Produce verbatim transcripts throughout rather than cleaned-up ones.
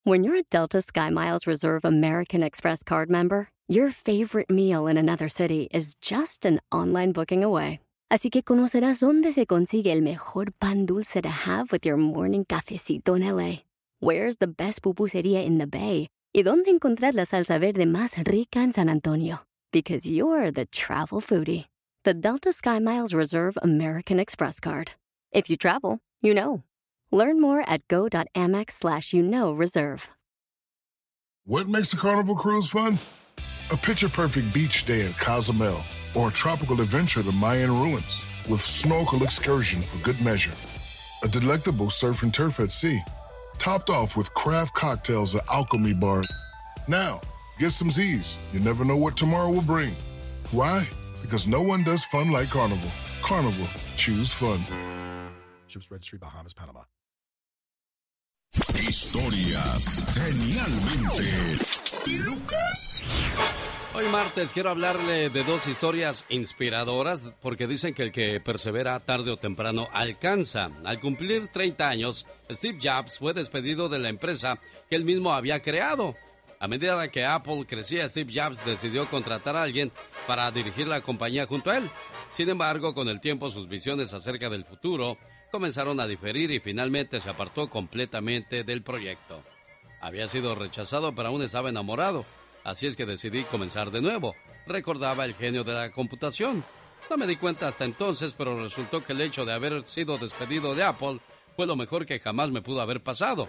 When you're a Delta SkyMiles Reserve American Express card member, your favorite meal in another city is just an online booking away. Así que conocerás dónde se consigue el mejor pan dulce to have with your morning cafecito en L A. Where's the best pupusería in the Bay? Y dónde encontrar la salsa verde más rica en San Antonio. Because you're the travel foodie. The Delta SkyMiles Reserve American Express card. If you travel, you know. Learn more at go.amex slash you know reserve. What makes a Carnival cruise fun? A picture-perfect beach day in Cozumel or a tropical adventure to Mayan ruins with snorkel excursion for good measure. A delectable surf and turf at sea, topped off with craft cocktails at Alchemy Bar. Now, get some Z's. You never know what tomorrow will bring. Why? Because no one does fun like Carnival. Carnival. Choose fun. Ships Registry, Bahamas, Panama. Historias genialmente Lucas. Hoy martes quiero hablarle de dos historias inspiradoras porque dicen que el que persevera tarde o temprano alcanza. Al cumplir treinta años, Steve Jobs fue despedido de la empresa que él mismo había creado. A medida que Apple crecía, Steve Jobs decidió contratar a alguien para dirigir la compañía junto a él. Sin embargo, con el tiempo sus visiones acerca del futuro comenzaron a diferir y finalmente se apartó completamente del proyecto. Había sido rechazado, pero aún estaba enamorado. Así es que decidí comenzar de nuevo, recordaba el genio de la computación. No me di cuenta hasta entonces, pero resultó que el hecho de haber sido despedido de Apple fue lo mejor que jamás me pudo haber pasado.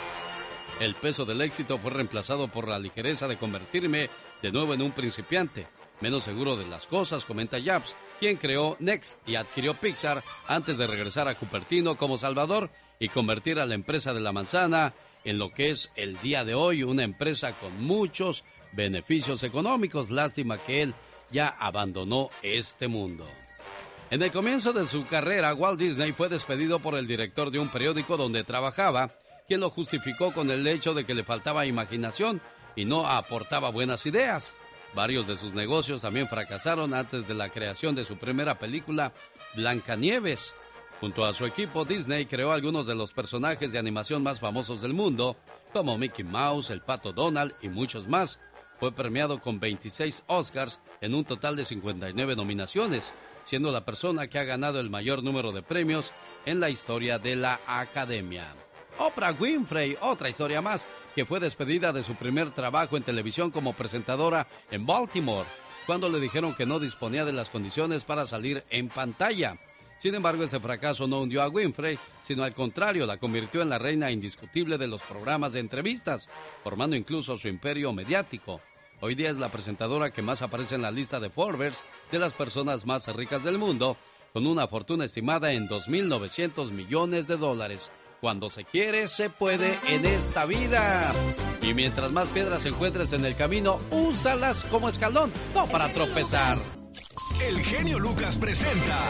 El peso del éxito fue reemplazado por la ligereza de convertirme de nuevo en un principiante, menos seguro de las cosas, comenta Jobs, quien creó Next y adquirió Pixar antes de regresar a Cupertino como Salvador y convertir a la empresa de la manzana en lo que es el día de hoy, una empresa con muchos beneficios económicos. Lástima que él ya abandonó este mundo. En el comienzo de su carrera, Walt Disney fue despedido por el director de un periódico donde trabajaba, quien lo justificó con el hecho de que le faltaba imaginación y no aportaba buenas ideas. Varios de sus negocios también fracasaron antes de la creación de su primera película, Blancanieves. Junto a su equipo, Disney creó algunos de los personajes de animación más famosos del mundo, como Mickey Mouse, el Pato Donald y muchos más. Fue premiado con veintiséis Oscars en un total de cincuenta y nueve nominaciones, siendo la persona que ha ganado el mayor número de premios en la historia de la Academia. Oprah Winfrey, otra historia más, que fue despedida de su primer trabajo en televisión como presentadora en Baltimore, cuando le dijeron que no disponía de las condiciones para salir en pantalla. Sin embargo, este fracaso no hundió a Winfrey, sino al contrario, la convirtió en la reina indiscutible de los programas de entrevistas, formando incluso su imperio mediático. Hoy día es la presentadora que más aparece en la lista de Forbes de las personas más ricas del mundo, con una fortuna estimada en dos mil novecientos millones de dólares. Cuando se quiere, se puede en esta vida. Y mientras más piedras encuentres en el camino, úsalas como escalón, no para tropezar. El genio Lucas presenta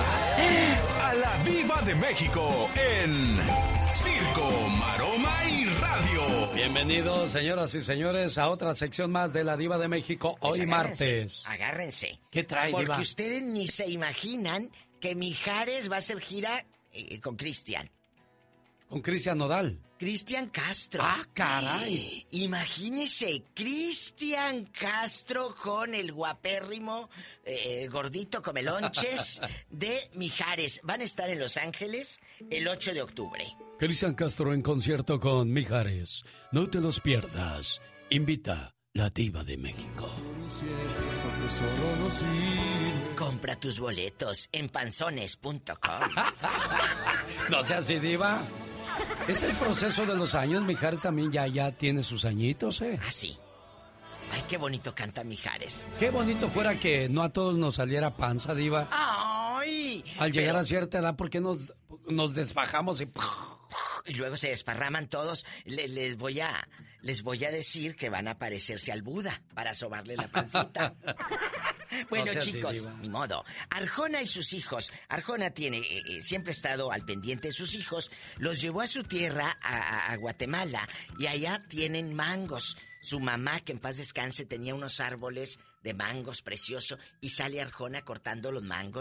a la Diva de México en Circo, Maroma y Radio. Bienvenidos, señoras y señores, a otra sección más de la Diva de México, hoy pues agárrense, martes. Agárrense. ¿Qué trae, Porque Diva? ustedes ni se imaginan que Mijares va a hacer gira eh, con Cristian. Con Cristian Nodal. Cristian Castro. ¡Ah, caray! Imagínese, Cristian Castro con el guapérrimo, eh, gordito comelonches de Mijares. Van a estar en Los Ángeles el ocho de octubre. Cristian Castro en concierto con Mijares. No te los pierdas. Invita la Diva de México. Compra tus boletos en panzones punto com. No seas así, Diva. Es el proceso de los años. Mijares también ya, ya tiene sus añitos, ¿eh? Ah, sí. Ay, qué bonito canta Mijares. Qué bonito fuera que no a todos nos saliera panza, Diva. ¡Ay! Al llegar pero... a cierta edad, ¿por qué nos, nos desfajamos y... y luego se desparraman todos? Le, les voy a les voy a decir que van a parecerse al Buda para sobarle la pancita. Bueno, no chicos, así, ni modo. Arjona y sus hijos. Arjona tiene eh, eh, siempre ha estado al pendiente de sus hijos. Los llevó a su tierra, a, a, a Guatemala, y allá tienen mangos. Su mamá, que en paz descanse, tenía unos árboles de mangos preciosos, y sale Arjona cortando los mangos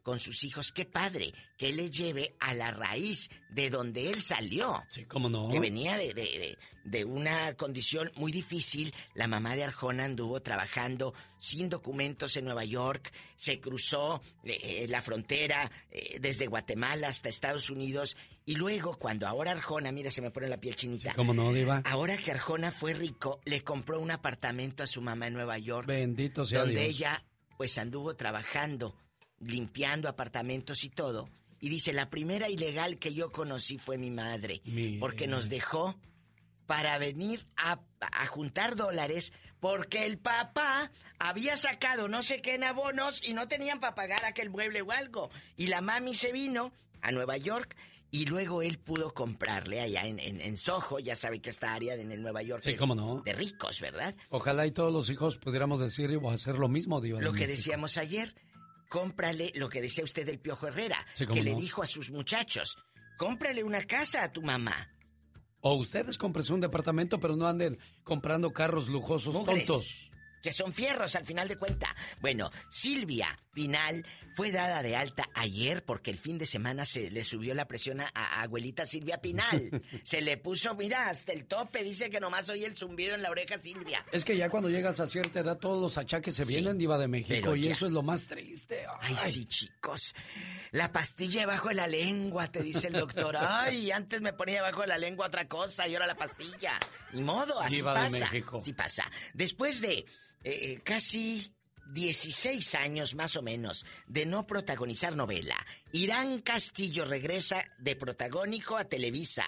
con sus hijos. Qué padre que él les lleve a la raíz de donde él salió. Sí, cómo no. Que venía de, de, de, de una condición muy difícil. La mamá de Arjona anduvo trabajando sin documentos en Nueva York. Se cruzó eh, la frontera eh, desde Guatemala hasta Estados Unidos. Y luego, cuando ahora Arjona, mira, se me pone la piel chinita. Sí, cómo no, diva. Ahora que Arjona fue rico, le compró un apartamento a su mamá en Nueva York. Bendito sea donde Dios. ella, pues, anduvo trabajando, limpiando apartamentos y todo. Y dice, la primera ilegal que yo conocí fue mi madre. Mire. Porque nos dejó para venir a, a juntar dólares porque el papá había sacado no sé qué en abonos y no tenían para pagar aquel mueble o algo. Y la mami se vino a Nueva York y luego él pudo comprarle allá en, en, en Soho, ya sabe que esta área en el Nueva York sí, es cómo no. de ricos, ¿verdad? Ojalá y todos los hijos pudiéramos decir o hacer lo mismo, diva. Lo que decíamos ayer, cómprale lo que decía usted del Piojo Herrera, sí, que no. le dijo a sus muchachos, cómprale una casa a tu mamá. O ustedes compren un departamento, pero no anden comprando carros lujosos Mugres, tontos. Que son fierros al final de cuenta. Bueno, Silvia Pinal fue dada de alta ayer porque el fin de semana se le subió la presión a, a abuelita Silvia Pinal. Se le puso, mira, hasta el tope. Dice que nomás oye el zumbido en la oreja, Silvia. Es que ya cuando llegas a cierta edad todos los achaques se vienen, sí, diva de México, y ya. Eso es lo más triste. Ay. Ay, sí, chicos. La pastilla debajo de la lengua, te dice el doctor. Ay, antes me ponía debajo de la lengua otra cosa y ahora la pastilla. Ni modo, así diva pasa. De México. Así pasa. Después de eh, casi dieciséis años más o menos de no protagonizar novela, Irán Castillo regresa de protagónico a Televisa.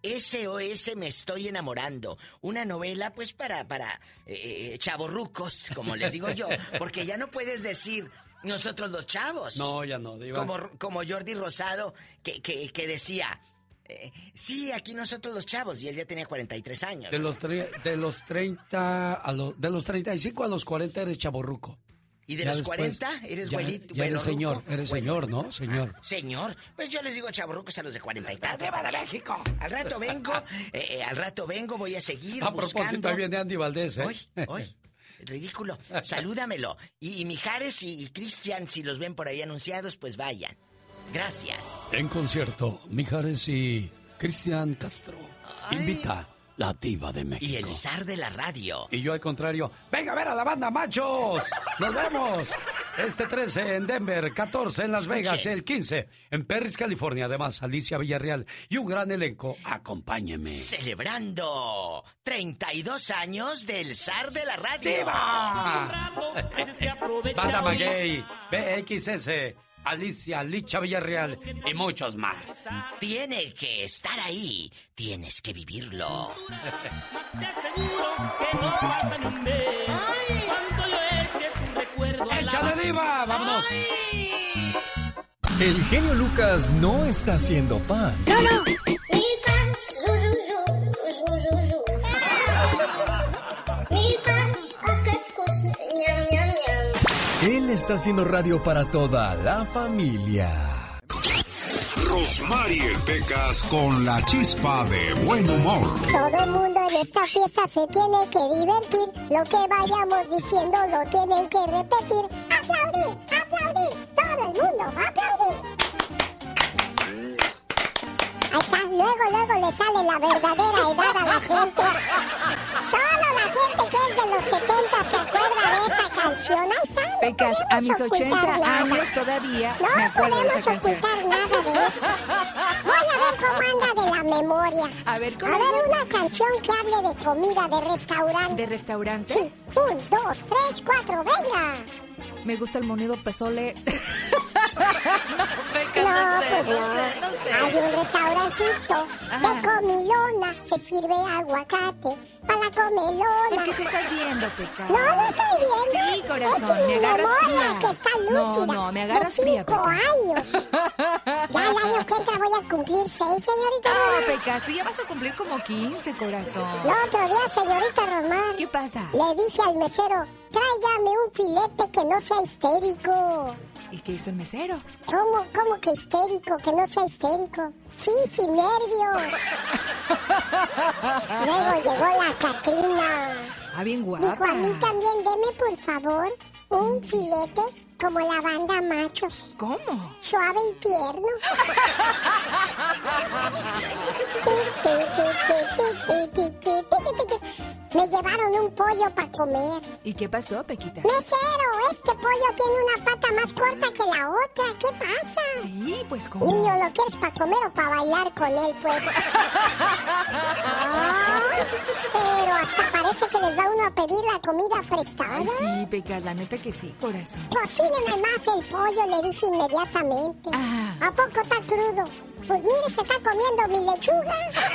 S O S Me Estoy Enamorando. Una novela, pues, para, para eh, chavorrucos, como les digo yo. Porque ya no puedes decir nosotros los chavos. No, ya no, diva. Como, como Jordi Rosado, que, que, que decía... Eh, sí, aquí nosotros los chavos, y él ya tenía cuarenta y tres años. De los, tre- de los treinta a los... De los treinta y cinco a los cuarenta eres chavorruco. ¿Y de ya los después, cuarenta eres ya, güelito? Ya eres señor, eres bueno, señor, ¿no? Señor. Ah, señor. Pues yo les digo chavorrucos a los de cuarenta y tantos. ¡Viva de México! Al rato vengo, eh, eh, al rato vengo, voy a seguir A buscando. propósito, ahí viene Andy Valdés, ¿eh? Hoy, hoy. Ridículo. Salúdamelo. Y, y Mijares y, y Cristian, si los ven por ahí anunciados, pues vayan. Gracias. En concierto, Mijares y Cristian Castro. Ay. Invita la diva de México. Y el zar de la radio. Y yo al contrario, ¡venga a ver a la banda, machos! ¡Nos vemos! Este trece en Denver, catorce en Las Escuche. Vegas, el quince en Perris, California. Además, Alicia Villarreal y un gran elenco. Acompáñeme. Celebrando treinta y dos años del zar de la radio. ¡Diva! Banda Maguey, B X S, Alicia, Licha Villarreal y muchos más. Tiene que estar ahí. Tienes que vivirlo. ¡Échale, diva! ¡Vámonos! El genio Lucas no está haciendo pan. No, no. Milka, zu, zu, zu, zu, zu, zu. Milka, kaketkus, ñam, ñam, ñam. Él está haciendo radio para toda la familia. Rosmarie Pecas con la chispa de buen humor. Todo el mundo en esta fiesta se tiene que divertir. Lo que vayamos diciendo lo tienen que repetir. ¡Aplaudir! ¡Aplaudir! ¡Todo el mundo va a aplaudir! Ahí está, luego, luego le sale la verdadera edad a la gente. Solo la gente que es de los setenta se acuerda de esa canción. Ahí está. No Pecas, a mis ochenta nada. años todavía no me acuerdo de esa podemos canción. ocultar nada de eso. Voy a ver cómo anda de la memoria. A ver, ¿cómo A ver, es? una canción que hable de comida, de restaurante. ¿De restaurante? Sí. Un, dos, tres, cuatro, venga. Me gusta el monido pozole. No, Pecas, No, no, sé, pues no, no. sé, no sé. Hay un restaurancito Ajá. de comilona. Se sirve aguacate para la comelona. ¿Por qué te estás viendo, Pecas? No, no estoy viendo. Sí, corazón, es me mi agarras memoria fría. que está lúcida. No, no, me agarras de fría, cinco Pecas. años. Ya el año que entra voy a cumplir seis, señorita No, Romar. Pecas, tú ya vas a cumplir como quince, corazón. El otro día, señorita Romar, ¿Qué pasa? le dije al mesero, tráigame un filete que no sea histérico. ¿Y qué hizo el mesero? ¿Cómo, cómo que histérico? Que no sea histérico. Sí, sin nervios. Luego llegó la Catrina. Ah, bien guapa. Dijo, a mí también deme, por favor, un filete Como la banda Machos. ¿Cómo? Suave y tierno. Me llevaron un pollo para comer. ¿Y qué pasó, Pequita? Mesero, este pollo tiene una pata más corta que la otra. ¿Qué pasa? Sí, pues ¿cómo? Niño, ¿lo quieres para comer o para bailar con él, pues? Ah, pero hasta parece que les va uno a pedir la comida prestada. Ay, sí, Peca, la neta que sí, corazón. Cocíneme más el pollo, le dije inmediatamente. Ah. ¿A poco está crudo? Pues mire, se está comiendo mi lechuga.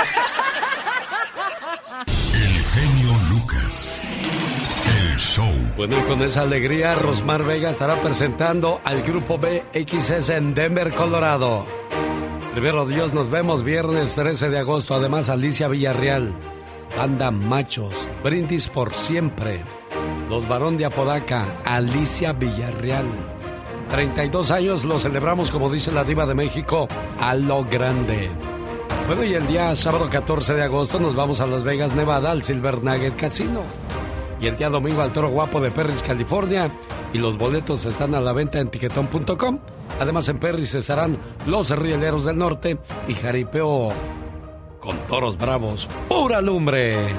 El genio Lucas. El show. Bueno, y con esa alegría, Rosmar Vega estará presentando al grupo B X S en Denver, Colorado. Primero Dios, nos vemos viernes trece de agosto. Además, Alicia Villarreal, Banda Machos, Brindis por Siempre, Los Barón de Apodaca, Alicia Villarreal. treinta y dos años lo celebramos, como dice la Diva de México, a lo grande. Bueno, y el día sábado catorce de agosto nos vamos a Las Vegas, Nevada, al Silver Nugget Casino. Y el día domingo al Toro Guapo de Perris, California. Y los boletos están a la venta en tiquetón punto com. Además, en Perris estarán Los Rieleros del Norte y Jaripeo con Toros Bravos. ¡Pura lumbre!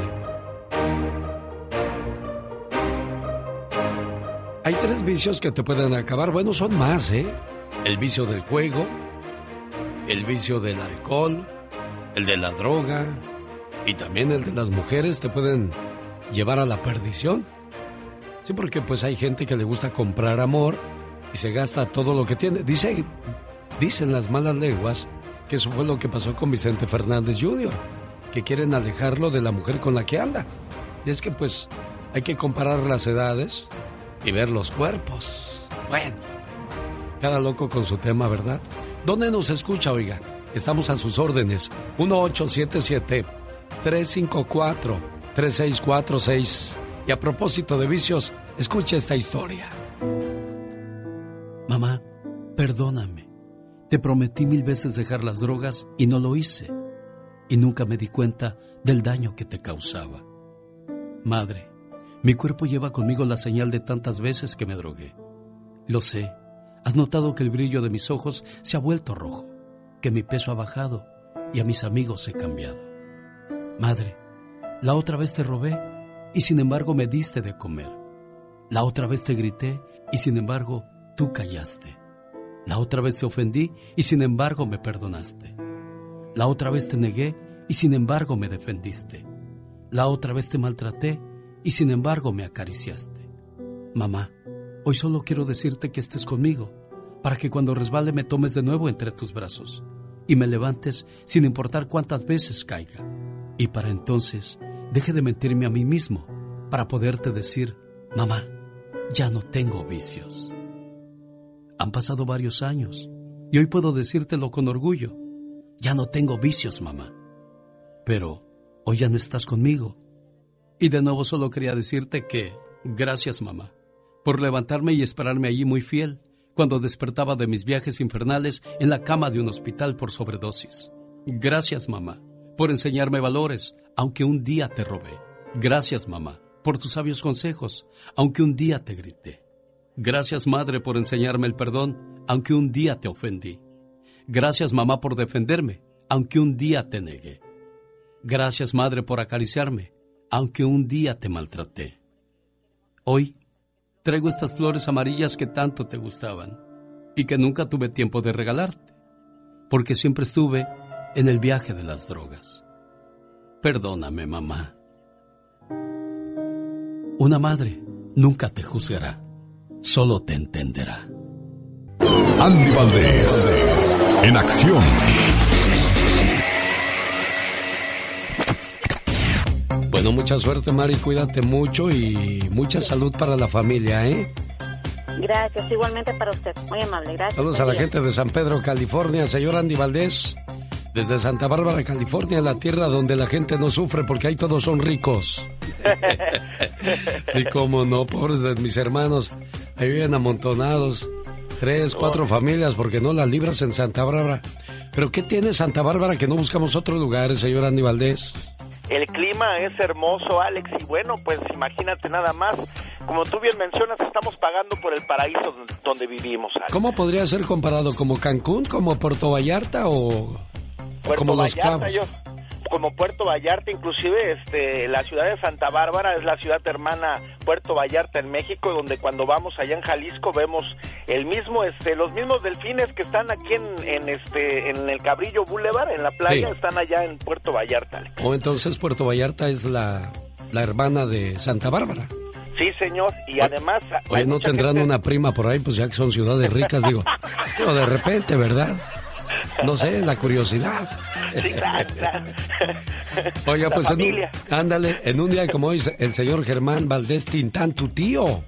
Hay tres vicios que te pueden acabar. Bueno, son más, ¿eh? El vicio del juego, el vicio del alcohol, el de la droga y también el de las mujeres te pueden llevar a la perdición. Sí, porque pues hay gente que le gusta comprar amor y se gasta todo lo que tiene. Dice, dicen las malas lenguas que eso fue lo que pasó con Vicente Fernández junior, que quieren alejarlo de la mujer con la que anda. Y es que pues hay que comparar las edades y ver los cuerpos. Bueno, cada loco con su tema, ¿verdad? ¿Dónde nos escucha, oiga? Estamos a sus órdenes. uno ocho siete siete, tres cinco cuatro, tres seis cuatro seis. Y a propósito de vicios, escuche esta historia. Mamá, perdóname. Te prometí mil veces dejar las drogas y no lo hice. Y nunca me di cuenta del daño que te causaba. Madre, mi cuerpo lleva conmigo la señal de tantas veces que me drogué. Lo sé. Has notado que el brillo de mis ojos se ha vuelto rojo, que mi peso ha bajado y a mis amigos he cambiado. Madre, la otra vez te robé y sin embargo me diste de comer. La otra vez te grité y sin embargo tú callaste. La otra vez te ofendí y sin embargo me perdonaste. La otra vez te negué y sin embargo me defendiste. La otra vez te maltraté y sin embargo me acariciaste. Mamá, hoy solo quiero decirte que estés conmigo, para que cuando resbale me tomes de nuevo entre tus brazos y me levantes sin importar cuántas veces caiga. Y para entonces deje de mentirme a mí mismo, para poderte decir, mamá, ya no tengo vicios. Han pasado varios años y hoy puedo decírtelo con orgullo. Ya no tengo vicios, mamá. Pero hoy ya no estás conmigo. Y de nuevo solo quería decirte que, gracias, mamá, por levantarme y esperarme allí muy fiel cuando despertaba de mis viajes infernales en la cama de un hospital por sobredosis. Gracias, mamá, por enseñarme valores, aunque un día te robé. Gracias, mamá, por tus sabios consejos, aunque un día te grité. Gracias, madre, por enseñarme el perdón, aunque un día te ofendí. Gracias, mamá, por defenderme, aunque un día te negué. Gracias, madre, por acariciarme, aunque un día te maltraté. Hoy traigo estas flores amarillas que tanto te gustaban y que nunca tuve tiempo de regalarte, porque siempre estuve en el viaje de las drogas. Perdóname, mamá. Una madre nunca te juzgará, solo te entenderá. Andy Valdés, en acción. Bueno, mucha suerte, Mari, cuídate mucho y mucha salud para la familia, ¿eh? Gracias, igualmente para usted, muy amable, gracias. Saludos a la gente de San Pedro, California, señor Andy Valdés. Desde Santa Bárbara, California, la tierra donde la gente no sufre porque ahí todos son ricos. Sí, cómo no, pobres de mis hermanos. Ahí viven amontonados. Tres, cuatro familias porque no las libras en Santa Bárbara. ¿Pero qué tiene Santa Bárbara que no buscamos otros lugares, señor Andy Valdés? el clima es hermoso, Alex, y bueno, pues imagínate nada más, como tú bien mencionas, estamos pagando por el paraíso donde vivimos, Alex. ¿Cómo podría ser comparado? ¿Como Cancún, como Puerto Vallarta o Puerto como Los Vallarta, Cabos? Yo, como Puerto Vallarta, inclusive este, la ciudad de Santa Bárbara es la ciudad hermana Puerto Vallarta en México, donde cuando vamos allá en Jalisco vemos el mismo, este, los mismos delfines que están aquí en, en este, en el Cabrillo Boulevard, en la playa, sí. Están allá en Puerto Vallarta. Alex. O entonces Puerto Vallarta es la, la hermana de Santa Bárbara. Sí, señor, y además... Oye, ¿no tendrán gente... una prima por ahí? Pues ya que son ciudades ricas, digo, digo, de repente, ¿verdad? No sé, la curiosidad. Sí, claro, claro. Oiga, la pues en un, familia. ándale, en un día como hoy, el señor Germán Valdés Tintán, tu tío.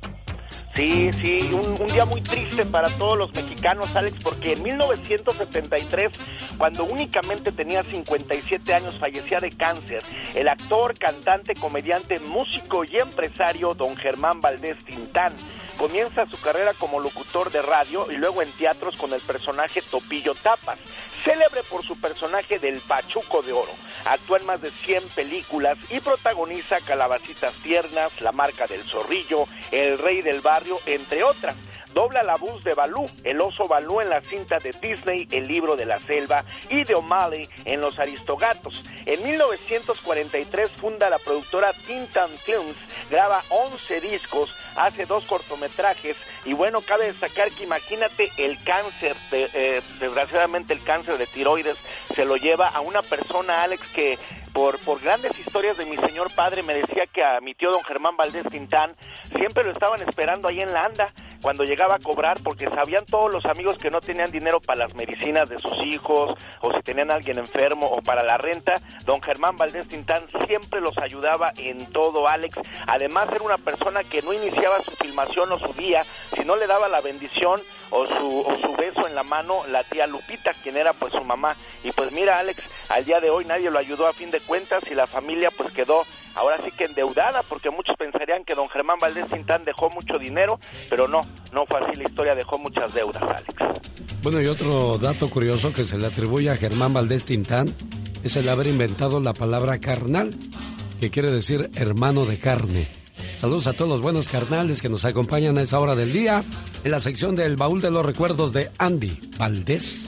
Sí, sí, un, un día muy triste para todos los mexicanos, Alex, porque en mil novecientos setenta y tres, cuando únicamente tenía cincuenta y siete años, fallecía de cáncer. El actor, cantante, comediante, músico y empresario don Germán Valdés Tintán comienza su carrera como locutor de radio y luego en teatros con el personaje Topillo Tapas, célebre por su personaje del Pachuco de Oro. Actúa en más de cien películas y protagoniza Calabacitas Tiernas, La Marca del Zorrillo, El Rey del Barrio, entre otras. Dobla la voz de Balú, el oso Balú en la cinta de Disney, El Libro de la Selva, y de O'Malley en Los Aristogatos. En mil novecientos cuarenta y tres funda la productora Tintan Films, graba once discos, hace dos cortometrajes, y bueno, cabe destacar que imagínate el cáncer, de, eh, desgraciadamente el cáncer de tiroides se lo lleva a una persona, Alex, que... Por, por grandes historias de mi señor padre, me decía que a mi tío don Germán Valdés Tintán siempre lo estaban esperando ahí en la anda cuando llegaba a cobrar, porque sabían todos los amigos que no tenían dinero para las medicinas de sus hijos, o si tenían a alguien enfermo, o para la renta. Don Germán Valdés Tintán siempre los ayudaba en todo, Alex. Además era una persona que no iniciaba su filmación o su día si no le daba la bendición o su, o su beso en la mano la tía Lupita, quien era pues su mamá. Y pues mira, Alex, al día de hoy nadie lo ayudó a fin de cuentas y la familia pues quedó ahora sí que endeudada, porque muchos pensarían que don Germán Valdés Tintán dejó mucho dinero, pero no, no fue así la historia, dejó muchas deudas, Alex. Bueno, y otro dato curioso que se le atribuye a Germán Valdés Tintán es el haber inventado la palabra carnal, que quiere decir hermano de carne. Saludos a todos los buenos carnales que nos acompañan a esa hora del día en la sección del Baúl de los Recuerdos de Andy Valdés.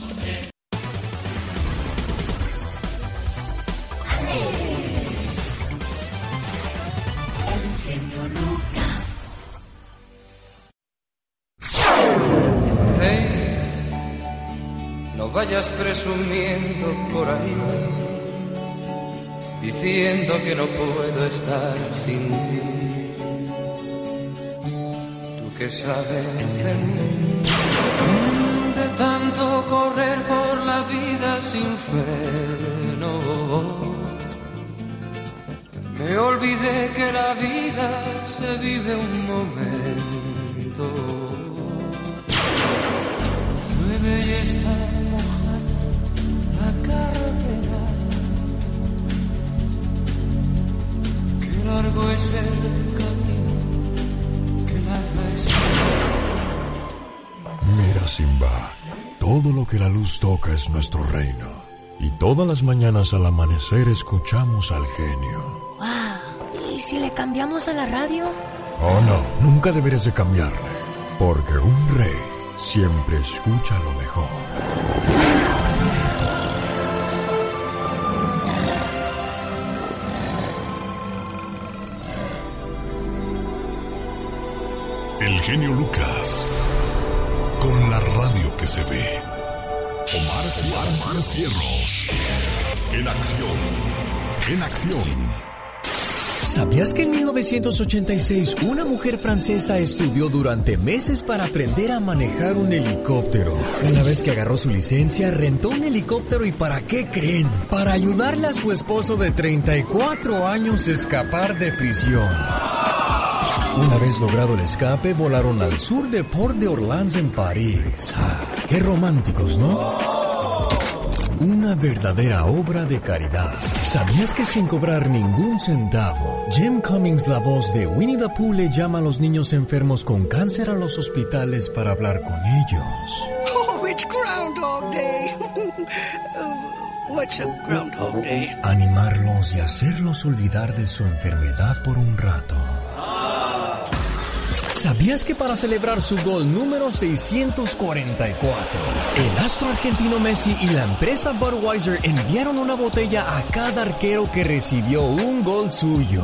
Vayas presumiendo por ahí, diciendo que no puedo estar sin ti. Tú que sabes de mí, de tanto correr por la vida sin freno, me olvidé que la vida se vive un momento. Llueve y está carretera, qué largo es el camino, qué larga es. Mira, Simba, todo lo que la luz toca es nuestro reino, y todas las mañanas al amanecer escuchamos al genio. Wow. ¿Y si le cambiamos a la radio? Oh no, nunca deberías de cambiarle, porque un rey siempre escucha lo mejor. El genio Lucas, con la radio que se ve. Omar, Omar, Omar Cierros, en acción, en acción. ¿Sabías que en mil novecientos ochenta y seis una mujer francesa estudió durante meses para aprender a manejar un helicóptero? Una vez que agarró su licencia, rentó un helicóptero y ¿para qué creen? Para ayudarle a su esposo de treinta y cuatro años a escapar de prisión. Una vez logrado el escape, volaron al sur de Port de Orleans en París. Ah, ¡qué románticos!, ¿no? Una verdadera obra de caridad. ¿Sabías que sin cobrar ningún centavo, Jim Cummings, la voz de Winnie the Pooh, le llama a los niños enfermos con cáncer a los hospitales para hablar con ellos? Oh, it's Groundhog Day. much a Groundhog Day. Animarlos y hacerlos olvidar de su enfermedad por un rato. ¿Sabías que para celebrar su gol número seiscientos cuarenta y cuatro, el astro argentino Messi y la empresa Budweiser enviaron una botella a cada arquero que recibió un gol suyo?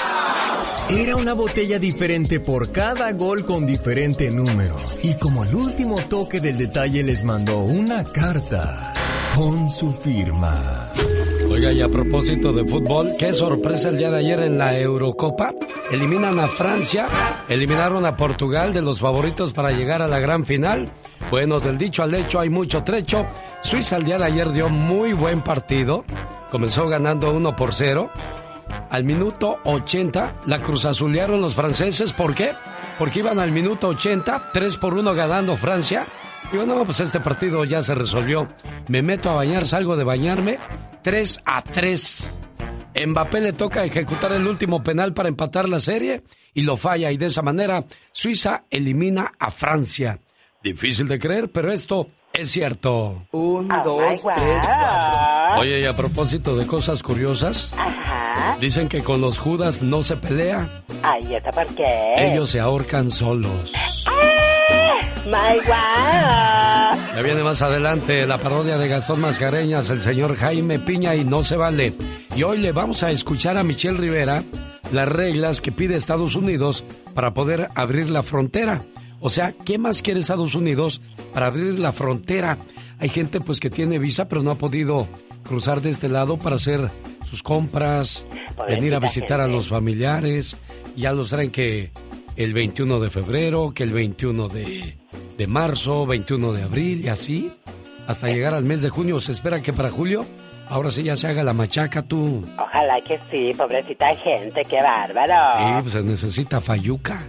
Era una botella diferente por cada gol con diferente número. Y como el último toque del detalle les mandó una carta con su firma. Oiga, y a propósito de fútbol, qué sorpresa el día de ayer en la Eurocopa. Eliminan a Francia, eliminaron a Portugal, de los favoritos para llegar a la gran final. Bueno, del dicho al hecho hay mucho trecho. Suiza el día de ayer dio muy buen partido. Comenzó ganando uno por cero. Al minuto ochenta la cruzazulearon los franceses. ¿Por qué? Porque iban al minuto ochenta, tres por uno ganando Francia. Y bueno, pues este partido ya se resolvió. Me meto a bañar, salgo de bañarme, tres a tres. Mbappé le toca ejecutar el último penal para empatar la serie y lo falla. Y de esa manera Suiza elimina a Francia. Difícil de creer, pero esto es cierto. Un, oh dos, tres, cuatro. Oye, y a propósito de cosas curiosas, ajá, dicen que con los Judas no se pelea. Ay, ¿eso por qué? Ellos se ahorcan solos. ¡Ah! ¡My wow! Ya viene más adelante la parodia de Gastón Mascareñas, el señor Jaime Piña y No Se Vale. Y hoy le vamos a escuchar a Michelle Rivera las reglas que pide Estados Unidos para poder abrir la frontera. O sea, ¿qué más quiere Estados Unidos para abrir la frontera? Hay gente pues que tiene visa pero no ha podido cruzar de este lado para hacer sus compras, venir a visitar a los familiares. Ya los traen que el veintiuno de febrero, que el veintiuno de, de marzo, veintiuno de abril y así, hasta llegar al mes de junio. Se espera que para julio, ahora sí ya se haga la machaca, tú. Ojalá que sí, pobrecita gente, qué bárbaro. Sí, pues se necesita fayuca.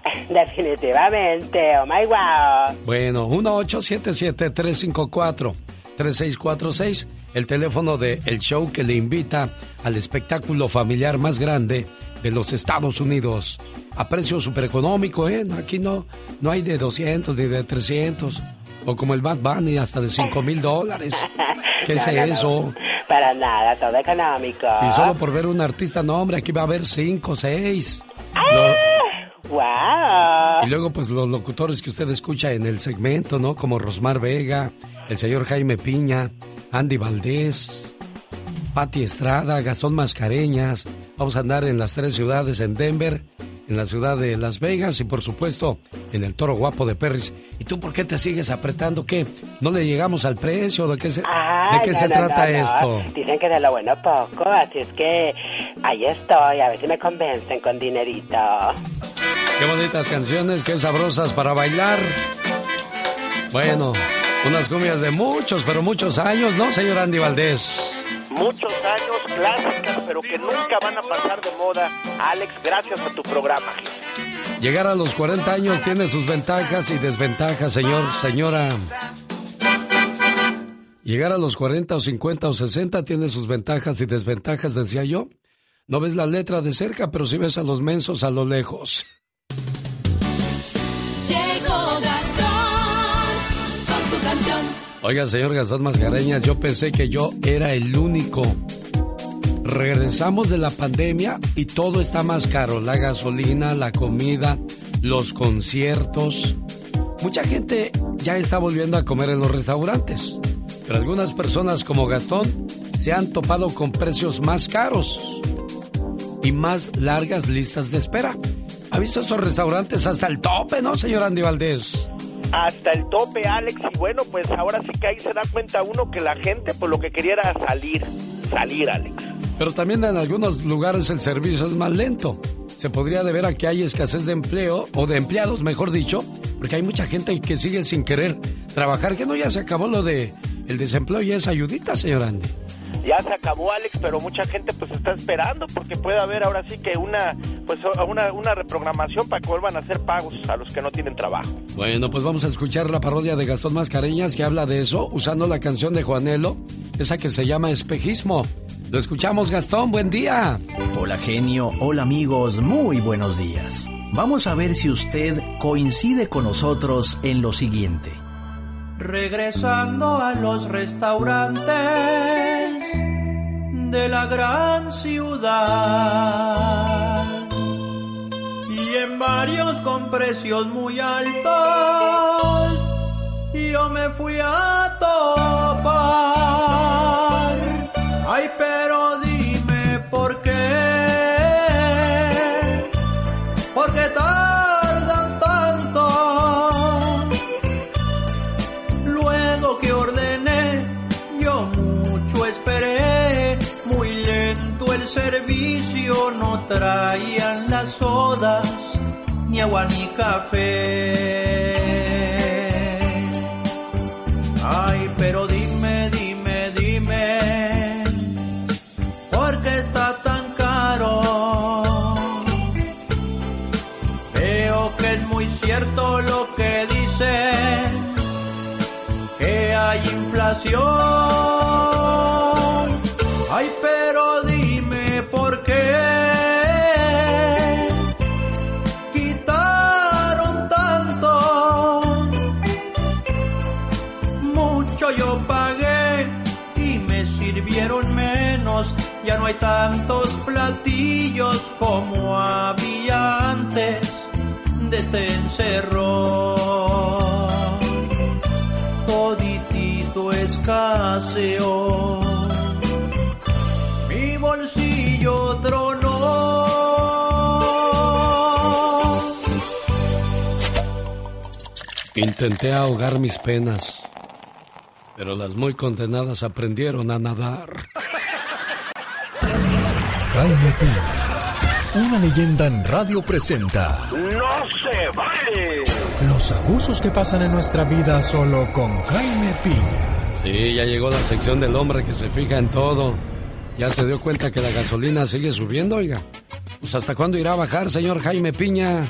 Definitivamente, oh my wow. Bueno, uno ocho siete siete, tres cinco cuatro, tres seis cuatro seis, el teléfono de el show que le invita al espectáculo familiar más grande de los Estados Unidos. A precio súper económico, ¿eh? Aquí no, no hay de doscientos ni de trescientos. O como el Bad Bunny, hasta de cinco mil dólares. ¿Qué no, es no, eso? No, para nada, todo económico. Y solo por ver un artista, no, hombre, aquí va a haber cinco, seis. ¡Ah! Lo... ¡Wow! Y luego, pues, los locutores que usted escucha en el segmento, ¿no? Como Rosmar Vega, el señor Jaime Piña, Andy Valdés, Pati Estrada, Gastón Mascareñas. Vamos a andar en las tres ciudades, en Denver, en la ciudad de Las Vegas y, por supuesto, en el Toro Guapo de Perris. ¿Y tú por qué te sigues apretando? ¿Qué? ¿No le llegamos al precio? ¿De qué se, Ay, ¿de qué no, se no, trata no, no. esto? Dicen que de lo bueno poco, así es que ahí estoy, a ver si me convencen con dinerito. Qué bonitas canciones, qué sabrosas para bailar. Bueno, unas cumbias de muchos, pero muchos años, ¿no, señor Andy Valdés? Muchos años, clásicas, pero que nunca van a pasar de moda, Alex, gracias a tu programa. Llegar a los cuarenta años tiene sus ventajas y desventajas, señor, señora. Llegar a los cuarenta o cincuenta o sesenta tiene sus ventajas y desventajas, decía yo. No ves la letra de cerca, pero sí ves a los mensos a lo lejos. Llegó Gastón con su canción. Oiga, señor Gastón Mascareñas, yo pensé que yo era el único. Regresamos de la pandemia y todo está más caro. La gasolina, la comida, los conciertos. Mucha gente ya está volviendo a comer en los restaurantes. Pero algunas personas como Gastón se han topado con precios más caros y más largas listas de espera. ¿Ha visto esos restaurantes hasta el tope, no, señor Andy Valdés? Hasta el tope, Alex, y bueno, pues ahora sí que ahí se da cuenta uno que la gente pues lo que quería era salir, salir, Alex. Pero también en algunos lugares el servicio es más lento. Se podría deber a que hay escasez de empleo, o de empleados, mejor dicho, porque hay mucha gente que sigue sin querer trabajar, que no ya se acabó lo de el desempleo y esa ayudita, señor Andy. Ya se acabó, Alex, pero mucha gente pues está esperando porque puede haber ahora sí que una pues una, una reprogramación para que vuelvan a hacer pagos a los que no tienen trabajo. Bueno, pues vamos a escuchar la parodia de Gastón Mascareñas que habla de eso, usando la canción de Juanelo, esa que se llama Espejismo. Lo escuchamos, Gastón, buen día. Hola, genio, hola amigos, muy buenos días. Vamos a ver si usted coincide con nosotros en lo siguiente. Regresando a los restaurantes, de la gran ciudad y en varios con precios muy altos yo me fui a topar. Ay, pero dime por qué, por qué tardan tanto. Luego que ordené yo mucho esperé, muy lento el servicio, no traían las sodas, ni agua ni café. Ay, pero dime, dime, dime, ¿por qué está tan caro? Veo que es muy cierto lo que dicen, que hay inflación. Ay, pero dime por qué quitaron tanto. Mucho yo pagué y me sirvieron menos. Ya no hay tantos platillos como había antes de este encerrón. Toditito escaseó, mi bolsillo tronó. Intenté ahogar mis penas, pero las muy condenadas aprendieron a nadar. Jaime Piña, una leyenda en radio presenta. ¡No se vale! Los abusos que pasan en nuestra vida solo con Jaime Piña. Sí, ya llegó la sección del hombre que se fija en todo. Ya se dio cuenta que la gasolina sigue subiendo, oiga. Pues ¿hasta cuándo irá a bajar, señor Jaime Piña?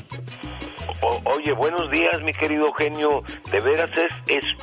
O, oye, buenos días, mi querido genio. De veras es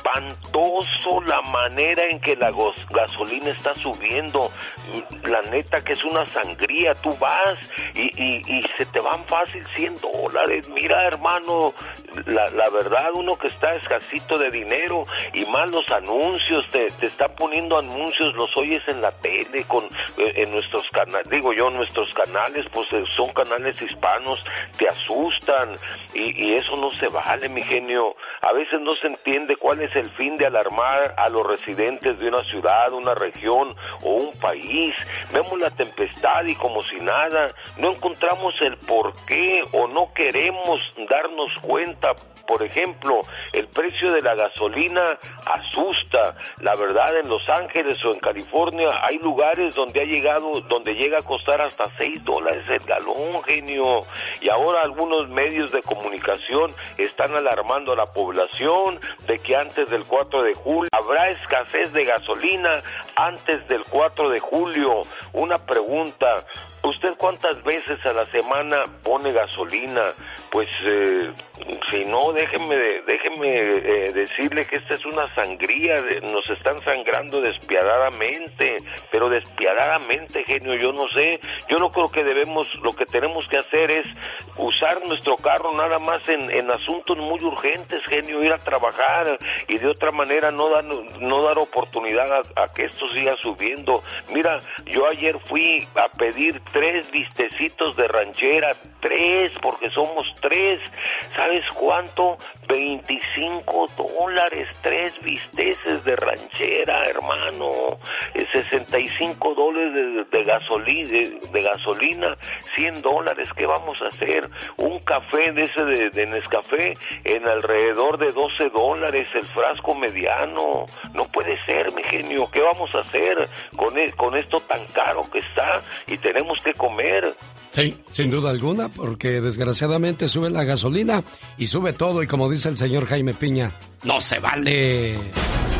espantoso la manera en que la gos- gasolina está subiendo. La neta que es una sangría. Tú vas y, y, y se te van fácil cien dólares. Mira, hermano, la, la verdad, uno que está escasito de dinero y más los anuncios, te, te están poniendo anuncios, los oyes en la tele, con eh, en nuestros canales, digo yo, nuestros canales, pues eh, son canales hispanos, te asustan. Y, y eso no se vale, mi genio. A veces no se entiende cuál es el fin de alarmar a los residentes de una ciudad, una región o un país. Vemos la tempestad y como si nada, no encontramos el por qué o no queremos darnos cuenta. Por ejemplo, el precio de la gasolina asusta. La verdad, en Los Ángeles o en California hay lugares donde ha llegado, donde llega a costar hasta seis dólares el galón, genio. Y ahora algunos medios de comunicación están alarmando a la población de que antes del cuatro de julio habrá escasez de gasolina antes del cuatro de julio. Una pregunta, ¿usted cuántas veces a la semana pone gasolina? Pues eh, si no, déjeme, déjeme eh, decirle que esta es una sangría, nos están sangrando despiadadamente, pero despiadadamente, genio, yo no sé, yo no creo que debemos, lo que tenemos que hacer es usar nuestro carro nada más en, en asuntos muy urgentes, genio, ir a trabajar y de otra manera no dar, no dar oportunidad a, a que esto siga subiendo. Mira, yo ayer fui a pedir tres bistecitos de ranchera, tres, porque somos tres. ¿Sabes cuánto? veinticinco dólares, tres bisteces de ranchera, hermano. sesenta y cinco dólares de, de, gasolina, de, de gasolina, cien dólares. ¿Qué vamos a hacer? Un café de ese de, de Nescafé en alrededor de doce dólares, el frasco mediano. No puede ser, mi genio. ¿Qué vamos a hacer con, el, con esto tan caro que está? Y tenemos que comer. Sí, sin duda alguna, porque desgraciadamente sube la gasolina y sube todo, y como dice el señor Jaime Piña, ¡no se vale! El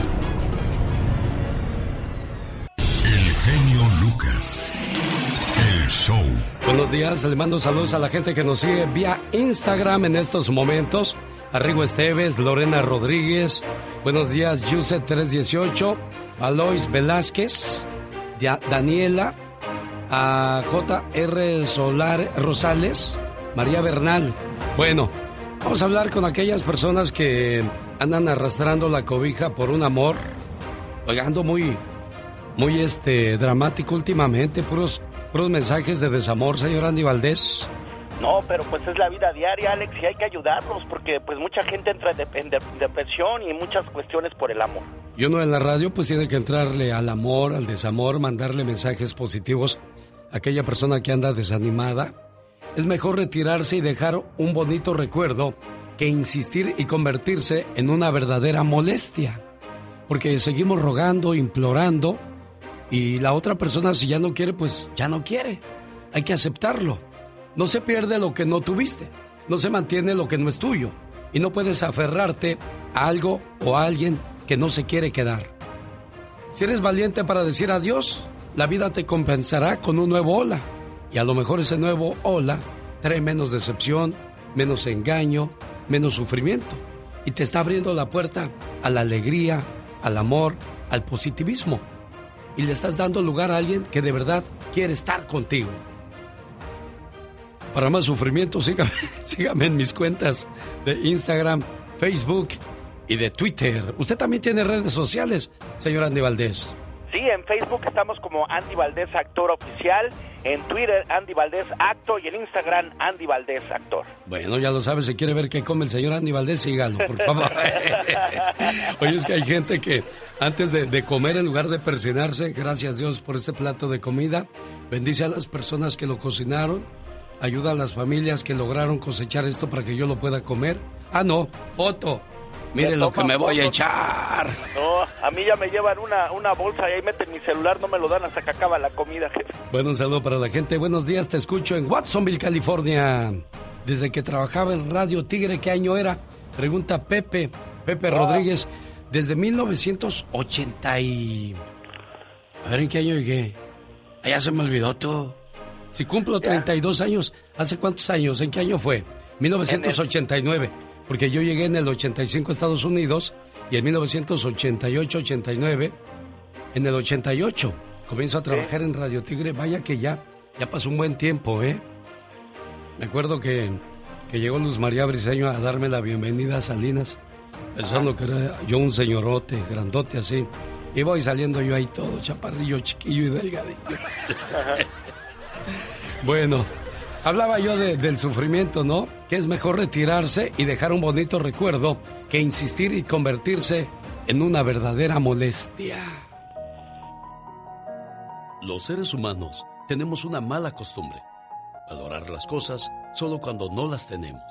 genio Lucas, el show. Buenos días, le mando saludos a la gente que nos sigue vía Instagram en estos momentos. Arrigo Esteves, Lorena Rodríguez, buenos días, Yuset tres dieciocho, Alois Velázquez, Daniela, a J R Solar Rosales, María Bernal. Bueno, vamos a hablar con aquellas personas que andan arrastrando la cobija por un amor. Oiga, ando muy, muy este dramático últimamente, puros, puros mensajes de desamor, señor Andy Valdés. No, pero pues es la vida diaria, Alex, y hay que ayudarlos, porque pues mucha gente entra en depresión y muchas cuestiones por el amor. Y uno en la radio pues tiene que entrarle al amor, al desamor, mandarle mensajes positivos a aquella persona que anda desanimada. Es mejor retirarse y dejar un bonito recuerdo que insistir y convertirse en una verdadera molestia. Porque seguimos rogando, implorando, y la otra persona si ya no quiere, pues ya no quiere. Hay que aceptarlo. No se pierde lo que no tuviste, no se mantiene lo que no es tuyo, y no puedes aferrarte a algo o a alguien que no se quiere quedar. Si eres valiente para decir adiós, la vida te compensará con un nuevo hola, y a lo mejor ese nuevo hola trae menos decepción, menos engaño, menos sufrimiento, y te está abriendo la puerta a la alegría, al amor, al positivismo, y le estás dando lugar a alguien que de verdad quiere estar contigo. Para más sufrimiento, sígame, sígame en mis cuentas de Instagram, Facebook y de Twitter. Usted también tiene redes sociales, señor Andy Valdés. Sí, en Facebook estamos como Andy Valdés Actor Oficial, en Twitter Andy Valdés Actor y en Instagram Andy Valdés Actor. Bueno, ya lo sabe, si quiere ver qué come el señor Andy Valdés, sígalo, por favor. Oye, es que hay gente que antes de, de comer, en lugar de persinarse, gracias Dios por este plato de comida, bendice a las personas que lo cocinaron, ayuda a las familias que lograron cosechar esto para que yo lo pueda comer. Ah, no, foto. Mire lo que me voy a echar. No, a mí ya me llevan una, una bolsa y ahí meten mi celular, no me lo dan hasta que acaba la comida, jefe. Bueno, un saludo para la gente. Buenos días, te escucho en Watsonville, California. Desde que trabajaba en Radio Tigre, ¿qué año era? Pregunta Pepe, Pepe oh. Rodríguez. Desde mil novecientos ochenta y... A ver, ¿en qué año llegué? Allá se me olvidó tú. Si cumplo treinta y dos años, ¿hace cuántos años? ¿En qué año fue? mil novecientos ochenta y nueve. Porque yo llegué en el ochenta y cinco a Estados Unidos y en mil novecientos ochenta y ocho, ochenta y nueve, en el ochenta y ocho, comienzo a trabajar ¿Sí? en Radio Tigre. Vaya que ya, ya pasó un buen tiempo, ¿eh? Me acuerdo que, que llegó Luz María Briseño a darme la bienvenida a Salinas, pensando que era yo un señorote, grandote así. Y voy saliendo yo ahí todo chaparrillo, chiquillo y delgadillo. Bueno, hablaba yo de, del sufrimiento, ¿no? Que es mejor retirarse y dejar un bonito recuerdo que insistir y convertirse en una verdadera molestia. Los seres humanos tenemos una mala costumbre: valorar las cosas solo cuando no las tenemos.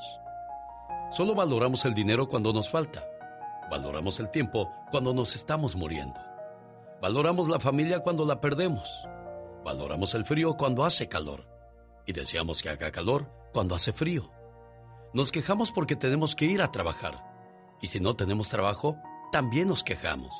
Solo valoramos el dinero cuando nos falta. Valoramos el tiempo cuando nos estamos muriendo. Valoramos la familia cuando la perdemos. Valoramos el frío cuando hace calor. Y deseamos que haga calor cuando hace frío. Nos quejamos porque tenemos que ir a trabajar. Y si no tenemos trabajo, también nos quejamos.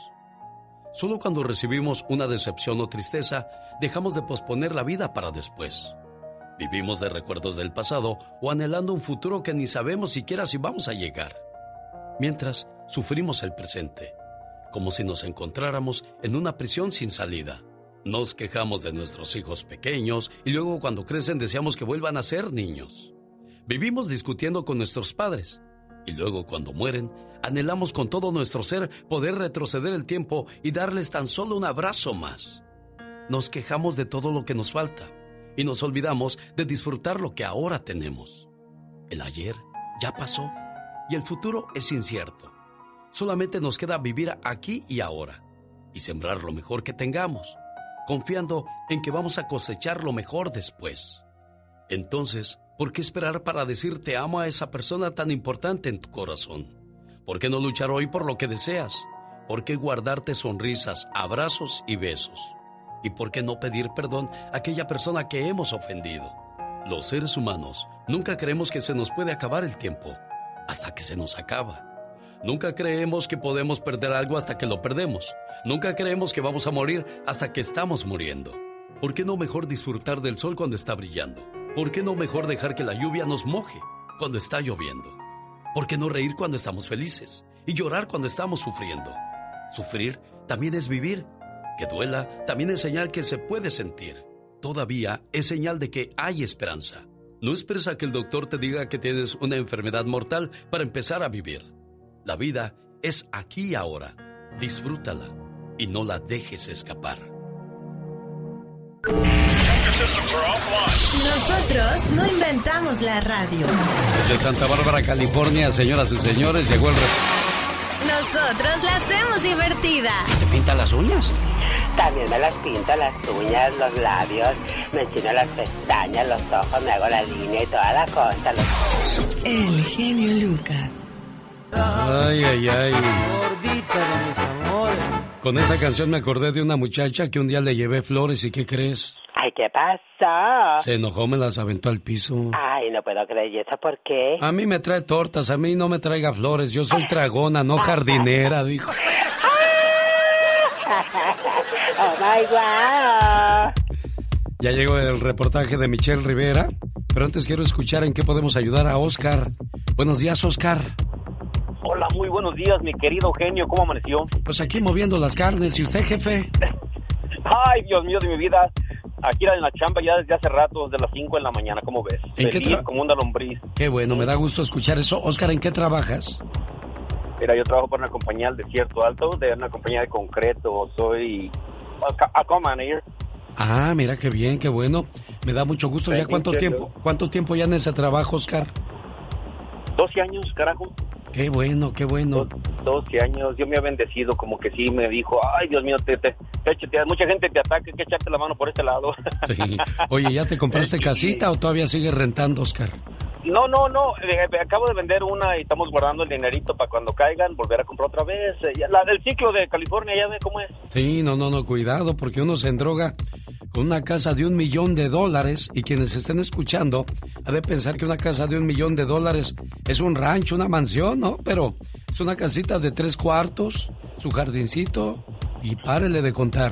Solo cuando recibimos una decepción o tristeza, dejamos de posponer la vida para después. Vivimos de recuerdos del pasado o anhelando un futuro que ni sabemos siquiera si vamos a llegar. Mientras, sufrimos el presente, como si nos encontráramos en una prisión sin salida. Nos quejamos de nuestros hijos pequeños y luego cuando crecen deseamos que vuelvan a ser niños. Vivimos discutiendo con nuestros padres y luego cuando mueren anhelamos con todo nuestro ser poder retroceder el tiempo y darles tan solo un abrazo más. Nos quejamos de todo lo que nos falta y nos olvidamos de disfrutar lo que ahora tenemos. El ayer ya pasó y el futuro es incierto. Solamente nos queda vivir aquí y ahora y sembrar lo mejor que tengamos, confiando en que vamos a cosechar lo mejor después. Entonces, ¿por qué esperar para decir te amo a esa persona tan importante en tu corazón? ¿Por qué no luchar hoy por lo que deseas? ¿Por qué guardarte sonrisas, abrazos y besos? ¿Y por qué no pedir perdón a aquella persona que hemos ofendido? Los seres humanos nunca creemos que se nos puede acabar el tiempo hasta que se nos acaba. Nunca creemos que podemos perder algo hasta que lo perdemos. Nunca creemos que vamos a morir hasta que estamos muriendo. ¿Por qué no mejor disfrutar del sol cuando está brillando? ¿Por qué no mejor dejar que la lluvia nos moje cuando está lloviendo? ¿Por qué no reír cuando estamos felices y llorar cuando estamos sufriendo? Sufrir también es vivir. Que duela también es señal que se puede sentir. Todavía es señal de que hay esperanza. No esperes a que el doctor te diga que tienes una enfermedad mortal para empezar a vivir. La vida es aquí y ahora. Disfrútala y no la dejes escapar. Nosotros no inventamos la radio. De Santa Bárbara, California, señoras y señores, llegó el... Nosotros la hacemos divertida. ¿Te pinta las uñas? También me las pinto, las uñas, los labios, me enchino las pestañas, los ojos, me hago la línea y toda la cosa. Los... El genio Lucas. Ay, ay, ay. Gordita de mis amores. Con esta canción me acordé de una muchacha que un día le llevé flores y ¿qué crees? Ay, ¿qué pasó? Se enojó, me las aventó al piso. Ay, no puedo creer, ¿y eso por qué? A mí me trae tortas, a mí no me traiga flores, yo soy tragona, no jardinera, dijo. Oh my God. Ya llegó el reportaje de Michelle Rivera, pero antes quiero escuchar en qué podemos ayudar a Oscar. Buenos días, Oscar. Hola, muy buenos días, mi querido genio, ¿cómo amaneció? Pues aquí moviendo las carnes, ¿y usted, jefe? Ay, Dios mío de mi vida, aquí en la chamba ya desde hace rato, desde las cinco de la mañana, ¿cómo ves? ¿En qué tra- como una lombriz. Qué bueno, me da gusto escuchar eso. Oscar, ¿en qué trabajas? Mira, yo trabajo para una compañía del Desierto Alto, de una compañía de concreto, soy a co-manager. Ah, mira, qué bien, qué bueno. Me da mucho gusto. ¿Ya cuánto tiempo, cuánto tiempo ya en ese trabajo, Oscar? doce años, carajo. Qué bueno, qué bueno. doce años, Dios me ha bendecido, como que sí me dijo, ay, Dios mío, te, te, te, te, mucha gente te ataca, hay que echarte la mano por este lado. Sí. Oye, ¿ya te compraste casita o todavía sigues rentando, Oscar? No, no, no, eh, acabo de vender una y estamos guardando el dinerito para cuando caigan, volver a comprar otra vez. Eh, la del ciclo de California, ya ve cómo es. Sí, no, no, no, cuidado, porque uno se endroga con una casa de un millón de dólares y quienes estén escuchando ha de pensar que una casa de un millón de dólares es un rancho, una mansión, ¿no? Pero es una casita de tres cuartos, su jardincito y párele de contar.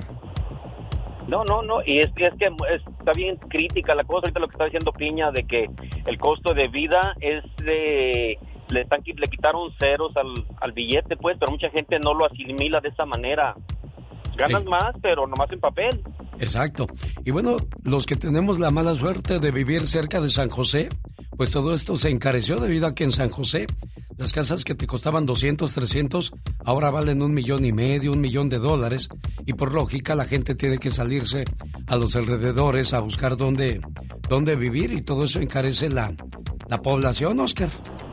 No, no, no, y es, es que es, está bien crítica la cosa, ahorita lo que está diciendo Piña, de que el costo de vida es de... Le, están, le quitaron ceros al, al billete, pues, pero mucha gente no lo asimila de esa manera. Ganas sí. más, pero nomás en papel. Exacto. Y bueno, los que tenemos la mala suerte de vivir cerca de San José, pues todo esto se encareció debido a que en San José las casas que te costaban doscientos, trescientos, ahora valen un millón y medio, un millón de dólares. Y por lógica la gente tiene que salirse a los alrededores a buscar dónde, dónde vivir y todo eso encarece la, la población, Oscar.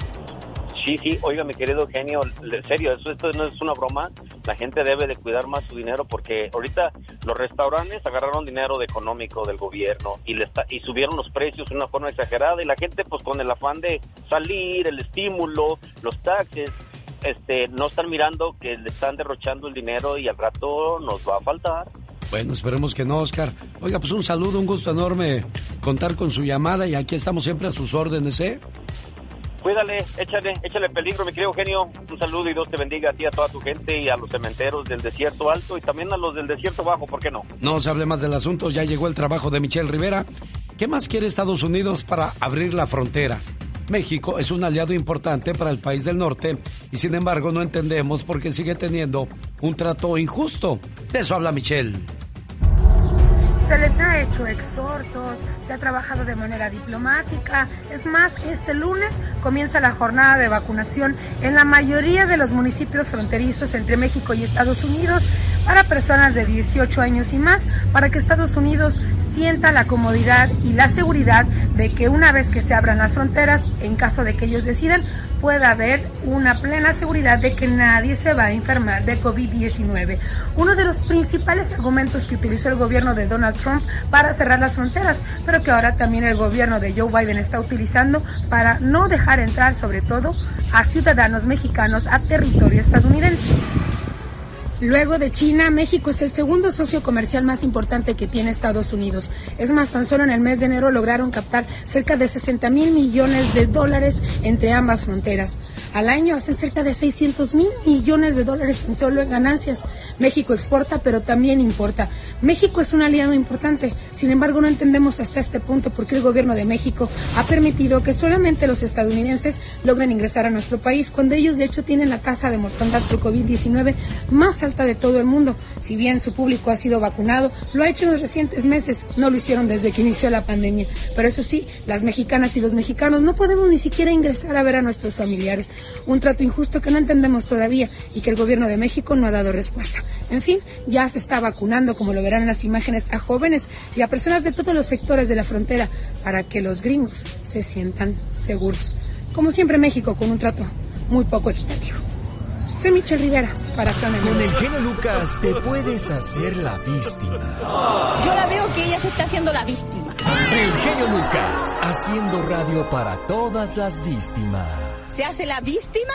Sí, sí, oiga, mi querido genio, en serio, eso, esto no es una broma. La gente debe de cuidar más su dinero porque ahorita los restaurantes agarraron dinero de económico del gobierno y le está, y subieron los precios de una forma exagerada y la gente pues con el afán de salir, el estímulo, los taxes, este, no están mirando que le están derrochando el dinero y al rato nos va a faltar. Bueno, esperemos que no, Oscar. Oiga, pues un saludo, un gusto enorme contar con su llamada y aquí estamos siempre a sus órdenes, ¿eh? Cuídale, échale, échale peligro, mi querido genio. Un saludo y Dios te bendiga a ti, a toda tu gente y a los cementeros del Desierto Alto y también a los del Desierto Bajo, ¿por qué no? No se hable más del asunto, ya llegó el trabajo de Michelle Rivera. ¿Qué más quiere Estados Unidos para abrir la frontera? México es un aliado importante para el país del norte y sin embargo no entendemos por qué sigue teniendo un trato injusto. De eso habla Michelle. Se les ha hecho exhortos, se ha trabajado de manera diplomática. Es más, este lunes comienza la jornada de vacunación en la mayoría de los municipios fronterizos entre México y Estados Unidos para personas de dieciocho años y más, para que Estados Unidos sienta la comodidad y la seguridad de que una vez que se abran las fronteras, en caso de que ellos decidan, pueda haber una plena seguridad de que nadie se va a enfermar de COVID diecinueve. Uno de los principales argumentos que utilizó el gobierno de Donald Trump para cerrar las fronteras, pero que ahora también el gobierno de Joe Biden está utilizando para no dejar entrar, sobre todo, a ciudadanos mexicanos a territorio estadounidense. Luego de China, México es el segundo socio comercial más importante que tiene Estados Unidos. Es más, tan solo en el mes de enero lograron captar cerca de sesenta mil millones de dólares entre ambas fronteras. Al año hacen cerca de seiscientos mil millones de dólares tan solo en ganancias. México exporta, pero también importa. México es un aliado importante. Sin embargo, no entendemos hasta este punto por qué el gobierno de México ha permitido que solamente los estadounidenses logren ingresar a nuestro país, cuando ellos de hecho tienen la tasa de mortandad por COVID diecinueve más alta alta de todo el mundo. Si bien su público ha sido vacunado, lo ha hecho en los recientes meses, no lo hicieron desde que inició la pandemia. Pero eso sí, las mexicanas y los mexicanos no podemos ni siquiera ingresar a ver a nuestros familiares. Un trato injusto que no entendemos todavía y que el gobierno de México no ha dado respuesta. En fin, ya se está vacunando, como lo verán en las imágenes, a jóvenes y a personas de todos los sectores de la frontera para que los gringos se sientan seguros. Como siempre, México con un trato muy poco equitativo. Soy Michelle Rivera para Zona Con el genio Lucas te puedes hacer la víctima. Yo la veo que ella se está haciendo la víctima. El genio Lucas, haciendo radio para todas las víctimas. ¿Se hace la víctima?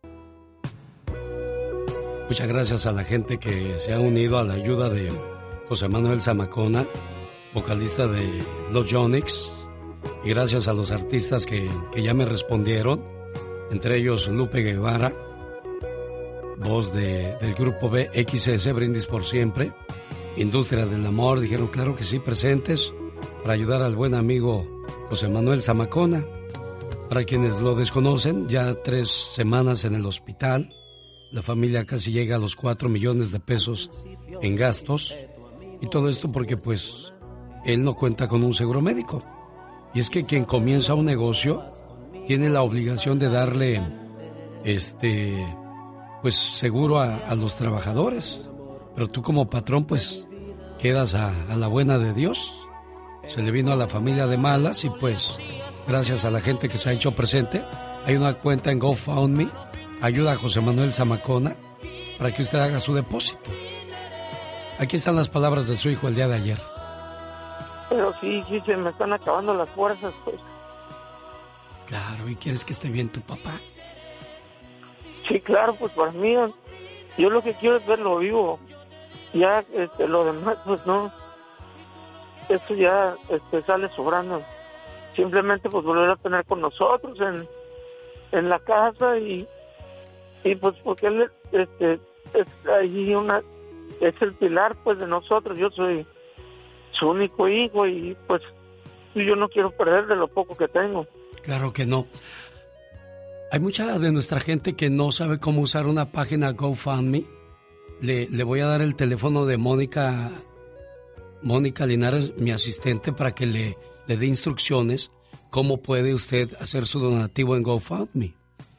Muchas gracias a la gente que se ha unido a la ayuda de José Manuel Zamacona, vocalista de Los Yonix, y gracias a los artistas que, que ya me respondieron, entre ellos Lupe Guevara, voz de, del grupo B X S, Brindis por Siempre, Industria del Amor, dijeron claro que sí, presentes para ayudar al buen amigo José Manuel Zamacona. Para quienes lo desconocen, ya tres semanas en el hospital, la familia casi llega a los cuatro millones de pesos en gastos, y todo esto porque pues él no cuenta con un seguro médico. Y es que quien comienza un negocio tiene la obligación de darle este pues seguro a, a los trabajadores, pero tú como patrón pues quedas a, a la buena de Dios. Se le vino a la familia de malas y pues gracias a la gente que se ha hecho presente hay una cuenta en GoFundMe, ayuda a José Manuel Zamacona para que usted haga su depósito. Aquí están las palabras de su hijo el día de ayer. Pero sí, sí, se me están acabando las fuerzas, pues. Claro, ¿y quieres que esté bien tu papá? Sí, claro, pues para mí, yo lo que quiero es verlo vivo. Ya, este, lo demás, pues no. Eso ya, este, sale sobrando. Simplemente, pues volver a tener con nosotros en, en la casa y, y pues porque él, este, es allí una, es el pilar, pues, de nosotros. Yo soy su único hijo y pues yo no quiero perder de lo poco que tengo. Claro que no. Hay mucha de nuestra gente que no sabe cómo usar una página GoFundMe. Le, le voy a dar el teléfono de Mónica Mónica Linares, mi asistente, para que le, le dé instrucciones cómo puede usted hacer su donativo en GoFundMe.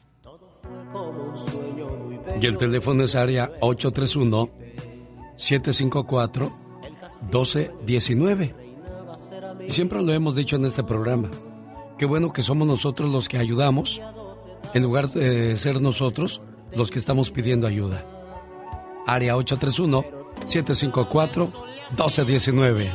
Y el teléfono es área ocho tres uno, siete cinco cuatro, uno dos uno nueve. Y siempre lo hemos dicho en este programa. Qué bueno que somos nosotros los que ayudamos en lugar de ser nosotros los que estamos pidiendo ayuda. Área ocho tres uno, siete cinco cuatro, uno dos uno nueve.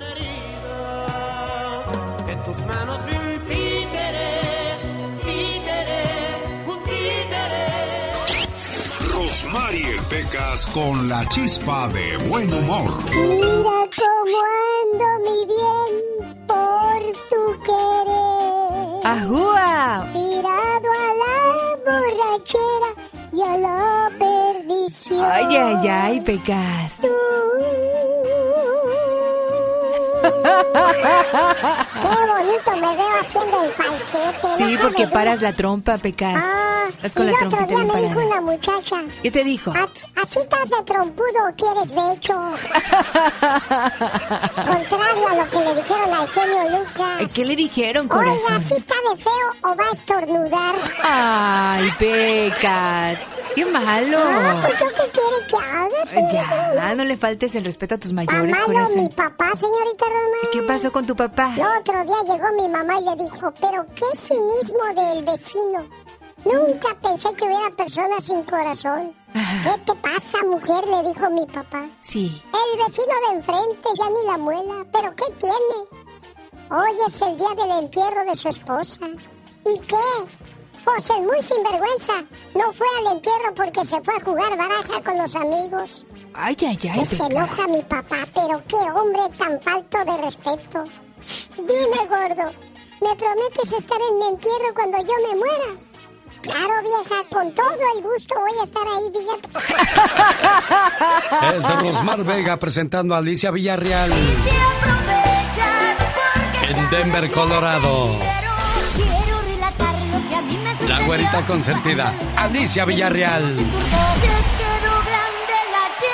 En tus manos vi un títere, títere, un títere. Rosmarie Pecas con la chispa de buen humor. Mira cómo ando, mi bien, por tu querer. ¡Ajúa! Tirado a la borrachera y a la perdición. Ay, ay, ay, Pecas. Tú. Qué bonito me veo haciendo el falsete. Sí, ¿no? porque paras la trompa, Pecas. Ah, estás con y la el otro trompita día bien me dijo parada. una muchacha. ¿Qué te dijo? ¿Así estás de trompudo o quieres becho? Contrario a lo que le dijeron al genio Lucas. ¿Qué le dijeron, corazón? Oiga, ¿sí está de feo o va a estornudar? Ay, Pecas. Qué malo. Ah, pues yo qué quiere que haga, señorita. Ya, no le faltes el respeto a tus mayores, Amado, corazón. mi papá, señorita Román. ¿Qué pasó con tu papá? El otro día llegó mi mamá y le dijo, pero qué cinismo del vecino. Nunca pensé que hubiera personas sin corazón. ¿Qué te pasa, mujer?, le dijo mi papá. Sí. El vecino de enfrente ya ni la muela. ¿Pero qué tiene? Hoy es el día del entierro de su esposa. ¿Y qué? Pues es muy sinvergüenza. No fue al entierro porque se fue a jugar baraja con los amigos. Ay, ay, ay. Que se enoja mi papá, pero qué hombre tan falto de respeto. Dime, gordo, ¿me prometes estar en mi entierro cuando yo me muera? Claro, vieja, con todo el gusto voy a estar ahí, fíjate. Es Rosmar Vega presentando a Alicia Villarreal en Denver, Colorado. La güerita consentida, Alicia Villarreal. Quedó grande la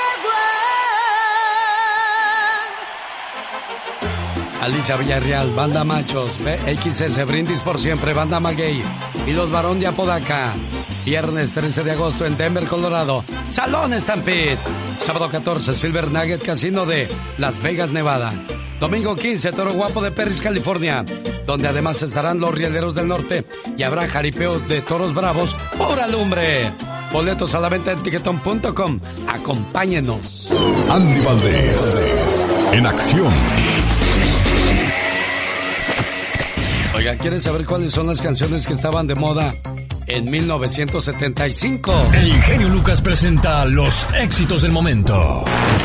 Alicia Villarreal, Banda Machos, B X S, Brindis por Siempre, Banda Maguey y Los Barón de Apodaca. Viernes trece de agosto en Denver, Colorado, Salón Stampede. Sábado catorce, Silver Nugget Casino de Las Vegas, Nevada. Domingo quince, Toro Guapo de Perris, California, donde además estarán los Rieleros del Norte y habrá jaripeo de toros bravos, pura lumbre. Boletos a la venta en tiquetón punto com. Acompáñenos. Andy Valdés, en acción. Oiga, ¿quieres saber cuáles son las canciones que estaban de moda en mil novecientos setenta y cinco? El genio Lucas presenta los éxitos del momento.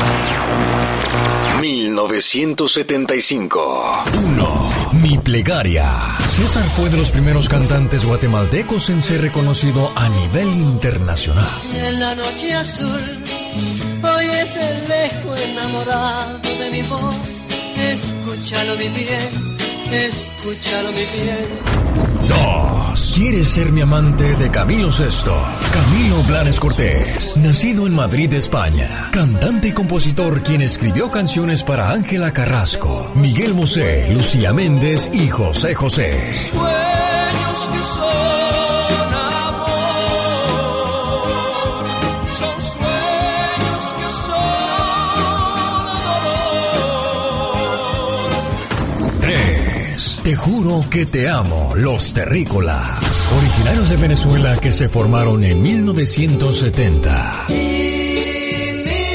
mil novecientos setenta y cinco. uno. Mi plegaria. César fue de los primeros cantantes guatemaltecos en ser reconocido a nivel internacional. En la noche azul, oyes el eco enamorado de mi voz. Escúchalo, mi bien, escúchalo, mi bien. dos. ¿Quieres ser mi amante? De Camilo Sesto. Camilo Blanes Cortés, nacido en Madrid, España. Cantante y compositor quien escribió canciones para Ángela Carrasco, Miguel Bosé, Lucía Méndez y José José. Sueños que son amor, son sueños que son dolor. tres. Te juro que te amo, Los Terrícolas. Originarios de Venezuela que se formaron en mil novecientos setenta. Y mi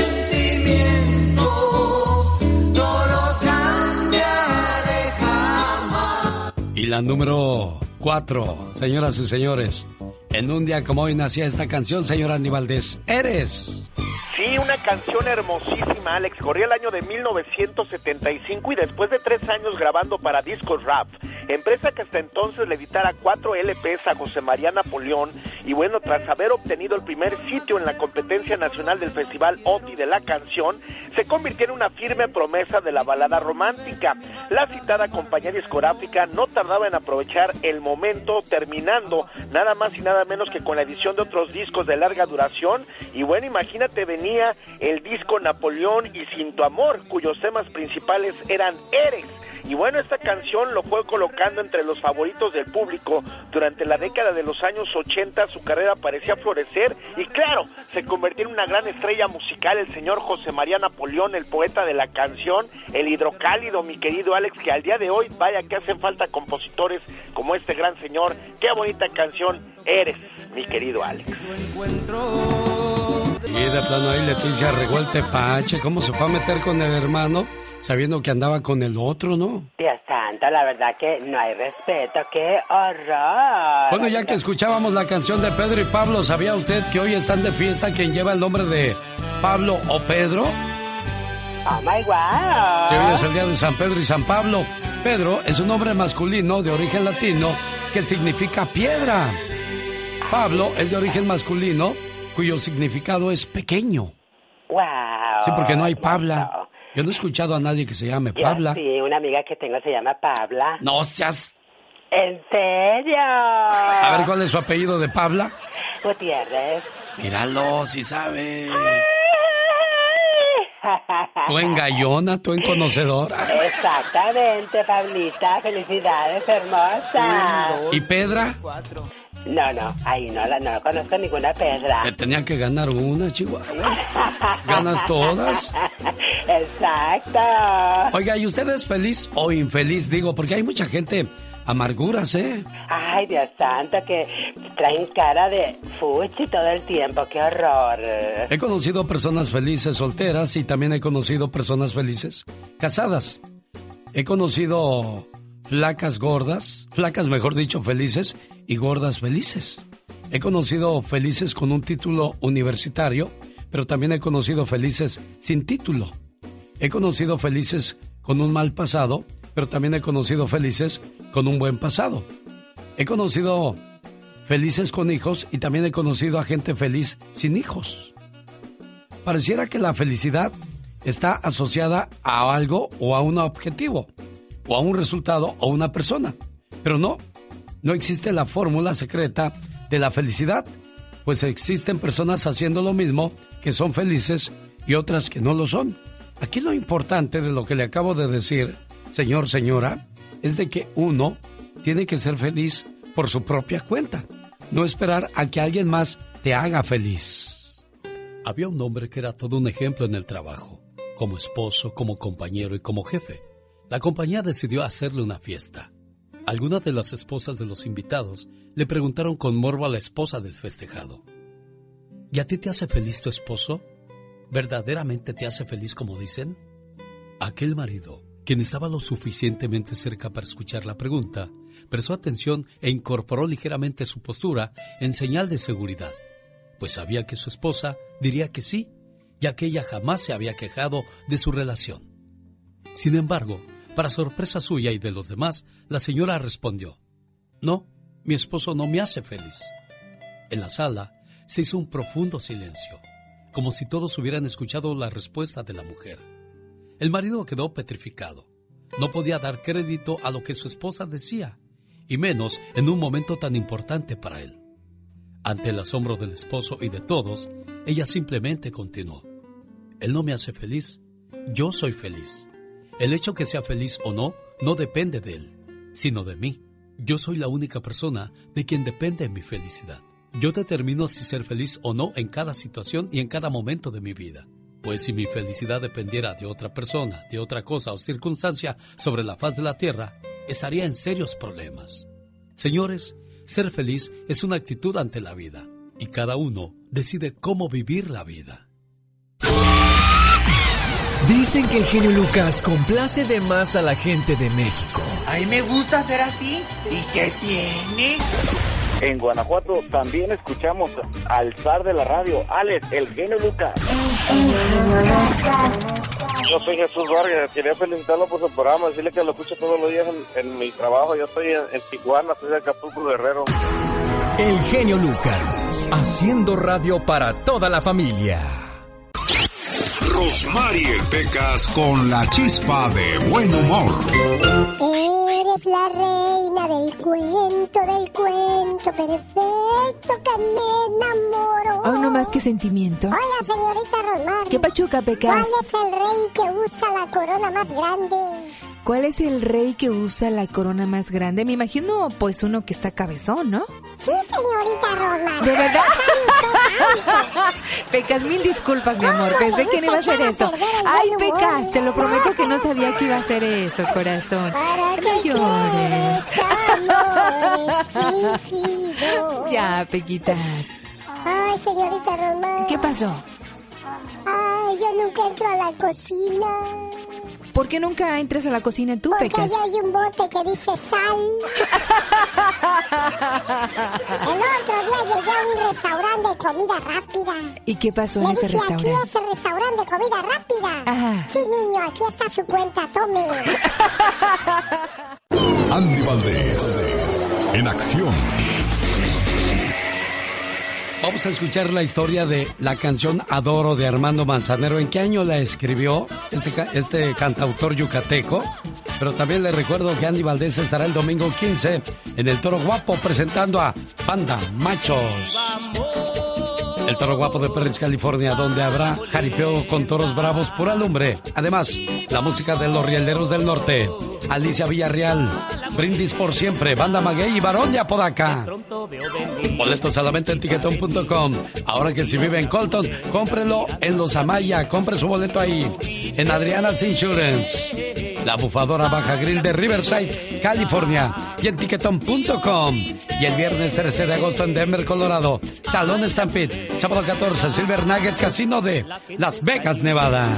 sentimiento no lo cambiaré jamás. Y la número cuatro, señoras y señores. En un día como hoy nacía esta canción, señor Andy Valdés. Eres. Sí, una canción hermosísima, Alex. Corría el año de mil novecientos setenta y cinco y después de tres años grabando para Discos Rap, empresa que hasta entonces le editara cuatro L Pes a José María Napoleón, y bueno, tras haber obtenido el primer sitio en la competencia nacional del Festival O T I de la canción, se convirtió en una firme promesa de la balada romántica. La citada compañía discográfica no tardaba en aprovechar el momento, terminando nada más y nada menos que con la edición de otros discos de larga duración, y bueno, imagínate, venía el disco Napoleón y Sin Tu Amor, cuyos temas principales eran Eres. Y bueno, esta canción lo fue colocando entre los favoritos del público. Durante la década de los años ochenta su carrera parecía florecer y claro, se convirtió en una gran estrella musical el señor José María Napoleón, el poeta de la canción, el hidrocálido, mi querido Alex, que al día de hoy, vaya que hacen falta compositores como este gran señor. Qué bonita canción, Eres, mi querido Alex. Y de plano ahí Leticia regó el tepache. ¿Cómo se fue a meter con el hermano? Sabiendo que andaba con el otro, ¿no? Dios santo, la verdad que no hay respeto, qué horror. Bueno, ya que escuchábamos la canción de Pedro y Pablo, ¿sabía usted que hoy están de fiesta quien lleva el nombre de Pablo o Pedro? Oh my God. Sí, hoy es el día de San Pedro y San Pablo. Pedro es un nombre masculino de origen latino que significa piedra. Pablo es de origen masculino cuyo significado es pequeño. Wow. Sí, porque no hay Pabla. Yo no he escuchado a nadie que se llame Yo Pabla. Sí, una amiga que tengo se llama Pabla. No seas... ¿En serio? A ver, ¿cuál es su apellido de Pabla? Gutiérrez. Míralo, si sabes. Tú en gallona, tú en conocedora. Exactamente, Pablita. Felicidades, hermosa. ¿Y Pedra? No, no, ahí no la no conozco ninguna Pedra. Te tenía que ganar una, Chihuahua. ¿Ganas todas? Exacto. Oiga, ¿y usted es feliz o infeliz? Digo, porque hay mucha gente amarguras, ¿eh? Ay, Dios santo, que traen cara de fuchi todo el tiempo. ¡Qué horror! He conocido personas felices solteras y también he conocido personas felices casadas. He conocido flacas gordas, flacas mejor dicho, felices y gordas felices. He conocido felices con un título universitario, pero también he conocido felices sin título. He conocido felices con un mal pasado, pero también he conocido felices con un buen pasado. He conocido felices con hijos y también he conocido a gente feliz sin hijos. Pareciera que la felicidad está asociada a algo o a un objetivo, o a un resultado o una persona. Pero no, no existe la fórmula secreta de la felicidad, pues existen personas haciendo lo mismo que son felices y otras que no lo son. Aquí lo importante de lo que le acabo de decir, señor, señora, es de que uno tiene que ser feliz por su propia cuenta, no esperar a que alguien más te haga feliz. Había un hombre que era todo un ejemplo en el trabajo, como esposo, como compañero y como jefe. La compañía decidió hacerle una fiesta. Algunas de las esposas de los invitados le preguntaron con morbo a la esposa del festejado: ¿y a ti te hace feliz tu esposo? ¿Verdaderamente te hace feliz como dicen? Aquel marido, quien estaba lo suficientemente cerca para escuchar la pregunta, prestó atención e incorporó ligeramente su postura en señal de seguridad, pues sabía que su esposa diría que sí, ya que ella jamás se había quejado de su relación. Sin embargo, para sorpresa suya y de los demás, la señora respondió: no, mi esposo no me hace feliz. En la sala se hizo un profundo silencio, como si todos hubieran escuchado la respuesta de la mujer. El marido quedó petrificado. No podía dar crédito a lo que su esposa decía, y menos en un momento tan importante para él. Ante el asombro del esposo y de todos, ella simplemente continuó: él no me hace feliz, yo soy feliz. El hecho que sea feliz o no, no depende de él, sino de mí. Yo soy la única persona de quien depende mi felicidad. Yo determino si ser feliz o no en cada situación y en cada momento de mi vida. Pues si mi felicidad dependiera de otra persona, de otra cosa o circunstancia sobre la faz de la tierra, estaría en serios problemas. Señores, ser feliz es una actitud ante la vida, y cada uno decide cómo vivir la vida. Dicen que el genio Lucas complace de más a la gente de México. A mí me gusta ser así. ¿Y qué tiene? En Guanajuato también escuchamos al zar de la radio, Alex, el genio Lucas. Yo soy Jesús Vargas, quería felicitarlo por su programa, decirle que lo escucho todos los días en, en mi trabajo. Yo estoy en, en Tijuana, estoy de Acapulco, Guerrero. El genio Lucas, haciendo radio para toda la familia. Rosmarie Pecas con la chispa de buen humor. Eres la reina del cuento, del cuento perfecto que me enamoro. Oh, no más que sentimiento. Hola, señorita Rosmarie. ¿Qué pachuca, Pecas? ¿Cuál es el rey que usa la corona más grande? ¿Cuál es el rey que usa la corona más grande? Me imagino, pues, uno que está cabezón, ¿no? Sí, señorita Rosmarie. ¿De verdad? Pecas, mil disculpas, mi amor. Pensé que no iba a hacer eso. Ay, Pecas, te lo prometo que no sabía que iba a hacer eso, corazón. Para no que llores. Amores fingidos. Ya, Pequitas. Ay, señorita Rosmarie. ¿Qué pasó? Ay, yo nunca entro a la cocina. ¿Por qué nunca entras a la cocina tú, Porque Pecas? allá hay un bote que dice sal. El otro día llegué a un restaurante de comida rápida. ¿Y qué pasó Le en ese dije, restaurante? aquí es el restaurante de comida rápida. Ajá. Sí, niño, aquí está su cuenta, tome. Andy Valdés, en acción. Vamos a escuchar la historia de la canción Adoro de Armando Manzanero. ¿En qué año la escribió este, este cantautor yucateco? Pero también le recuerdo que Andy Valdés estará el domingo quince en el Toro Guapo presentando a Panda Machos. El Toro Guapo de Perris, California, donde habrá jaripeo con toros bravos por alumbre. Además, la música de los Rieleros del Norte, Alicia Villarreal, Brindis por Siempre, Banda Maguey y Barón de Apodaca. Boletos solamente en tiquetón punto com. Ahora que si vive en Colton, cómprelo en Los Amaya. Compre su boleto ahí. En Adriana's Insurance, la bufadora Baja Grill de Riverside, California. Y en tiquetón punto com. Y el viernes trece de agosto en Denver, Colorado, Salón Stampede. Sábado catorce, Silver Nugget Casino de Las Vegas, Nevada.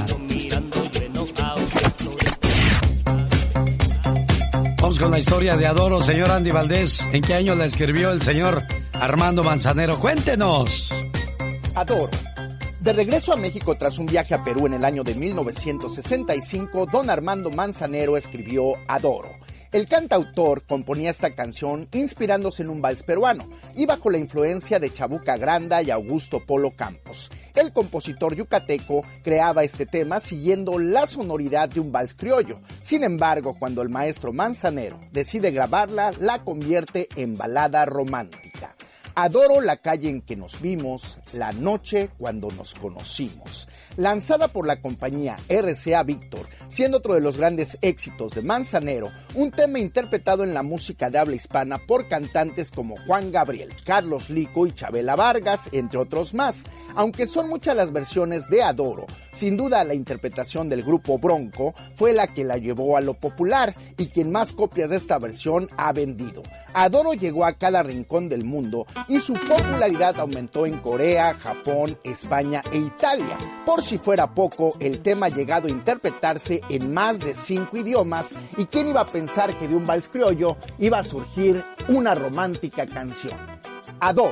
Vamos con la historia de Adoro, señor Andy Valdés. ¿En qué año la escribió el señor Armando Manzanero? Cuéntenos. Adoro. De regreso a México tras un viaje a Perú en el año de mil novecientos sesenta y cinco, don Armando Manzanero escribió Adoro. El cantautor componía esta canción inspirándose en un vals peruano y bajo la influencia de Chabuca Granda y Augusto Polo Campos. El compositor yucateco creaba este tema siguiendo la sonoridad de un vals criollo. Sin embargo, cuando el maestro Manzanero decide grabarla, la convierte en balada romántica. Adoro la calle en que nos vimos, la noche cuando nos conocimos. Lanzada por la compañía R C A Víctor siendo otro de los grandes éxitos de Manzanero un tema interpretado en la música de habla hispana por cantantes como Juan Gabriel, Carlos Lico y Chabela Vargas, entre otros más. Aunque son muchas las versiones de Adoro, sin duda la interpretación del grupo Bronco fue la que la llevó a lo popular y quien más copias de esta versión ha vendido. Adoro llegó a cada rincón del mundo y su popularidad aumentó en Corea, Japón, España e Italia. Por si fuera poco, el tema ha llegado a interpretarse en más de cinco idiomas y quién iba a pensar que de un vals criollo iba a surgir una romántica canción. Adoro.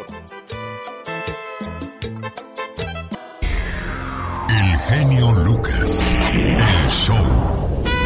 El genio Lucas, el show.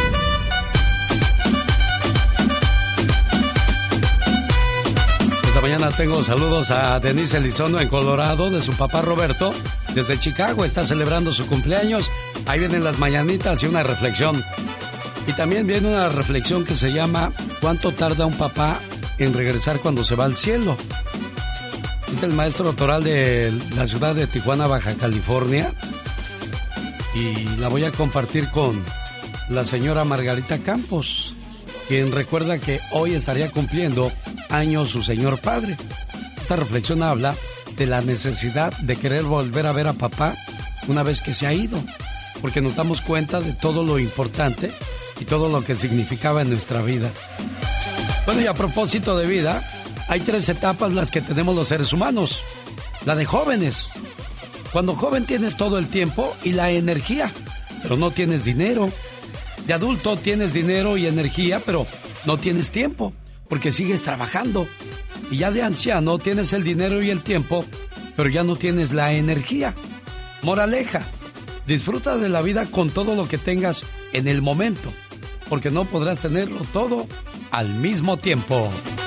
Esta mañana tengo saludos a Denise Elizondo en Colorado, de su papá Roberto, desde Chicago, está celebrando su cumpleaños. Ahí vienen las mañanitas y una reflexión. Y también viene una reflexión que se llama ¿cuánto tarda un papá en regresar cuando se va al cielo? Es del maestro doctoral de la ciudad de Tijuana, Baja California. Y la voy a compartir con la señora Margarita Campos, quien recuerda que hoy estaría cumpliendo años su señor padre. Esta reflexión habla de la necesidad de querer volver a ver a papá una vez que se ha ido, porque nos damos cuenta de todo lo importante y todo lo que significaba en nuestra vida. Bueno, y a propósito de vida, hay tres etapas las que tenemos los seres humanos. La de jóvenes. Cuando joven tienes todo el tiempo y la energía, pero no tienes dinero. De adulto tienes dinero y energía, pero no tienes tiempo, porque sigues trabajando. Y ya de anciano tienes el dinero y el tiempo, pero ya no tienes la energía. Moraleja, disfruta de la vida con todo lo que tengas en el momento, porque no podrás tenerlo todo al mismo tiempo.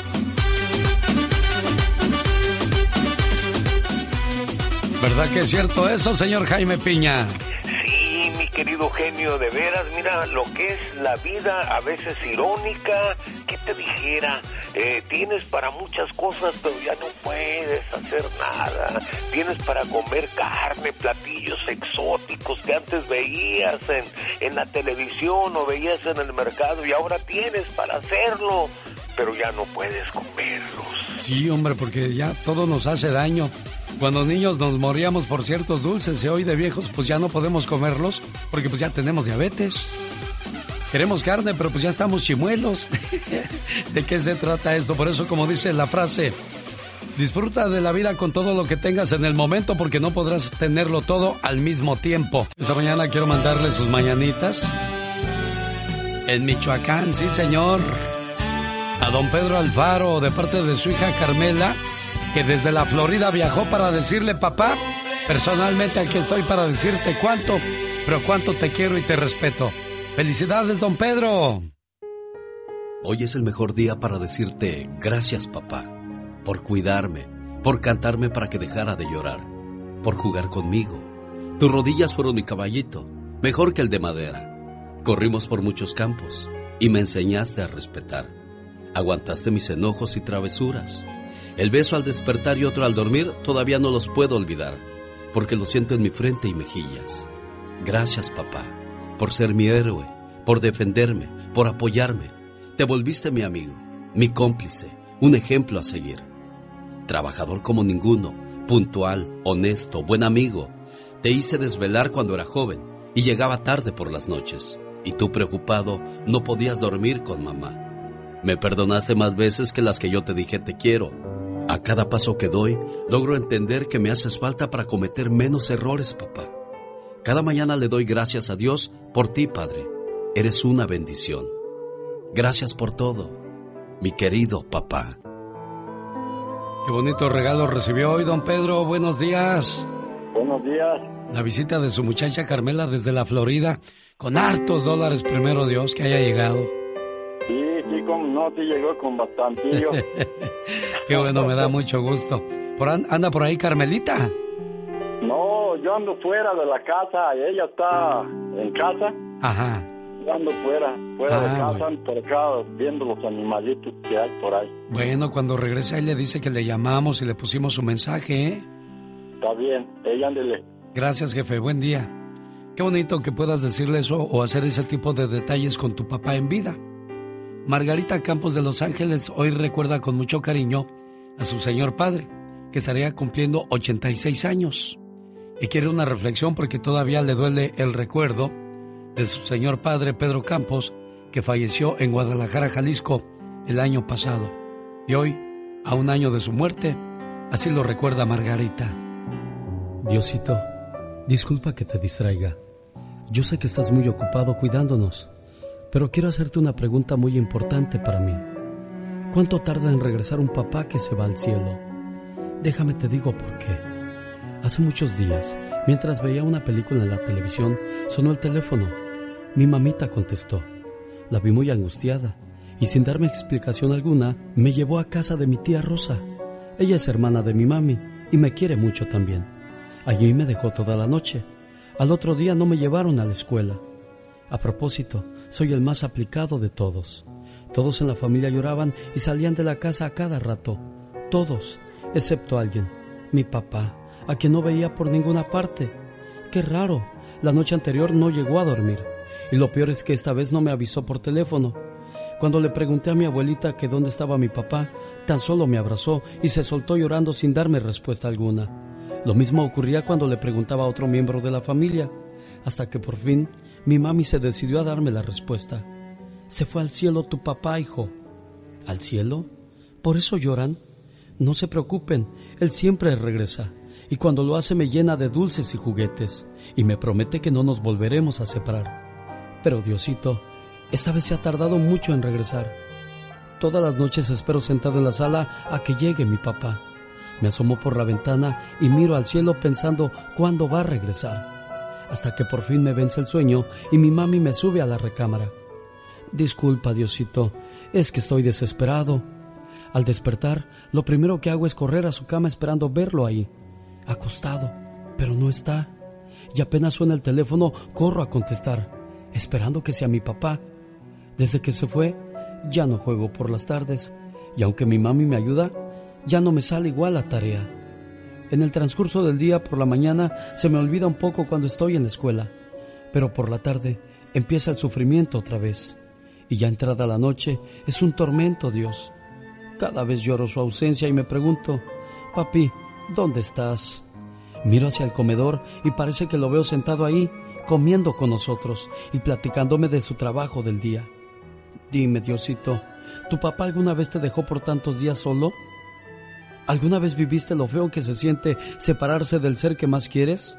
¿Verdad que es cierto eso, señor Jaime Piña? Sí, mi querido genio, de veras, mira, lo que es la vida a veces irónica. ¿Qué te dijera? Eh, tienes para muchas cosas, pero ya no puedes hacer nada. Tienes para comer carne, platillos exóticos que antes veías en, en la televisión o veías en el mercado, y ahora tienes para hacerlo, pero ya no puedes comerlos. Sí, hombre, porque ya todo nos hace daño. Cuando niños nos moríamos por ciertos dulces y hoy de viejos pues ya no podemos comerlos porque pues ya tenemos diabetes. Queremos carne, pero pues ya estamos chimuelos. ¿De qué se trata esto? Por eso, como dice la frase, disfruta de la vida con todo lo que tengas en el momento, porque no podrás tenerlo todo al mismo tiempo. Esta mañana quiero mandarle sus mañanitas. En Michoacán, sí señor. A don Pedro Alfaro, de parte de su hija Carmela, que desde la Florida viajó para decirle: papá, personalmente aquí estoy para decirte cuánto, pero cuánto te quiero y te respeto. ¡Felicidades, don Pedro! Hoy es el mejor día para decirte gracias, papá, por cuidarme, por cantarme para que dejara de llorar, por jugar conmigo. Tus rodillas fueron mi caballito, mejor que el de madera. Corrimos por muchos campos y me enseñaste a respetar. Aguantaste mis enojos y travesuras. El beso al despertar y otro al dormir todavía no los puedo olvidar, porque lo siento en mi frente y mejillas. Gracias, papá, por ser mi héroe, por defenderme, por apoyarme. Te volviste mi amigo, mi cómplice, un ejemplo a seguir. Trabajador como ninguno, puntual, honesto, buen amigo. Te hice desvelar cuando era joven y llegaba tarde por las noches. Y tú, preocupado, no podías dormir con mamá. Me perdonaste más veces que las que yo te dije te quiero. A cada paso que doy, logro entender que me haces falta para cometer menos errores, papá. Cada mañana le doy gracias a Dios por ti, Padre. Eres una bendición. Gracias por todo, mi querido papá. Qué bonito regalo recibió hoy, don Pedro. Buenos días. Buenos días. La visita de su muchacha Carmela desde la Florida, con hartos dólares, primero Dios, que haya llegado. Sí, sí, como no, sí llegó con bastantillo. Qué bueno, me da mucho gusto. ¿Por an- ¿Anda por ahí Carmelita? No, yo ando fuera de la casa, ella está en casa. Ajá. Yo ando fuera, fuera Ah, de casa, bueno. ando por acá viendo los animalitos que hay por ahí. Bueno, cuando regrese ahí le dice que le llamamos y le pusimos su mensaje, ¿eh? Está bien, ella ándele. Gracias, jefe, buen día. Qué bonito que puedas decirle eso o hacer ese tipo de detalles con tu papá en vida. Margarita Campos de Los Ángeles hoy recuerda con mucho cariño a su señor padre, que estaría cumpliendo ochenta y seis años. Y quiere una reflexión porque todavía le duele el recuerdo de su señor padre, Pedro Campos, que falleció en Guadalajara, Jalisco, el año pasado. Y hoy, a un año de su muerte, así lo recuerda Margarita. Diosito, disculpa que te distraiga. Yo sé que estás muy ocupado cuidándonos, pero quiero hacerte una pregunta muy importante para mí. ¿Cuánto tarda en regresar un papá que se va al cielo? Déjame te digo por qué. Hace muchos días, mientras veía una película en la televisión, sonó el teléfono. Mi mamita contestó. La vi muy angustiada y sin darme explicación alguna, me llevó a casa de mi tía Rosa. Ella es hermana de mi mami y me quiere mucho también. Allí me dejó toda la noche. Al otro día no me llevaron a la escuela. A propósito, soy el más aplicado de todos. Todos en la familia lloraban y salían de la casa a cada rato. Todos, excepto alguien, mi papá, a quien no veía por ninguna parte. Qué raro, la noche anterior no llegó a dormir. Y lo peor es que esta vez no me avisó por teléfono. Cuando le pregunté a mi abuelita que dónde estaba mi papá, tan solo me abrazó y se soltó llorando sin darme respuesta alguna. Lo mismo ocurría cuando le preguntaba a otro miembro de la familia, hasta que por fin mi mami se decidió a darme la respuesta. Se fue al cielo tu papá, hijo. ¿Al cielo? ¿Por eso lloran? No se preocupen, él siempre regresa, y cuando lo hace me llena de dulces y juguetes, y me promete que no nos volveremos a separar. Pero Diosito, esta vez se ha tardado mucho en regresar. Todas las noches espero sentado en la sala a que llegue mi papá. Me asomo por la ventana y miro al cielo pensando cuándo va a regresar. Hasta que por fin me vence el sueño y mi mami me sube a la recámara. Disculpa, Diosito, es que estoy desesperado. Al despertar, lo primero que hago es correr a su cama esperando verlo ahí, acostado, pero no está. Y apenas suena el teléfono, corro a contestar, esperando que sea mi papá. Desde que se fue, ya no juego por las tardes, y aunque mi mami me ayuda, ya no me sale igual la tarea. En el transcurso del día, por la mañana, se me olvida un poco cuando estoy en la escuela, pero por la tarde empieza el sufrimiento otra vez, y ya entrada la noche es un tormento, Dios. Cada vez lloro su ausencia y me pregunto, papi, ¿dónde estás? Miro hacia el comedor y parece que lo veo sentado ahí, comiendo con nosotros y platicándome de su trabajo del día. Dime, Diosito, ¿tu papá alguna vez te dejó por tantos días solo? ¿Alguna vez viviste lo feo que se siente separarse del ser que más quieres?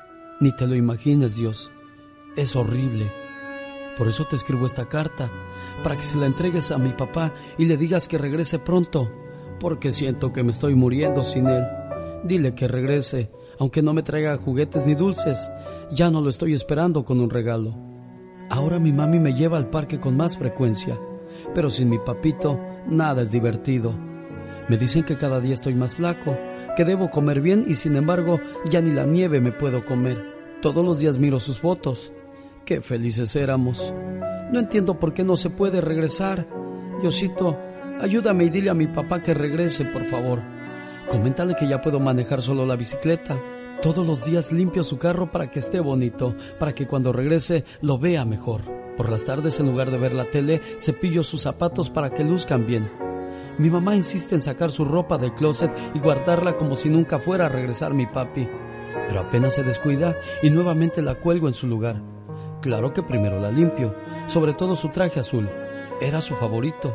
Ni te lo imagines, Dios. Es horrible. Por eso te escribo esta carta, para que se la entregues a mi papá y le digas que regrese pronto, porque siento que me estoy muriendo sin él. Dile que regrese, aunque no me traiga juguetes ni dulces. Ya no lo estoy esperando con un regalo. Ahora mi mami me lleva al parque con más frecuencia, pero sin mi papito nada es divertido. Me dicen que cada día estoy más flaco, que debo comer bien y sin embargo ya ni la nieve me puedo comer. Todos los días miro sus fotos. Qué felices éramos. No entiendo por qué no se puede regresar. Diosito, ayúdame y dile a mi papá que regrese, por favor. Coméntale que ya puedo manejar solo la bicicleta. Todos los días limpio su carro para que esté bonito, para que cuando regrese lo vea mejor. Por las tardes, en lugar de ver la tele, cepillo sus zapatos para que luzcan bien. Mi mamá insiste en sacar su ropa del closet y guardarla como si nunca fuera a regresar mi papi. Pero apenas se descuida y nuevamente la cuelgo en su lugar. Claro que primero la limpio, sobre todo su traje azul. Era su favorito.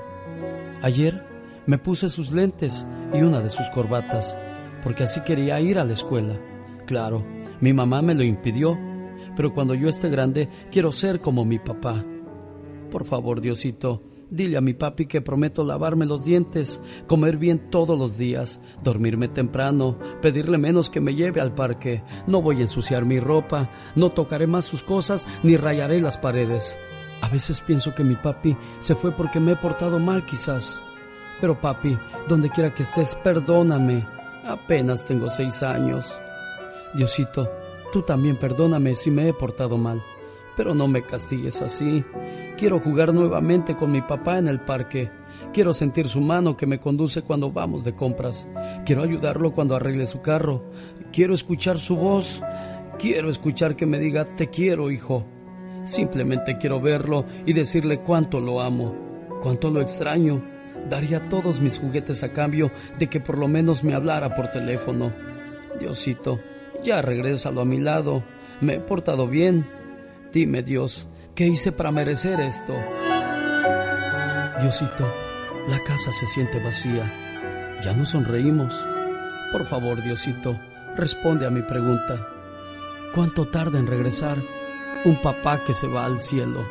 Ayer me puse sus lentes y una de sus corbatas, porque así quería ir a la escuela. Claro, mi mamá me lo impidió, pero cuando yo esté grande quiero ser como mi papá. Por favor, Diosito, dile a mi papi que prometo lavarme los dientes, comer bien todos los días, dormirme temprano, pedirle menos que me lleve al parque. No voy a ensuciar mi ropa, no tocaré más sus cosas ni rayaré las paredes. A veces pienso que mi papi se fue porque me he portado mal quizás. Pero papi, donde quiera que estés, perdóname. Apenas tengo seis años. Diosito, tú también perdóname si me he portado mal. Pero no me castigues así. Quiero jugar nuevamente con mi papá en el parque. Quiero sentir su mano que me conduce cuando vamos de compras. Quiero ayudarlo cuando arregle su carro. Quiero escuchar su voz. quiero escuchar que me diga te quiero, hijo. Simplemente quiero verlo y decirle cuánto lo amo, cuánto lo extraño. Daría todos mis juguetes a cambio de que por lo menos me hablara por teléfono. Diosito, ya regrésalo a mi lado. Me he portado bien. Dime, Dios, ¿qué hice para merecer esto? Diosito, la casa se siente vacía. Ya no sonreímos. Por favor, Diosito, responde a mi pregunta. ¿Cuánto tarda en regresar un papá que se va al cielo?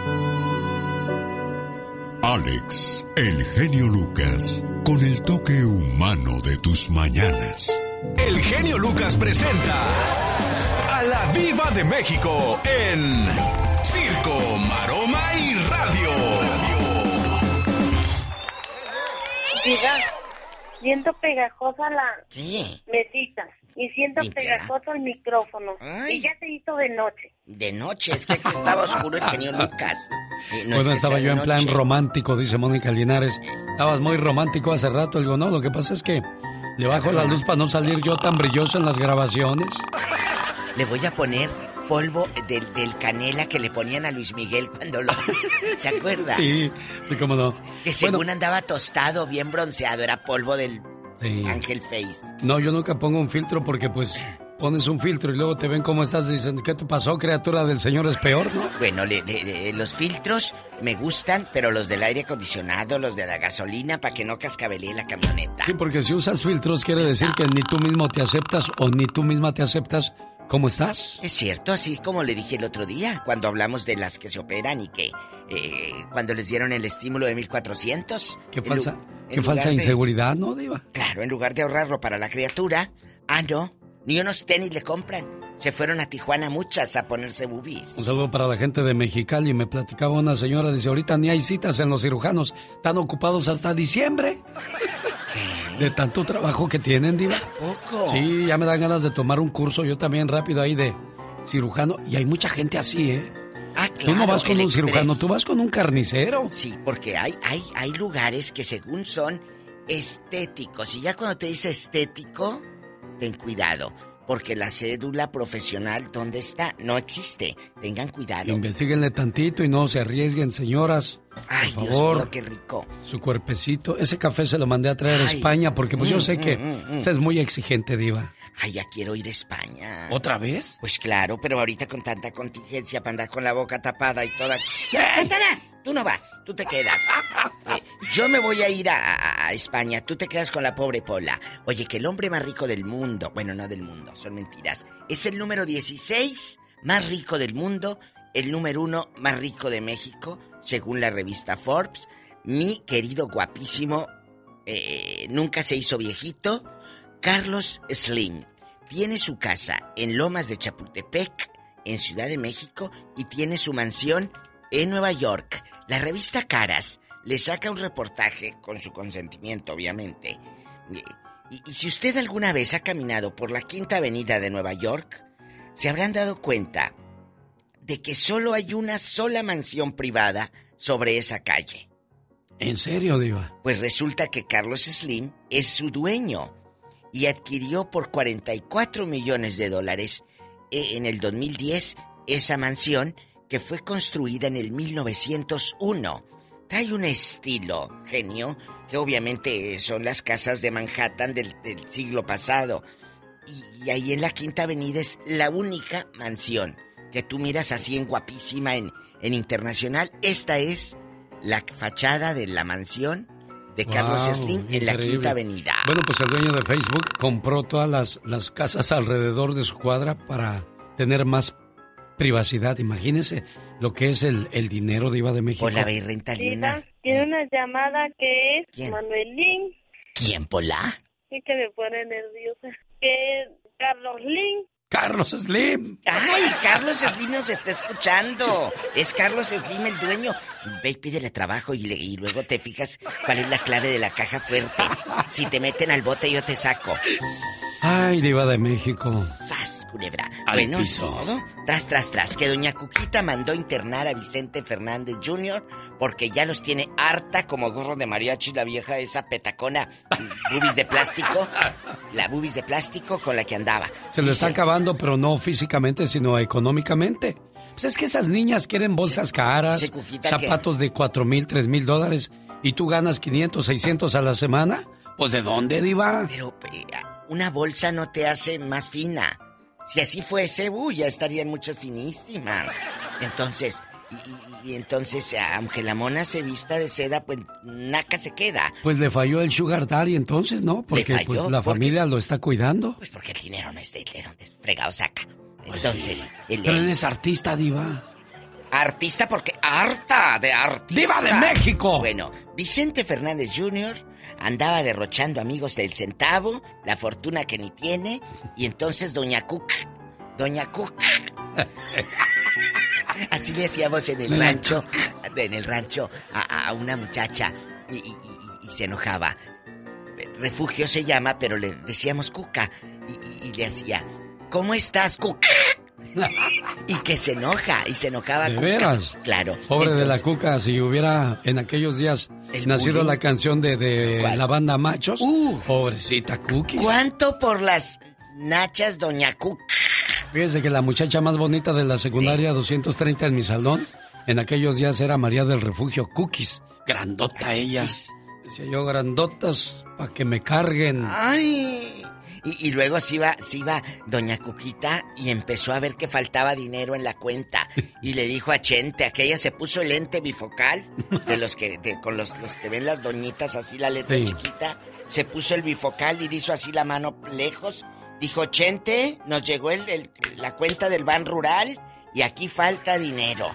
Alex, el genio Lucas, con el toque humano de tus mañanas. El genio Lucas presenta a la Diva de México en Circo, Maroma y Radio. Diva, siento pegajosa la ¿Qué? mesita y siento Límpiala. pegajoso el micrófono. Ay. Y ya se hizo de noche. De noche, es que aquí estaba oscuro el genio Lucas. Eh, no es bueno, que estaba sea yo de en plan noche. romántico, dice Mónica Linares. Estabas muy romántico hace rato. Digo, no, lo que pasa es que le bajo la luz para no salir yo tan brilloso en las grabaciones. Le voy a poner polvo del, del canela que le ponían a Luis Miguel cuando lo... ¿Se acuerda? Sí, sí, cómo no. Que según andaba tostado, bien bronceado, era polvo del Sí. Ángel Face. No, yo nunca pongo un filtro porque pues pones un filtro y luego te ven cómo estás y dicen, ¿qué te pasó, criatura del Señor? Es peor, ¿no? Bueno, le, le, le, los filtros me gustan, pero los del aire acondicionado, los de la gasolina, para que no cascabelee la camioneta. Sí, porque si usas filtros quiere decir que ni tú mismo te aceptas o ni tú misma te aceptas cómo estás. Es cierto, así como le dije el otro día, cuando hablamos de las que se operan y que eh, cuando les dieron el estímulo de mil cuatrocientos. Qué en falsa, lu- en qué falsa lugar de- inseguridad, ¿no, Diva? Claro, en lugar de ahorrarlo para la criatura, ah, no, ni unos tenis le compran. Se fueron a Tijuana muchas a ponerse boobies. Un saludo para la gente de Mexicali. Me platicaba una señora, dice, ahorita ni hay citas en los cirujanos. Están ocupados hasta diciembre. De tanto trabajo que tienen, Diva. ¿Poco? Sí, ya me dan ganas de tomar un curso yo también rápido ahí de cirujano. Y hay mucha gente así, ¿eh? Ah, Tú no claro, vas con el un Express. cirujano, tú vas con un carnicero. Sí, porque hay, hay, hay lugares que según son estéticos. Y ya cuando te dice estético, ten cuidado. Porque la cédula profesional, ¿dónde está? No existe. Tengan cuidado. Investíguenle tantito y no se arriesguen, señoras. Ay, por Dios favor. mío, qué rico. Su cuerpecito. Ese café se lo mandé a traer a Ay. España porque pues yo Mm, sé que mm, mm, mm. usted es muy exigente, Diva. Ay, ya quiero ir a España. ¿Otra vez? Pues claro, pero ahorita con tanta contingencia para andar con la boca tapada y toda... ¡Satanás! Tú no vas, tú te quedas. Eh, yo me voy a ir a, a- a España, tú te quedas con la pobre Pola. Oye, que el hombre más rico del mundo, bueno, no del mundo, son mentiras, es el número dieciséis más rico del mundo, el número uno más rico de México, según la revista Forbes. Mi querido guapísimo, eh, nunca se hizo viejito, Carlos Slim. Tiene su casa en Lomas de Chapultepec, en Ciudad de México, y tiene su mansión en Nueva York. La revista Caras le saca un reportaje, con su consentimiento, obviamente. Y, y si usted alguna vez ha caminado por la Quinta Avenida de Nueva York, se habrán dado cuenta de que solo hay una sola mansión privada sobre esa calle. ¿En serio, Diva? Pues resulta que Carlos Slim es su dueño y adquirió por cuarenta y cuatro millones de dólares eh, en el dos mil diez esa mansión que fue construida en el mil novecientos uno. Trae un estilo, genio, que obviamente son las casas de Manhattan del, del siglo pasado. Y, y ahí en la Quinta Avenida es la única mansión que tú miras así en guapísima en, en Internacional. Esta es la fachada de la mansión de Carlos Wow, Slim en la increíble. Quinta Avenida. Bueno, pues el dueño de Facebook compró todas las, las casas alrededor de su cuadra para tener más privacidad. Imagínense lo que es el, el dinero, Diva de México. Hola, ve, réntale Diva, una. tiene una llamada que es ¿Quién? Manuelín, ¿Quién, Pola? y que me pone nerviosa. Que es Carlos Lin. Carlos Slim. ¡Ay, Carlos Slim nos está escuchando! Es Carlos Slim el dueño. Ve y pídele trabajo y, le- y luego te fijas cuál es la clave de la caja fuerte. Si te meten al bote, yo te saco. Ay, Diva de México. ¡Sas, culebra! Al bueno, piso. todo. Tras, tras, tras, que doña Cuquita mandó internar a Vicente Fernández junior porque ya los tiene harta como gorro de mariachi la vieja esa petacona, bubis de plástico, la bubis de plástico con la que andaba. Se lo está acabando, pero no físicamente, sino económicamente. Pues es que esas niñas quieren bolsas caras, zapatos que... de cuatro mil, tres mil dólares, y tú ganas quinientos, seiscientos a la semana. Pues ¿de dónde, diva? Pero eh, una bolsa no te hace más fina. Si así fuese, uy, ya estarían muchas finísimas. Entonces, y, y, y entonces, aunque la mona se vista de seda, pues naca se queda. Pues le falló el sugar daddy entonces, ¿no? Porque falló, pues la porque, familia lo está cuidando. Pues porque el dinero no es de, de donde es fregado saca. Entonces, pues sí. el, Pero él es artista, diva. Artista porque harta de artista. ¡Diva de México! Bueno, Vicente Fernández junior andaba derrochando amigos del centavo, la fortuna que ni tiene, y entonces Doña Cook, Doña Cook, así le hacíamos en el rancho, en el rancho a, a una muchacha, y, y, y, y se enojaba. Refugio se llama, pero le decíamos Cuca, y, y, y le hacía, ¿cómo estás, Cuca? Y que se enoja, y se enojaba. ¿De Cuca. veras? Claro. Pobre entonces, de la Cuca, si hubiera en aquellos días nacido bullying. La canción de, de la banda Machos. Uh, Pobrecita Cookies. ¿Cuánto por las nachas, Doña Cuca? Fíjese que la muchacha más bonita de la secundaria, sí. doscientos treinta en mi salón, en aquellos días era María del Refugio Cookies. Grandota ella. Decía yo, grandotas, para que me carguen. Ay... Y, y luego se iba, se iba Doña Cuquita y empezó a ver que faltaba dinero en la cuenta. Y le dijo a Chente, aquella se puso el lente bifocal, de los que, de, con los, los que ven las doñitas así la letra sí. chiquita. Se puso el bifocal y hizo así la mano lejos. Dijo, Chente, nos llegó el, el, la cuenta del Ban Rural y aquí falta dinero.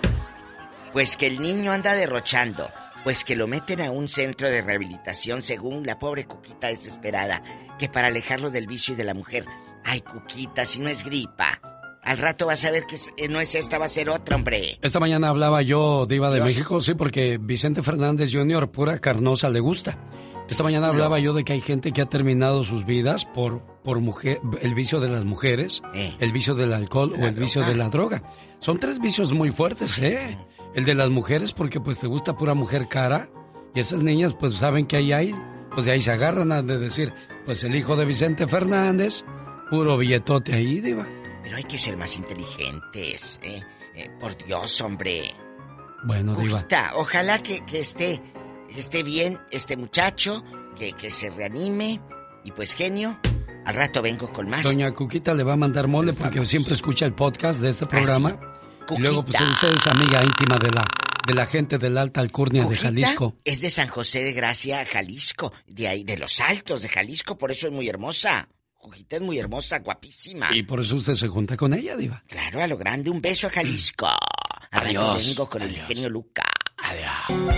Pues que el niño anda derrochando. Pues que lo meten a un centro de rehabilitación según la pobre Cuquita desesperada, que para alejarlo del vicio y de la mujer. Ay, Cuquita, si no es gripa. Al rato vas a ver que no es esta, va a ser otra, hombre. Esta mañana hablaba yo, Diva de Dios. México, sí, porque Vicente Fernández junior, pura carnosa, le gusta. Esta mañana hablaba no. yo de que hay gente que ha terminado sus vidas por, por mujer, el vicio de las mujeres, eh. el vicio del alcohol o el droga. vicio de la droga. Son tres vicios muy fuertes, ¿eh? El de las mujeres porque pues te gusta pura mujer cara y esas niñas pues saben que ahí hay, pues de ahí se agarran a de decir, pues el hijo de Vicente Fernández, puro billetote ahí, diva. Pero hay que ser más inteligentes, ¿eh? eh por Dios, hombre. Bueno, Cuquita, diva. Ojalá que, que esté, esté bien este muchacho, que, que se reanime y pues genio. Al rato vengo con más. Doña Cuquita le va a mandar mole porque Vamos. siempre escucha el podcast de este programa. ¿Ah, sí? Y luego, pues, usted es amiga íntima de la, de la gente de la Alta Alcurnia de Jalisco. Es de San José de Gracia, Jalisco. De ahí, de los Altos de Jalisco, por eso es muy hermosa. Cuquita es muy hermosa, guapísima. Y por eso usted se junta con ella, diva. Claro, a lo grande, un beso a Jalisco. Adiós. Vengo con Adiós. el genio Lucas. Adiós.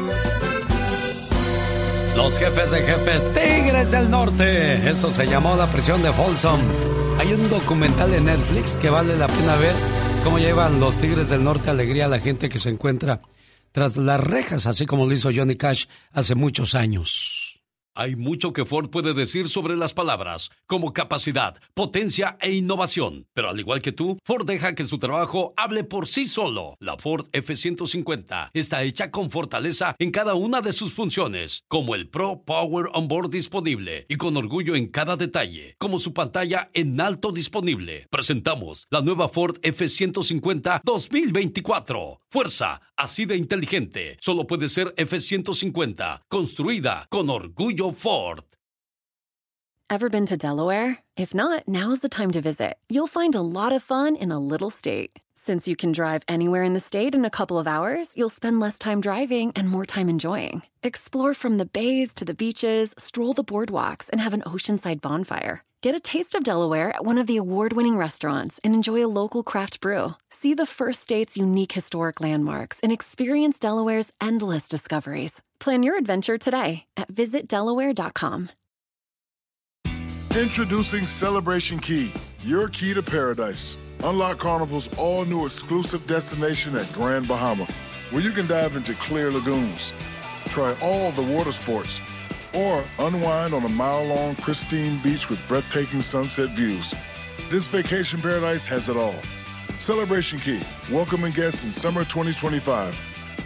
Los jefes de jefes, Tigres del Norte. Eso se llamó La Prisión de Folsom. Hay un documental en Netflix que vale la pena ver. Cómo llevan los Tigres del Norte alegría a la gente que se encuentra tras las rejas, así como lo hizo Johnny Cash hace muchos años. Hay mucho que Ford puede decir sobre las palabras, como capacidad, potencia e innovación. Pero al igual que tú, Ford deja que su trabajo hable por sí solo. La Ford F ciento cincuenta está hecha con fortaleza en cada una de sus funciones, como el Pro Power Onboard disponible y con orgullo en cada detalle, como su pantalla en alto disponible. Presentamos la nueva Ford F ciento cincuenta dos mil veinticuatro. Fuerza así de inteligente. Solo puede ser F ciento cincuenta, construida con orgullo Ford. Ever been to Delaware? If not, now's the time to visit. You'll find a lot of fun in a little state. Since you can drive anywhere in the state in a couple of hours, you'll spend less time driving and more time enjoying. Explore from the bays to the beaches, stroll the boardwalks, and have an oceanside bonfire. Get a taste of Delaware at one of the award-winning restaurants and enjoy a local craft brew. See the first state's unique historic landmarks and experience Delaware's endless discoveries. Plan your adventure today at visit delaware dot com. Introducing Celebration Key, your key to paradise. Unlock Carnival's all-new exclusive destination at Grand Bahama, where you can dive into clear lagoons, try all the water sports, or unwind on a mile-long pristine beach with breathtaking sunset views. This vacation paradise has it all. Celebration Key, welcoming guests in summer twenty twenty-five.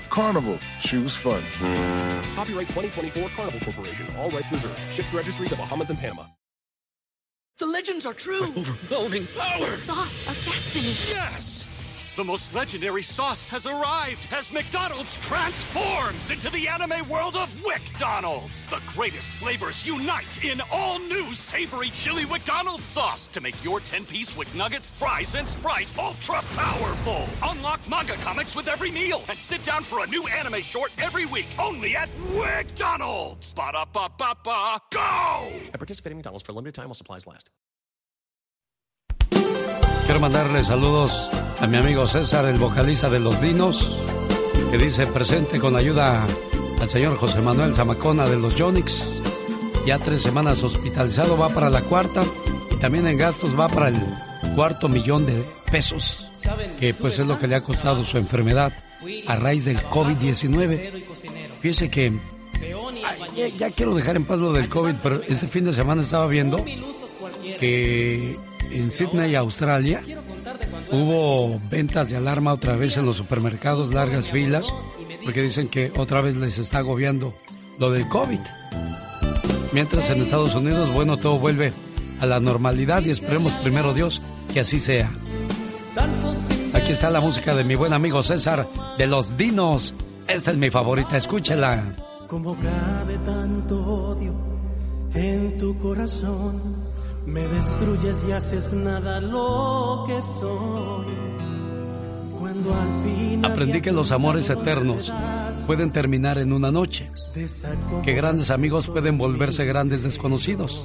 Carnival, choose fun. Copyright twenty twenty-four Carnival Corporation. All rights reserved. Ships registry, the Bahamas and Panama. The legends are true. Overwhelming power. The sauce of destiny. Yes! The most legendary sauce has arrived as McDonald's transforms into the anime world of WickDonald's. The greatest flavors unite in all new savory chili McDonald's sauce to make your ten-piece Wick Nuggets, fries, and Sprite ultra-powerful. Unlock manga comics with every meal and sit down for a new anime short every week only at WickDonald's. Ba-da-ba-ba-ba, go! At participating McDonald's for a limited time while supplies last. Quiero mandarle saludos a mi amigo César, el vocalista de Los Dinos, que dice presente con ayuda al señor José Manuel Zamacona de los Yonix. Ya tres semanas hospitalizado, va para la cuarta, y también en gastos va para el cuarto millón de pesos, que pues es lo que le ha costado su enfermedad a raíz del COVID diecinueve. Fíjese que ya, ya quiero dejar en paz lo del COVID, pero este fin de semana estaba viendo que en Sydney, Australia, hubo ventas de alarma otra vez en los supermercados, largas filas, porque dicen que otra vez les está agobiando lo del COVID. Mientras en Estados Unidos, bueno, todo vuelve a la normalidad y esperemos primero Dios que así sea. Aquí está la música de mi buen amigo César de Los Dinos. Esta es mi favorita, escúchela. Como cabe tanto odio en tu corazón, me destruyes y haces nada lo que soy. Cuando al fin aprendí que los amores eternos pueden terminar en una noche, que grandes amigos pueden volverse grandes desconocidos,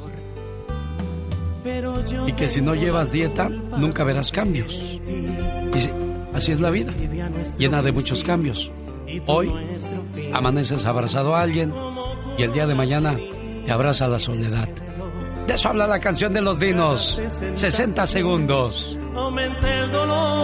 y que si no llevas dieta nunca verás cambios. Y sí, así es la vida, llena de muchos cambios. Hoy amaneces abrazado a alguien y el día de mañana te abraza la soledad. De eso habla la canción de Los Dinos. sesenta segundos. Aumenté el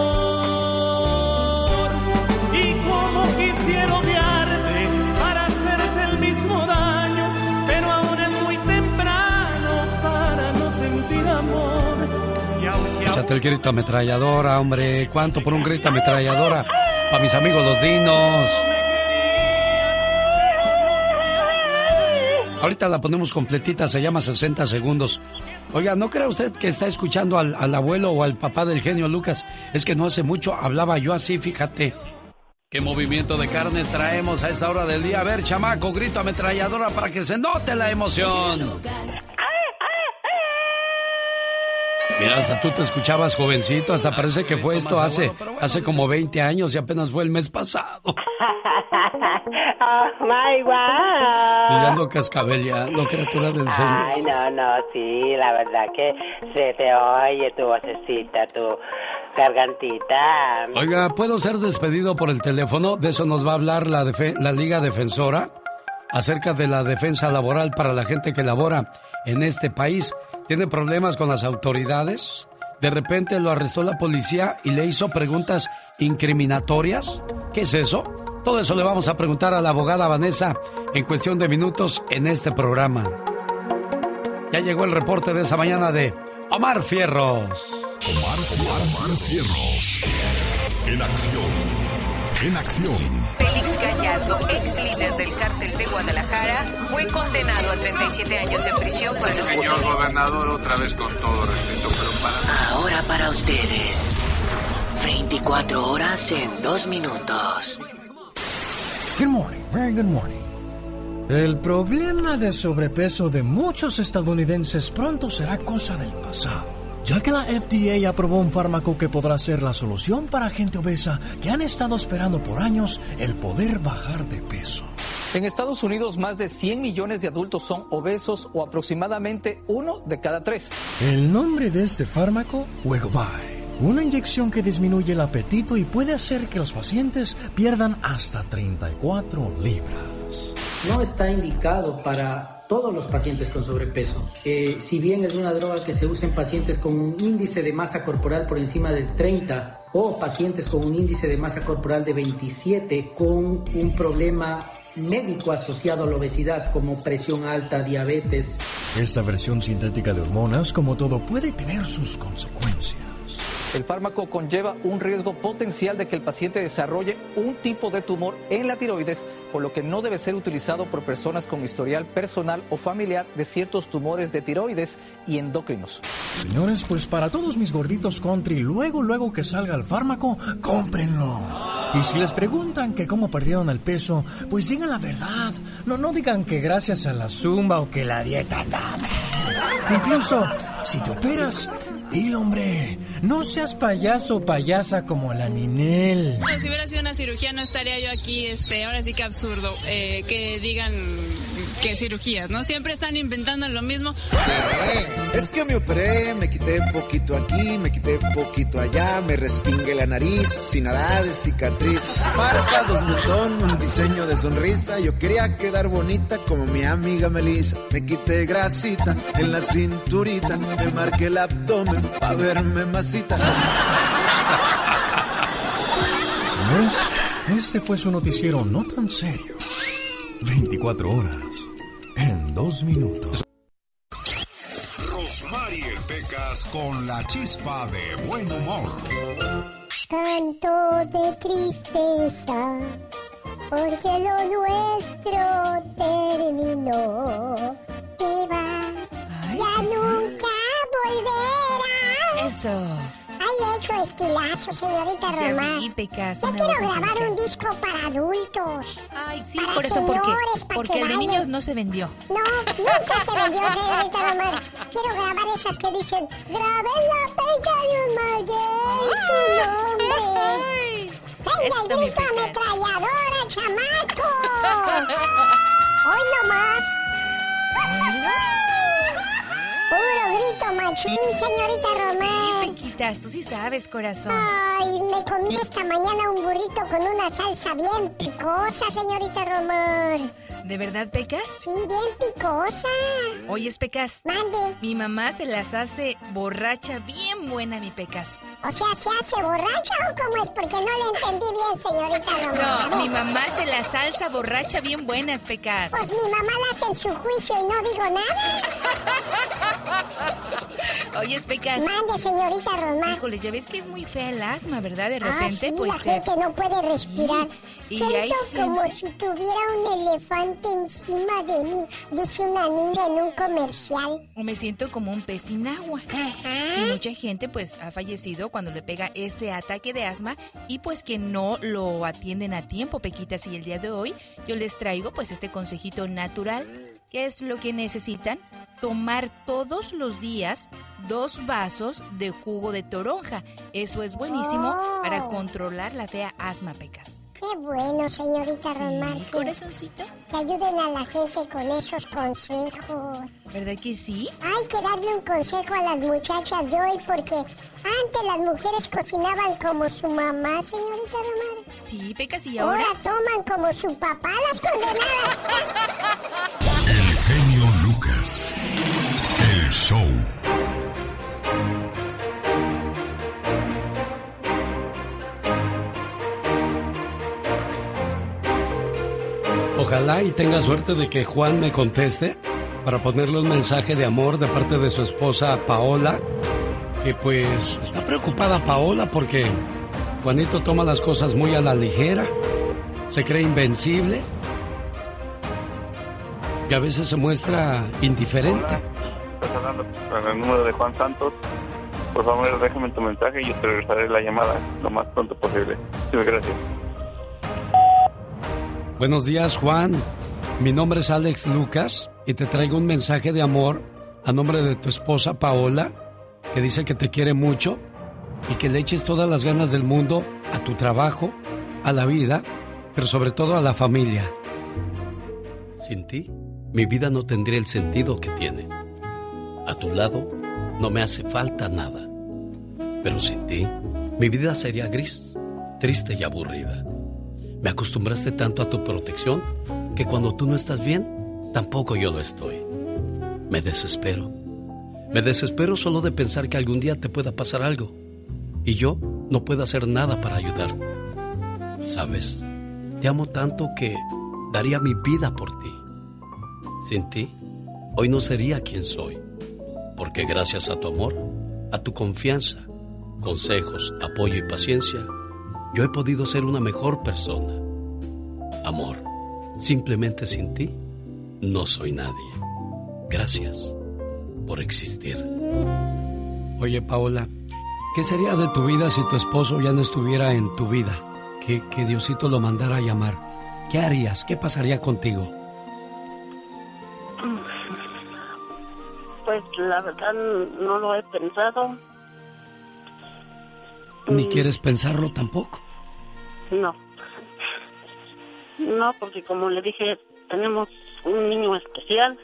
dolor y como quisiera odiarte para hacerte el mismo daño, pero aún es muy temprano para no sentir amor. Y aunque échate el grito ametralladora, hombre. ¿Cuánto por un grito ametralladora? Para mis amigos Los Dinos. Ahorita la ponemos completita, se llama sesenta segundos. Oiga, ¿no cree usted que está escuchando al, al abuelo o al papá del genio Lucas? Es que no hace mucho hablaba yo así, fíjate. ¿Qué movimiento de carnes traemos a esta hora del día? A ver, chamaco, grito ametralladora para que se note la emoción. Mira, hasta tú te escuchabas jovencito, hasta parece que fue esto hace, hace como veinte años y apenas fue el mes pasado. Oh, my wow. Y ando cascabeleando, criatura del Señor. Ay, no, no, sí, la verdad que se te oye tu vocecita, tu gargantita. Oiga, ¿puedo ser despedido por el teléfono? De eso nos va a hablar la, defe- la Liga Defensora, acerca de la defensa laboral para la gente que labora en este país. ¿Tiene problemas con las autoridades? De repente lo arrestó la policía y le hizo preguntas incriminatorias. ¿Qué es eso? Todo eso le vamos a preguntar a la abogada Vanessa en cuestión de minutos en este programa. Ya llegó el reporte de esa mañana de Omar Fierros. Omar, Omar Fierros. En acción. En acción. Félix Gallardo, ex líder del cártel de Guadalajara, fue condenado a treinta y siete años en prisión por el... Señor gobernador, otra vez con todo respeto, pero para... Ahora para ustedes, veinticuatro horas en dos minutos. Good morning, very good morning. El problema de sobrepeso de muchos estadounidenses pronto será cosa del pasado, ya que la F D A aprobó un fármaco que podrá ser la solución para gente obesa que han estado esperando por años el poder bajar de peso. En Estados Unidos, más de cien millones de adultos son obesos o aproximadamente uno de cada tres. El nombre de este fármaco, Wegovy. Una inyección que disminuye el apetito y puede hacer que los pacientes pierdan hasta treinta y cuatro libras. No está indicado para todos los pacientes con sobrepeso. Eh, si bien es una droga que se usa en pacientes con un índice de masa corporal por encima del treinta o pacientes con un índice de masa corporal de veintisiete con un problema médico asociado a la obesidad como presión alta, diabetes. Esta versión sintética de hormonas, como todo, puede tener sus consecuencias. El fármaco conlleva un riesgo potencial de que el paciente desarrolle un tipo de tumor en la tiroides, por lo que no debe ser utilizado por personas con historial personal o familiar de ciertos tumores de tiroides y endocrinos. Señores, pues para todos mis gorditos country, luego, luego que salga el fármaco, cómprenlo. Y si les preguntan que cómo perdieron el peso, pues digan la verdad. No, no digan que gracias a la zumba o que la dieta, no. Incluso, si te operas, dile, hombre, no seas payaso o payasa como la Ninel. No, si hubiera sido una cirugía no estaría yo aquí, este, ahora sí que absurdo, eh, que digan que cirugías, ¿no? Siempre están inventando lo mismo. Es que me operé, me quité poquito aquí, me quité poquito allá, me respingué la nariz, sin nada de cicatriz, párpados, mentón, un diseño de sonrisa, yo quería quedar bonita como mi amiga Melissa, me quité grasita en la cinturita, me marqué el abdomen pa' verme masita. Pues, este fue su noticiero no tan serio. veinticuatro horas en dos minutos. Rosmarie Pecas con la chispa de buen humor. Canto de tristeza, porque lo nuestro terminó. Te vas, ya nunca volverás. Eso. Ay, le echo estilazo, señorita Román. Sí, Pecas, ya quiero grabar bonita. un disco para adultos. Ay, sí, para por eso, señores, ¿por qué? para Porque que el de bailen. niños no se vendió. No, nunca se vendió, señorita Román. Quiero grabar esas que dicen, grabé la penca de un maguey, tu nombre. Venga, el grito ametralladora, chamaco. Hoy nomás. Puro grito machín, señorita Román. Sí, Pequitas, tú sí sabes, corazón. Ay, me comí esta mañana un burrito con una salsa bien picosa, señorita Román. ¿De verdad, Pecas? Sí, bien picosa. Oyes, Pecas. Mande. Mi mamá se las hace borracha bien buena, mi Pecas. O sea, ¿se hace borracha o cómo es? Porque no le entendí bien, señorita Román. No, mi mamá se la salsa borracha bien buenas, Pecas. Pues mi mamá la hace en su juicio y no digo nada. Oyes, Pecas. Mande, señorita Román. Híjole, ya ves que es muy fea el asma, ¿verdad? De repente, ah, sí, pues... la gente no puede respirar. Y Siento hay como gente... si tuviera un elefante encima de mí, dice una niña en un comercial. Me siento como un pez sin agua. Ajá. Y mucha gente, pues, ha fallecido cuando le pega ese ataque de asma y, pues, que no lo atienden a tiempo, Pequitas. Y el día de hoy yo les traigo, pues, este consejito natural. ¿Qué es lo que necesitan? Tomar todos los días dos vasos de jugo de toronja. Eso es buenísimo oh. para controlar la fea asma, Pecas. Qué bueno, señorita Sí, Román. corazoncito. Que ayuden a la gente con esos consejos. ¿Verdad que sí? Hay que darle un consejo a las muchachas de hoy porque antes las mujeres cocinaban como su mamá, señorita Román. Sí, Pecas, ¿y ahora? Ahora toman como su papá las condenadas. El genio Lucas. El show. Ojalá y tenga suerte de que Juan me conteste para ponerle un mensaje de amor de parte de su esposa Paola, que pues está preocupada Paola porque Juanito toma las cosas muy a la ligera, se cree invencible y a veces se muestra indiferente. Estás hablando con el número de Juan Santos. Por favor, déjame tu mensaje y yo te regresaré la llamada lo más pronto posible. Muchas gracias. Buenos días, Juan. Mi nombre es Alex Lucas y te traigo un mensaje de amor a nombre de tu esposa Paola, que dice que te quiere mucho y que le eches todas las ganas del mundo a tu trabajo, a la vida, pero sobre todo a la familia. Sin ti, mi vida no tendría el sentido que tiene. A tu lado, no me hace falta nada. Pero sin ti, mi vida sería gris, triste y aburrida. Me acostumbraste tanto a tu protección que cuando tú no estás bien, tampoco yo lo estoy. Me desespero. Me desespero solo de pensar que algún día te pueda pasar algo y yo no puedo hacer nada para ayudar. ¿Sabes? Te amo tanto que daría mi vida por ti. Sin ti, hoy no sería quien soy, porque gracias a tu amor, a tu confianza consejos, apoyo y paciencia, yo he podido ser una mejor persona. Amor, simplemente sin ti, no soy nadie. Gracias por existir. Oye, Paola, ¿qué sería de tu vida si tu esposo ya no estuviera en tu vida? Que, que Diosito lo mandara a llamar. ¿Qué harías? ¿Qué pasaría contigo? Pues la verdad no lo he pensado. ¿Ni quieres pensarlo tampoco? No. No, porque como le dije, tenemos un niño especial.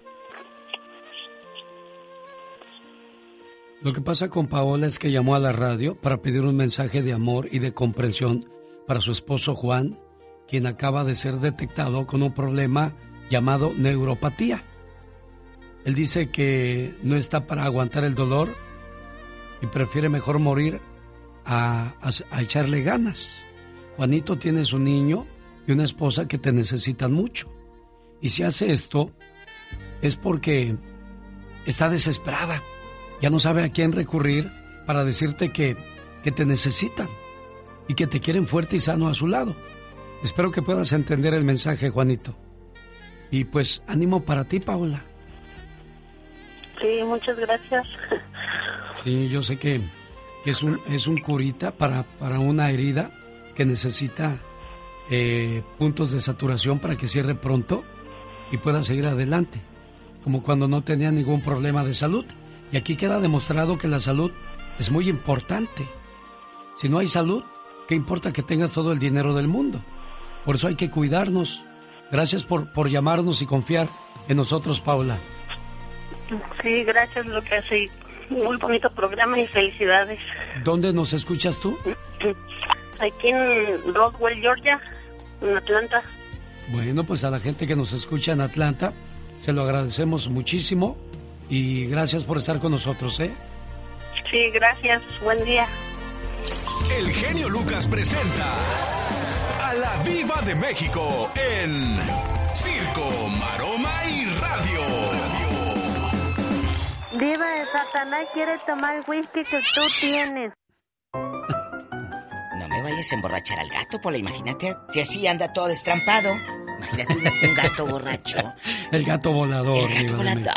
Lo que pasa con Paola es que llamó a la radio para pedir un mensaje de amor y de comprensión para su esposo Juan, quien acaba de ser detectado con un problema llamado neuropatía. Él dice que no está para aguantar el dolor y prefiere mejor morir a, a, a echarle ganas. Juanito tiene su niño y una esposa que te necesitan mucho. Y si hace esto es porque está desesperada. Ya no sabe a quién recurrir para decirte que, que te necesitan y que te quieren fuerte y sano a su lado. Espero que puedas entender el mensaje, Juanito. Y pues, ánimo para ti, Paola. Sí, muchas gracias. Sí, yo sé que, que es, un, es un curita para, para una herida que necesita eh, puntos de saturación para que cierre pronto y pueda seguir adelante. Como cuando no tenía ningún problema de salud. Y aquí queda demostrado que la salud es muy importante. Si no hay salud, ¿qué importa que tengas todo el dinero del mundo? Por eso hay que cuidarnos. Gracias por, por llamarnos y confiar en nosotros, Paula. Sí, gracias, lo que hace. Muy bonito programa y felicidades. ¿Dónde nos escuchas tú? Aquí en Roswell, Georgia, en Atlanta. Bueno, pues a la gente que nos escucha en Atlanta, se lo agradecemos muchísimo. Y gracias por estar con nosotros, ¿eh? Sí, gracias. Buen día. El genio Lucas presenta a la Diva de México en Circo, Maroma y Radio. Diva, de Satanás quiere tomar el whisky que tú tienes. No me vayas a emborrachar al gato, Pola. Imagínate si así anda todo destrampado. Imagínate un, un gato borracho. El gato volador. El gato volador.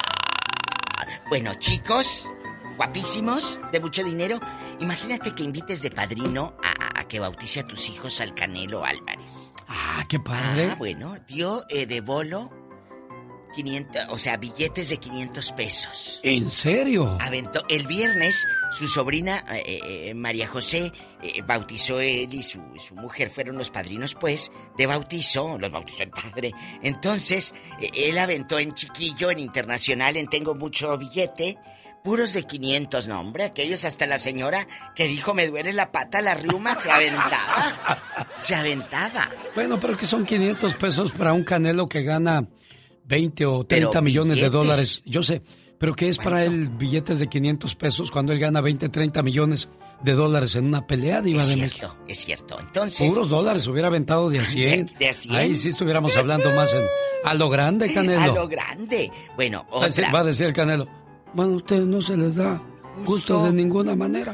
Bueno, chicos, guapísimos, de mucho dinero, imagínate que invites de padrino a, a que bautice a tus hijos al Canelo Álvarez. Ah, qué padre. Ah, bueno, dio eh, de bolo quinientos, o sea, billetes de quinientos pesos. ¿En serio? Aventó el viernes, su sobrina eh, eh, María José eh, bautizó él y su, su mujer fueron los padrinos, pues, de bautizo, los bautizó el padre. Entonces, eh, él aventó en chiquillo, en internacional, en Tengo Mucho Billete, puros de quinientos, no, hombre, aquellos hasta la señora que dijo me duele la pata, la riuma, se aventaba, se aventaba. Bueno, pero que son quinientos pesos para un Canelo que gana veinte o treinta pero millones billetes. de dólares. Yo sé, pero ¿qué es ¿Cuánto? para él billetes de quinientos pesos cuando él gana veinte, treinta millones de dólares en una pelea, Diva es de cierto, México? Es cierto, entonces... Puros dólares, hubiera aventado de a cien. ¿De, de a cien? Ahí sí estuviéramos hablando más en... A lo grande, Canelo. A lo grande. Bueno, otra... Va a decir, va a decir el Canelo, bueno, a ustedes no se les da gusto, gusto de ninguna manera.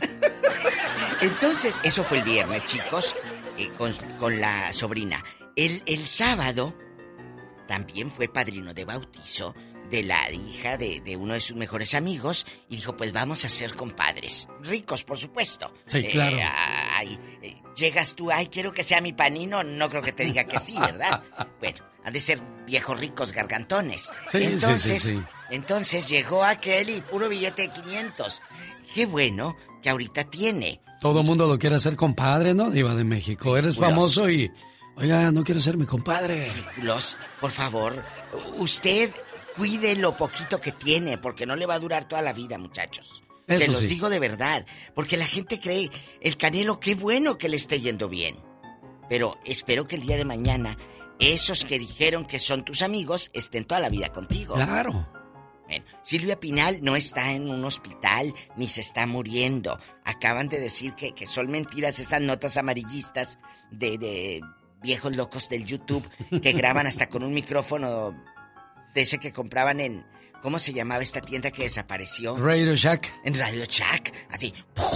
Entonces, eso fue el viernes, chicos, eh, con, con la sobrina. El, el sábado... También fue padrino de bautizo de la hija de, de uno de sus mejores amigos y dijo, pues vamos a ser compadres. Ricos, por supuesto. Sí, claro. Eh, ay, eh, llegas tú, ay, quiero que sea mi panino, no creo que te diga que sí, ¿verdad? Bueno, han de ser viejos ricos gargantones. Sí, entonces, sí, sí, sí. Entonces llegó aquel y puro billete de quinientos. Qué bueno que ahorita tiene. Todo el mundo lo quiere hacer compadre, ¿no, Diva de México? Eres famoso y... Oiga, no quiero ser mi compadre. Ridículos, por favor, usted cuide lo poquito que tiene, porque no le va a durar toda la vida, muchachos. Eso Se los sí. digo de verdad, porque la gente cree, el Canelo, qué bueno que le esté yendo bien. Pero espero que el día de mañana, esos que dijeron que son tus amigos, estén toda la vida contigo. Claro. Bueno, Silvia Pinal no está en un hospital, ni se está muriendo. Acaban de decir que, que son mentiras esas notas amarillistas de... de viejos locos del YouTube que graban hasta con un micrófono de ese que compraban en ¿Cómo se llamaba esta tienda que desapareció? Radio Shack. En Radio Shack, así.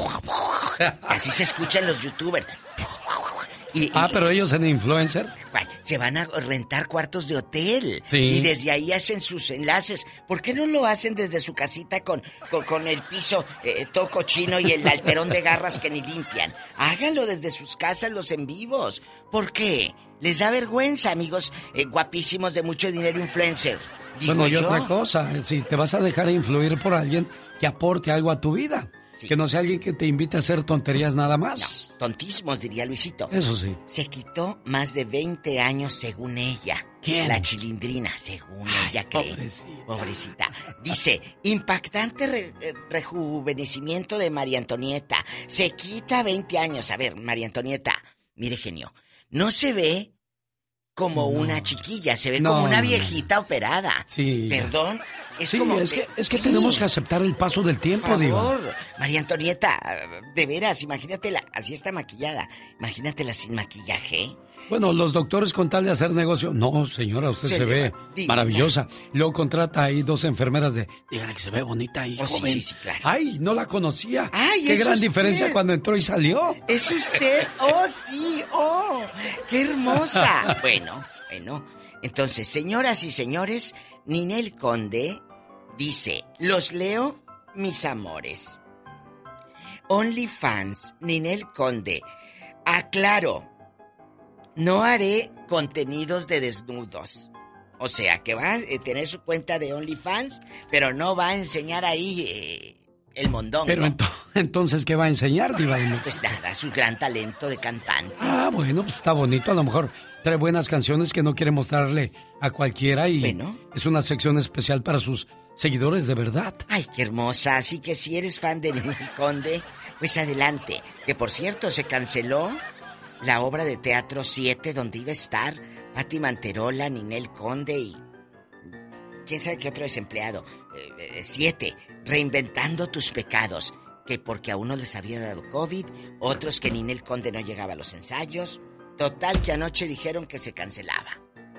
Así se escuchan los youtubers. Y, ah, y, pero ellos en influencer. Se van a rentar cuartos de hotel. Sí. Y desde ahí hacen sus enlaces. ¿Por qué no lo hacen desde su casita con, con, con el piso eh, todo cochino y el alterón de garras que ni limpian? Háganlo desde sus casas, los en vivos. ¿Por qué? Les da vergüenza, amigos eh, guapísimos de mucho dinero influencer. Bueno, y yo? otra cosa, si te vas a dejar influir por alguien que aporte algo a tu vida. Sí. Que no sea alguien que te invite a hacer tonterías nada más. No, tontismos, diría Luisito. Eso sí. Se quitó más de veinte años según ella. ¿Quién? La Chilindrina, según Ay, ella cree. Pobrecita. Pobrecita. Dice, impactante re, eh, rejuvenecimiento de María Antonieta. Se quita veinte años. A ver, María Antonieta, mire, genio, no se ve como no. una chiquilla, se ve no, como una viejita no. operada. Sí. Perdón. Es sí, como es que, es que sí. tenemos que aceptar el paso del tiempo, Por Diva. favor, María Antonieta, de veras, imagínatela, así está maquillada, imagínatela sin maquillaje. Bueno, sí. los doctores con tal de hacer negocio, no, señora, usted se, se ve divina. Maravillosa. Luego contrata ahí dos enfermeras de, díganle que se ve bonita y oh, joven. Sí, sí, sí, claro. Ay, no la conocía. Ay, qué gran usted. diferencia cuando entró y salió. Es usted, oh sí, oh, qué hermosa. Bueno, bueno, entonces, señoras y señores, Ninel Conde dice, los leo, mis amores. OnlyFans, Ninel Conde. Aclaro, no haré contenidos de desnudos. O sea, que va a tener su cuenta de OnlyFans, pero no va a enseñar ahí eh, el mondongo. Pero ento- entonces, ¿qué va a enseñar, Diva? Pues nada, su gran talento de cantante. Ah, bueno, pues está bonito. A lo mejor trae buenas canciones que no quiere mostrarle a cualquiera y bueno. es una sección especial para sus seguidores de verdad. Ay, qué hermosa. Así que si eres fan de Ninel Conde, pues adelante. Que por cierto, se canceló la obra de teatro siete, donde iba a estar Pati Manterola, Ninel Conde y quién sabe qué otro desempleado. Eh, siete, reinventando tus pecados. Que porque a unos les había dado COVID, otros que Ninel Conde no llegaba a los ensayos. Total, que anoche dijeron que se cancelaba.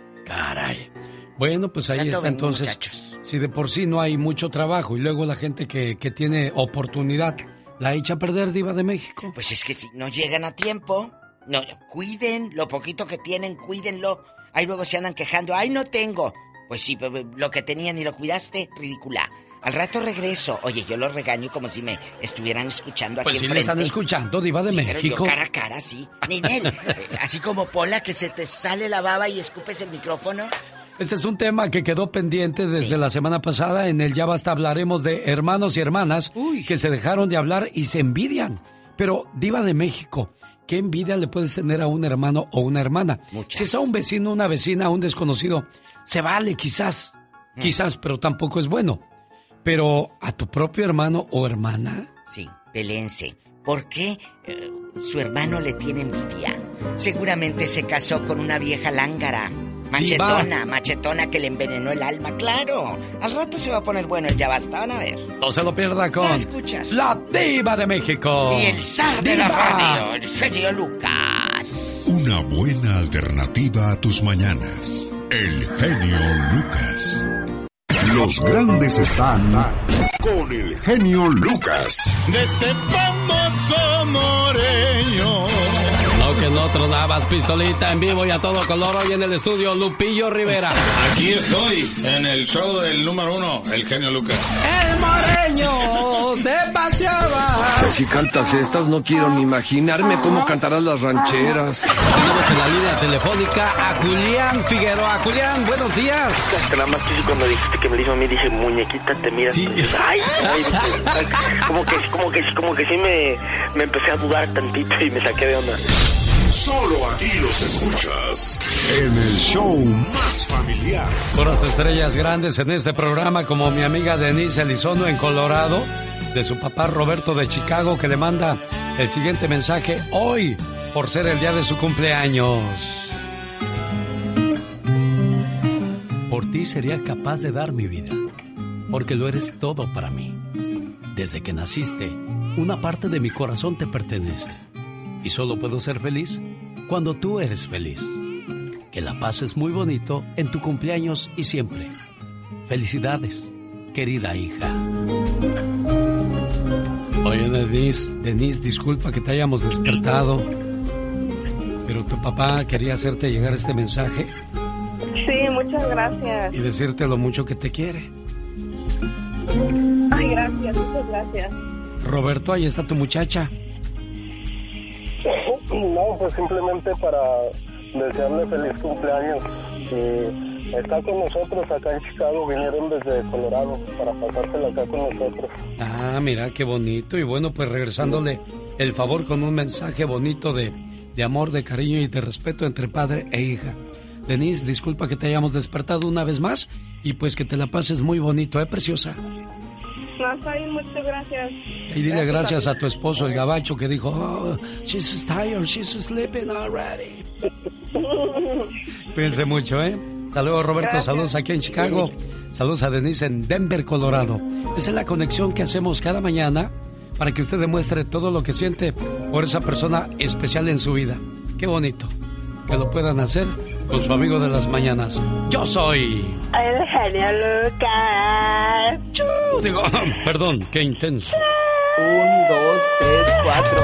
Caray. Bueno, pues ahí Tanto está vengo, entonces. Muchachos. Si de por sí no hay mucho trabajo y luego la gente que, que tiene oportunidad la echa a perder, Diva de México. Pues es que si no llegan a tiempo, no, cuiden lo poquito que tienen, cuídenlo. Ahí luego se andan quejando, ay, no tengo. Pues sí, lo que tenían y lo cuidaste, ridícula. Al rato regreso. Oye, yo los regaño como si me estuvieran escuchando aquí pues sí enfrente. le están escuchando, Diva de sí, México. Pero yo cara a cara, sí. Ninel, eh, así como Pola, que se te sale la baba y escupes el micrófono. Este es un tema que quedó pendiente desde sí. la semana pasada. En el Ya Basta hablaremos de hermanos y hermanas Uy. que se dejaron de hablar y se envidian. Pero, Diva de México, ¿qué envidia le puedes tener a un hermano o una hermana? Muchas. Si es a un vecino, una vecina, a un desconocido, se vale quizás, mm. quizás, pero tampoco es bueno. Pero a tu propio hermano o hermana... Sí, pelense. ¿Por qué eh, su hermano le tiene envidia? Seguramente se casó con una vieja lángara. Machetona, Diva. machetona que le envenenó el alma, claro. Al rato se va a poner bueno el Ya Basta, van a ver. No se lo pierda con la Diva de México. Y el zar de la radio, el genio Lucas. Una buena alternativa a tus mañanas. El genio Lucas. Los grandes están con el genio Lucas. De este famoso Moreño. No, que no tronabas, pistolita en vivo y a todo color hoy en el estudio Lupillo Rivera. Aquí estoy, en el show del número uno, el genio Lucas. El moreño se paseaba. Si cantas estas, no quiero ni imaginarme cómo cantarás las rancheras. Tenemos en la línea telefónica a Julián Figueroa. Julián, buenos días. Que nada más que cuando dijiste que me dijo a mí, dije, muñequita, te miras. Sí. Ay, ay, ay, como que, como que, como que sí me, me empecé a dudar tantito y me saqué de onda. Solo aquí los escuchas en el show más familiar. Puras estrellas grandes en este programa, como mi amiga Denise Elizondo en Colorado, de su papá Roberto de Chicago, que le manda el siguiente mensaje hoy, por ser el día de su cumpleaños. Por ti sería capaz de dar mi vida, porque lo eres todo para mí. Desde que naciste, una parte de mi corazón te pertenece. Y solo puedo ser feliz cuando tú eres feliz. Que la pases muy bonito en tu cumpleaños y siempre. Felicidades, querida hija. Oye, Denise, Denise, disculpa que te hayamos despertado, pero tu papá quería hacerte llegar este mensaje. Sí, muchas gracias. Y decirte lo mucho que te quiere. Ay, gracias, muchas gracias. Roberto, ahí está tu muchacha. No, pues simplemente para desearle feliz cumpleaños. Y está con nosotros acá en Chicago, vinieron desde Colorado para pasársela acá con nosotros. Ah, mira, qué bonito. Y bueno, pues regresándole el favor con un mensaje bonito de, de amor, de cariño y de respeto entre padre e hija. Denise, disculpa que te hayamos despertado una vez más y pues que te la pases muy bonito, ¿eh, preciosa? No, está bien, muchas gracias. Y dile gracias a tu esposo, el gabacho, que dijo, oh, she's tired, she's sleeping already. Cuídense mucho, ¿eh? Saludos, Roberto, gracias. Saludos aquí en Chicago. Saludos a Denise en Denver, Colorado. Esa es la conexión que hacemos cada mañana para que usted demuestre todo lo que siente por esa persona especial en su vida. Qué bonito que lo puedan hacer con su amigo de las mañanas. Yo soy... el genio Lucas. Chuu, digo, perdón, qué intenso. Un, dos, tres, cuatro.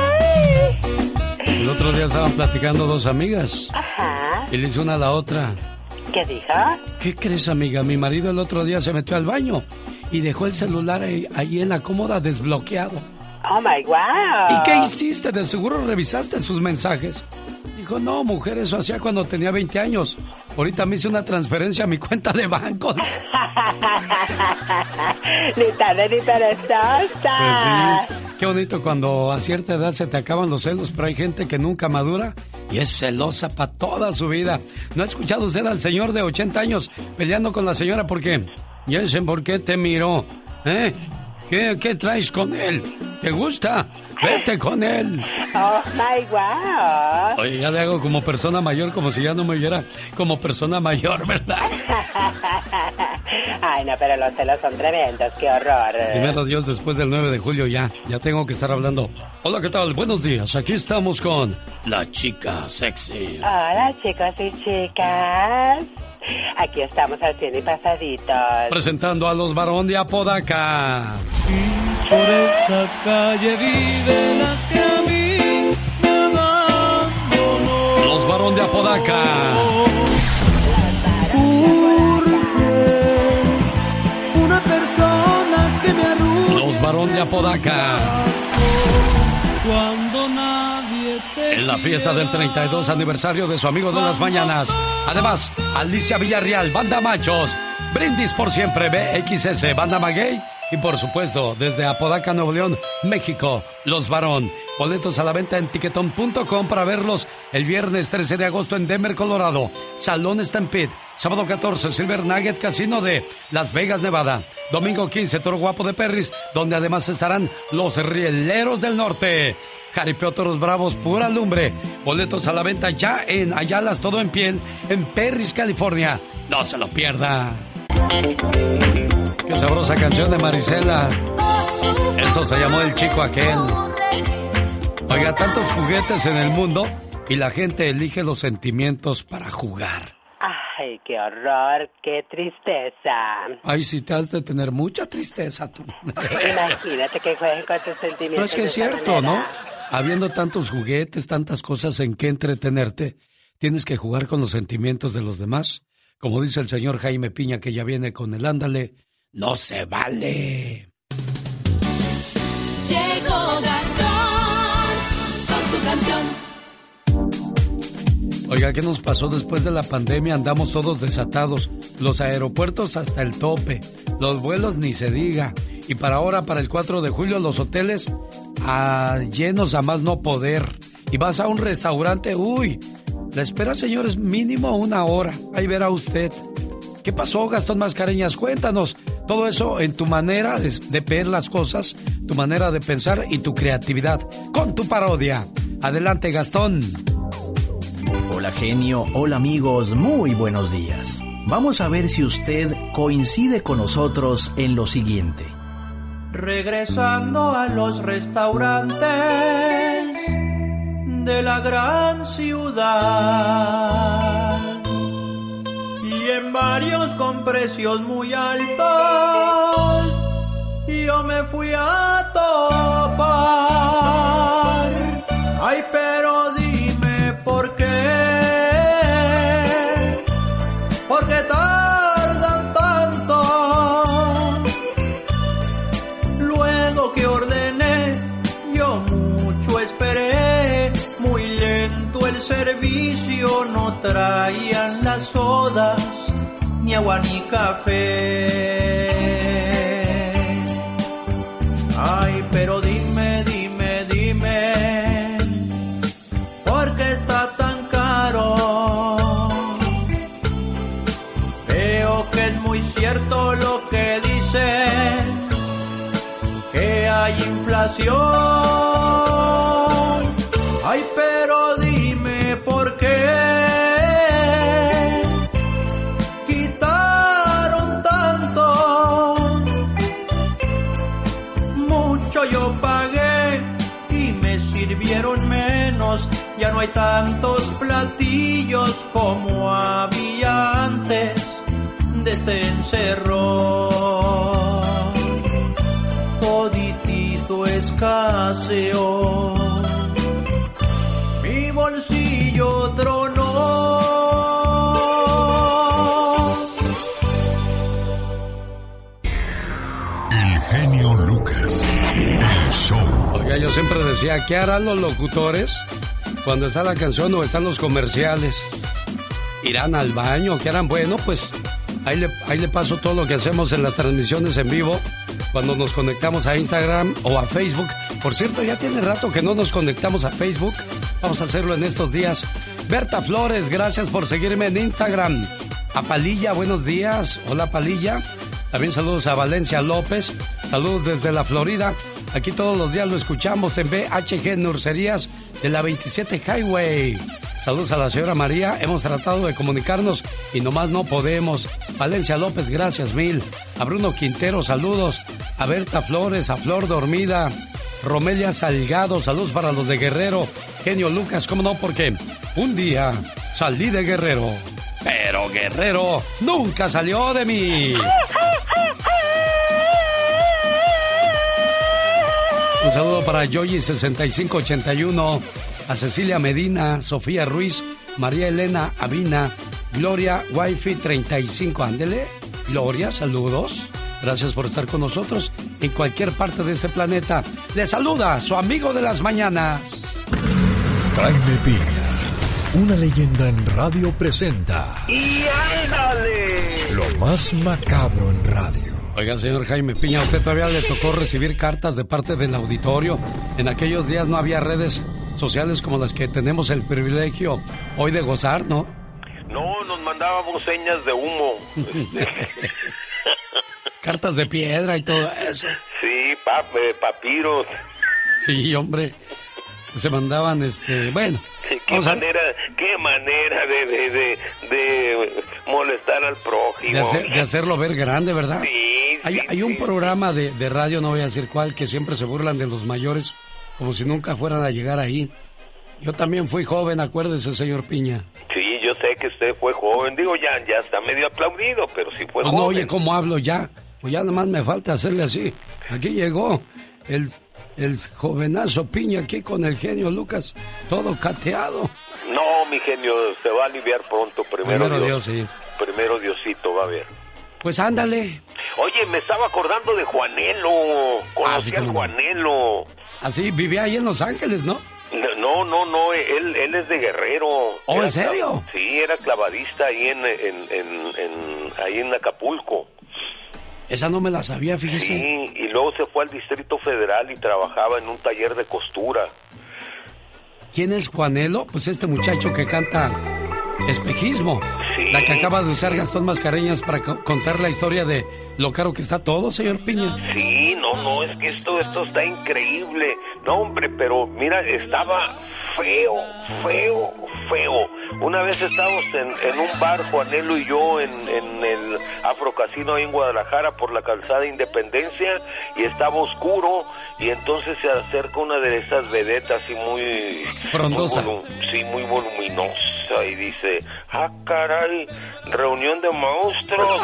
El otro día estaban platicando dos amigas. Ajá. Y le hice una a la otra. ¿Qué dijo? ¿Qué crees, amiga? Mi marido el otro día se metió al baño y dejó el celular ahí, ahí en la cómoda desbloqueado. Oh, my wow. ¿Y qué hiciste? De seguro revisaste sus mensajes. Dijo, no, mujer, eso hacía cuando tenía veinte años. Ahorita me hice una transferencia a mi cuenta de banco. Ni tarde ni perezosa. Pues sí, qué bonito cuando a cierta edad se te acaban los celos, pero hay gente que nunca madura y es celosa para toda su vida. ¿No ha escuchado usted al señor de ochenta años peleando con la señora porque, Jensen, ¿por qué te miró? ¿Eh? ¿Qué, ¿Qué traes con él? ¿Te gusta? Vete con él. Oh, my wow. Oye, ya le hago como persona mayor, como si ya no me viera como persona mayor, ¿verdad? Ay, no, pero los celos son tremendos, qué horror. Primero Dios, después del nueve de julio ya, ya tengo que estar hablando. Hola, ¿qué tal? Buenos días, aquí estamos con la chica sexy. Hola, chicos y chicas. Aquí estamos al cien y pasaditos. Presentando a los Barón de Apodaca. Y por esa calle vive la que a mí me abandonó. Los Barón de Apodaca. Una persona que me arrulla. Los Barón de Apodaca. Cuando nadie te en la fiesta del treinta y dos aniversario de su amigo de las mañanas. Además, Alicia Villarreal, Banda Machos, Brindis por Siempre, B X S, Banda Maguey. Y por supuesto, desde Apodaca, Nuevo León, México, Los Barón. Boletos a la venta en tiquetón punto com para verlos el viernes trece de agosto en Denver, Colorado. Salón Stampede. Sábado catorce, Silver Nugget Casino de Las Vegas, Nevada. Domingo quince, Toro Guapo de Perris, donde además estarán los Rieleros del Norte. Jaripeo Toros Bravos, Pura Lumbre. Boletos a la venta ya en Ayalas, Todo en Piel, en Perris, California. No se lo pierda. Qué sabrosa canción de Marisela. Eso se llamó El Chico Aquel. Oiga, tantos juguetes en el mundo y la gente elige los sentimientos para jugar. Ay, qué horror, qué tristeza. Ay, sí, te has de tener mucha tristeza tú. Imagínate que jueguen con tus sentimientos. Pero es que es cierto, manera. ¿No? Habiendo tantos juguetes, tantas cosas en que entretenerte, tienes que jugar con los sentimientos de los demás. Como dice el señor Jaime Piña, que ya viene con el ándale, no se vale. Llegó Gastón con su canción. Oiga, ¿qué nos pasó después de la pandemia? Andamos todos desatados. Los aeropuertos hasta el tope. Los vuelos ni se diga. Y para ahora, para el cuatro de julio, los hoteles ah, llenos a más no poder. Y vas a un restaurante, uy, la espera, señores, mínimo una hora. Ahí verá usted. ¿Qué pasó, Gastón Mascareñas? Cuéntanos. Todo eso en tu manera de, de ver las cosas, tu manera de pensar y tu creatividad. Con tu parodia. Adelante, Gastón. Hola, genio. Hola, amigos. Muy buenos días. Vamos a ver si usted coincide con nosotros en lo siguiente. Regresando a los restaurantes de la gran ciudad, y y en varios con precios muy altos. Yo me fui a topar. Ay, pero dime por qué. ¿Por qué tardan tanto? Luego que ordené, yo mucho esperé. Muy lento el servicio, no traían las sodas, ni agua ni café. Ay, pero dime, dime, dime, ¿por qué está tan caro? Veo que es muy cierto lo que dicen, que hay inflación. Ay, pero dime por qué quitaron tanto. Mucho yo pagué y me sirvieron menos. Ya no hay tantos platillos como había antes de este encerrón. Toditito escaseó, mi bolsillo tronó. El genio Lucas, el show. Oiga, yo siempre decía, ¿qué harán los locutores cuando está la canción o están los comerciales? ¿Irán al baño? ¿Qué harán? Bueno, pues ahí le, ahí le paso todo lo que hacemos en las transmisiones en vivo cuando nos conectamos a Instagram o a Facebook. Por cierto, ya tiene rato que no nos conectamos a Facebook. Vamos a hacerlo en estos días. Berta Flores, gracias por seguirme en Instagram. A Palilla, buenos días. Hola, Palilla. También saludos a Valencia López. Saludos desde la Florida. Aquí todos los días lo escuchamos en B H G Nurserías de la veintisiete Highway. Saludos a la señora María. Hemos tratado de comunicarnos y nomás no podemos. Valencia López, gracias mil. A Bruno Quintero, saludos. A Berta Flores, a Flor Dormida. Romelia Salgado, saludos para los de Guerrero. Genio Lucas, ¿cómo no? Porque un día salí de Guerrero, pero Guerrero nunca salió de mí. Un saludo para Yoyi sesenta y cinco ochenta y uno, a Cecilia Medina, Sofía Ruiz, María Elena Avina, Gloria Wifi treinta y cinco. Ándele, Gloria, saludos. Gracias por estar con nosotros en cualquier parte de este planeta. Le saluda su amigo de las mañanas. Jaime Piña, una leyenda en radio presenta. ¡Y ándale! Lo más macabro en radio. Oiga, señor Jaime Piña, ¿a usted todavía le tocó recibir cartas de parte del auditorio? En aquellos días no había redes sociales como las que tenemos el privilegio hoy de gozar, ¿no? No, nos mandábamos señas de humo. Cartas de piedra y todo eso. Sí, pap eh, papiros. Sí, hombre. Se mandaban, este, bueno. Qué manera, a... qué manera de, de, de, de molestar al prójimo. De, hacer, de hacerlo ver grande, ¿verdad? Sí, Hay, sí, hay un sí. programa de, de radio, no voy a decir cuál, que siempre se burlan de los mayores como si nunca fueran a llegar ahí. Yo también fui joven, acuérdese, señor Piña. Sí, yo sé que usted fue joven. Digo, ya, ya está medio aplaudido, pero sí fue pues joven. No, oye, ¿cómo hablo ya? Pues ya nomás me falta hacerle así. Aquí llegó el, el jovenazo Piña aquí con el genio Lucas, todo cateado. No, mi genio, se va a aliviar pronto. Primero, Primero Dios, Dios, sí. Primero Diosito, va a ver. Pues ándale. Oye, me estaba acordando de Juanelo. Conocí Ah, sí, al cómo no. Juanelo. Así, vivía ahí en Los Ángeles, ¿no? No, no, no, él, él es de Guerrero. ¿Oh, Era en serio? clav- Sí, era clavadista ahí en, en, en, en- ahí en Acapulco. Esa no me la sabía, fíjese. Sí, y luego se fue al Distrito Federal y trabajaba en un taller de costura. ¿Quién es Juanelo? Pues este muchacho que canta Espejismo. Sí. La que acaba de usar Gastón Mascareñas para co- contar la historia de lo caro que está todo, señor Piña. Sí, no, no, es que esto, esto está increíble. No, hombre, pero mira, estaba feo, feo, feo. Una vez estábamos en, en un bar, Juanelo y yo, en, en el Afrocasino ahí en Guadalajara por la calzada Independencia, y estaba oscuro, y entonces se acerca una de esas vedetas así muy... Frondosa. Muy volu- sí, muy voluminosa y dice, ah, caray, reunión de monstruos.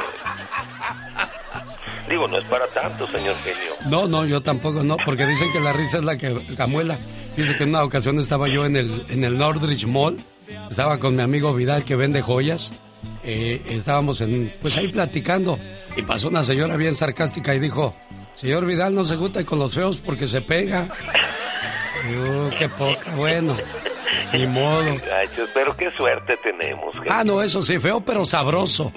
Digo, no es para tanto, señor genio. No, no, yo tampoco, no, porque dicen que la risa es la que camuela. Dice que en una ocasión estaba yo en el, en el Northridge Mall, estaba con mi amigo Vidal que vende joyas, eh, estábamos en, pues ahí platicando, y pasó una señora bien sarcástica y dijo, señor Vidal, no se junta con los feos porque se pega. Y, uh, qué poca, bueno, ni modo. Gachos, pero qué suerte tenemos, genio. Ah, no, eso sí, feo pero sabroso.